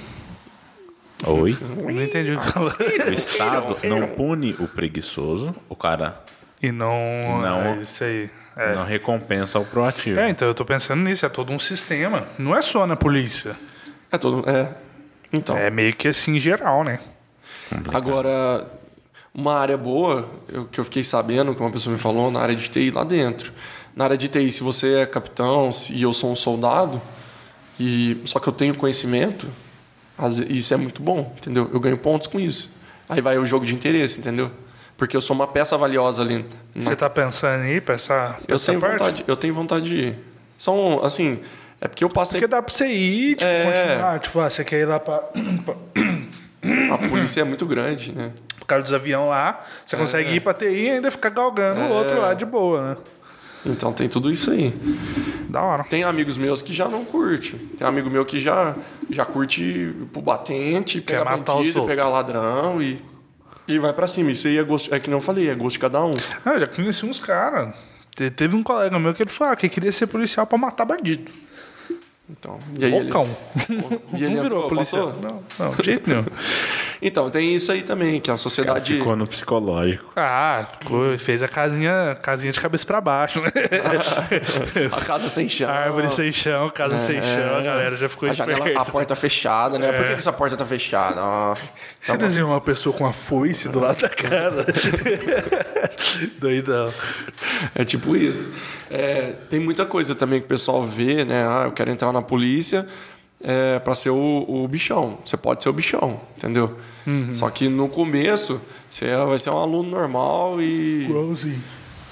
Eu não entendi o que falou. O Estado não pune o preguiçoso, o cara E não... Não. Isso aí. não recompensa o proativo. Então eu tô pensando nisso, é todo um sistema. Não é só na polícia. Então. É meio que assim geral, né? Complicado. Agora, uma área boa, que eu fiquei sabendo, que uma pessoa me falou, na área de TI lá dentro. Na área de TI, se você é capitão e eu sou um soldado, só que eu tenho conhecimento, isso é muito bom, entendeu? Eu ganho pontos com isso. Aí vai o jogo de interesse, entendeu? Porque eu sou uma peça valiosa ali. Você tá pensando em ir pra essa parte? Eu tenho vontade de ir. São, assim... É porque eu passei... Porque dá pra você ir, continuar. Tipo, você quer ir lá pra... A polícia é muito grande, né? Por causa dos aviões lá, você consegue ir pra TI e ainda ficar galgando o outro lá de boa, né? Então tem tudo isso aí. Da hora. Tem amigos meus que já não curte. Tem amigo meu que já curte pro batente, pegar bandido, pegar ladrão e vai pra cima. Isso aí é que nem eu falei, é gosto de cada um. Eu já conheci uns caras. Teve um colega meu que ele falou que queria ser policial pra matar bandido. Então, e aí Bocão. E ele não virou policial. Não, de jeito nenhum. Então, tem isso aí também, que a sociedade... Ficou no psicológico. Fez a casinha de cabeça pra baixo, né? A casa sem chão. Árvore sem chão, casa sem chão, a galera já ficou esperta. A porta fechada, né? Por que essa porta tá fechada? Você desenha uma pessoa com uma foice do lado da cara. Doidão. É tipo isso. Tem muita coisa também que o pessoal vê, né? Eu quero entrar na polícia para ser o bichão. Você pode ser o bichão, entendeu? Uhum. Só que no começo você vai ser um aluno normal e... Igualzinho.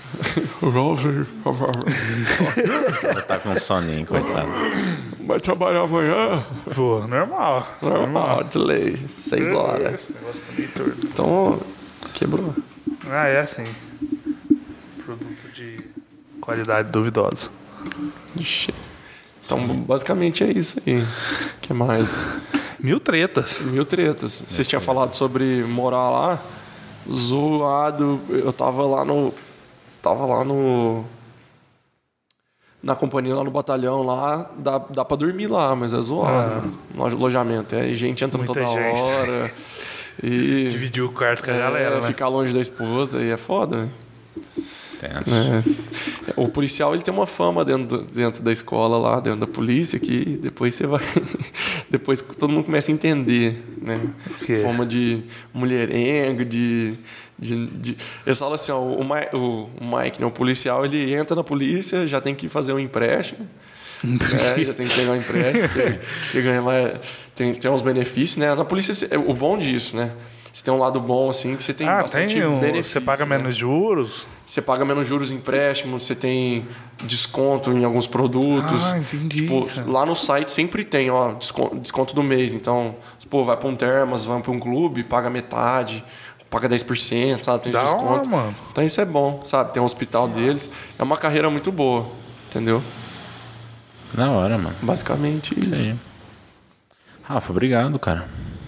Ela tá com soninho, coitado. Vai trabalhar amanhã? Vou, normal. De lei, 6 horas. Esse negócio tá meio torto. Então, quebrou. É assim. Produto de qualidade duvidosa. Ixi. Então, basicamente é isso aí. O que mais? 1000 tretas. 1000 tretas. Vocês tinham falado sobre morar lá. Zoado. Eu tava lá no... Na companhia, lá no batalhão, lá, dá pra dormir lá, mas é zoado, mano, no alojamento. Aí gente entra Muita toda gente. hora. E Dividiu o quarto com a galera, né? ficar longe da esposa, aí é foda. Tenso. O policial, ele tem uma fama dentro da escola lá, dentro da polícia, que depois você vai... depois todo mundo começa a entender, né? O quê? Fama de mulherengo, eles falam assim, ó, o Mike, né, o policial, ele entra na polícia, já tem que fazer um empréstimo. Já tem que pegar um empréstimo, que ganha tem uns benefícios, né? Na polícia, o bom disso, né? Você tem um lado bom, assim, que você tem bastante benefício. Você paga menos juros? Você paga menos juros em empréstimos, você tem desconto em alguns produtos. Ah, entendi. Tipo, lá no site sempre tem, ó, desconto do mês. Então, pô, vai pra um Termas, vai pra um clube, paga metade, paga 10%, sabe? Tem desconto. Hora, mano. Então isso é bom, sabe? Tem um hospital deles. É uma carreira muito boa, entendeu? Da hora, mano. Basicamente isso. Aí. Rafa, obrigado, cara.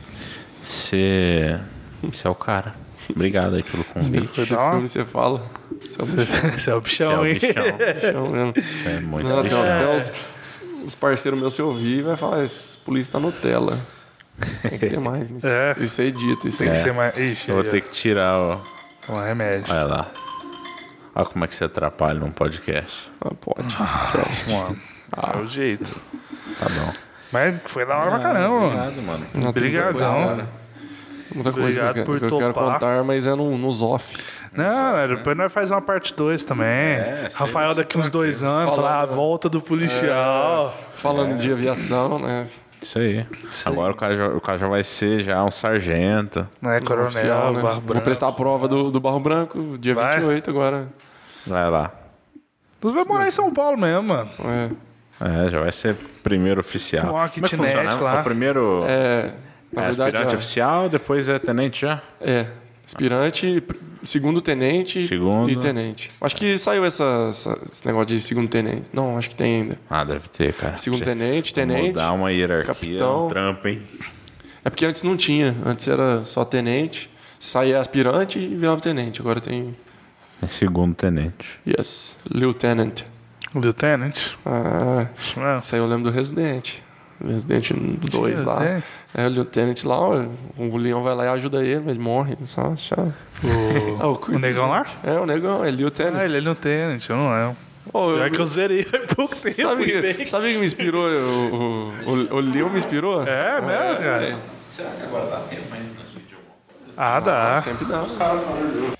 Você é o cara. Obrigado aí pelo convite. Depois do filme você fala. Você é o bichão, hein? Bichão mesmo. Isso é muito Não, bichão. tem os parceiros meus, se ouvir, vai falar, esse polícia tá Nutella. Tem que ter mais. Mas isso é dito, isso Tem que é. ser mais... Ixi, Eu vou ter que tirar o... um remédio. Olha lá. Olha como é que você atrapalha num podcast. Pode. Mano, é o jeito. Tá bom. Mas foi da hora pra caramba, mano. Obrigado, mano. Não, tem muita coisa, Obrigadão. né? Muita coisa Obrigado que por eu quero topar. contar, mas é nos off. Não, depois nós faz uma parte 2 também. Rafael daqui uns 2 anos, falar a volta do policial. Falando de aviação, né? Isso aí. Agora o cara já vai ser já um sargento. Não é coronel, Oficial, né? Barro Vou Branco. prestar a prova do Barro Branco, dia Vai? 28 agora. Vai lá. Você vai morar em São Paulo mesmo, mano. Já vai ser primeiro oficial. Com uma Como é que kitnet funciona? lá. O primeiro Na verdade, aspirante oficial, depois é tenente já? Aspirante, segundo tenente Segundo. e tenente. Acho que saiu esse negócio de segundo tenente. Não, acho que tem ainda. Ah, deve ter, cara. Segundo Pra tenente, você tenente. mudar uma hierarquia, capitão. um trampo, hein? É porque antes não tinha. Antes era só tenente. Saía aspirante e virava tenente. Agora tem... É segundo tenente. Yes. Lieutenant. Lieutenant. Ah, Isso mesmo. isso aí eu lembro do Resident. Resident 2 lá. Lieutenant. É, o Lieutenant lá, o Leon vai lá e ajuda ele, mas morre. Só. O negão lá? É, o negão, é Lieutenant. Ah, ele é Lieutenant, eu não lembro. Oh, Já que eu zerei faz pouco tempo. sabe o que me inspirou? O Leon me inspirou? É mesmo, cara? Será que agora dá tempo ainda nesse vídeo? Ah, dá. Sempre dá.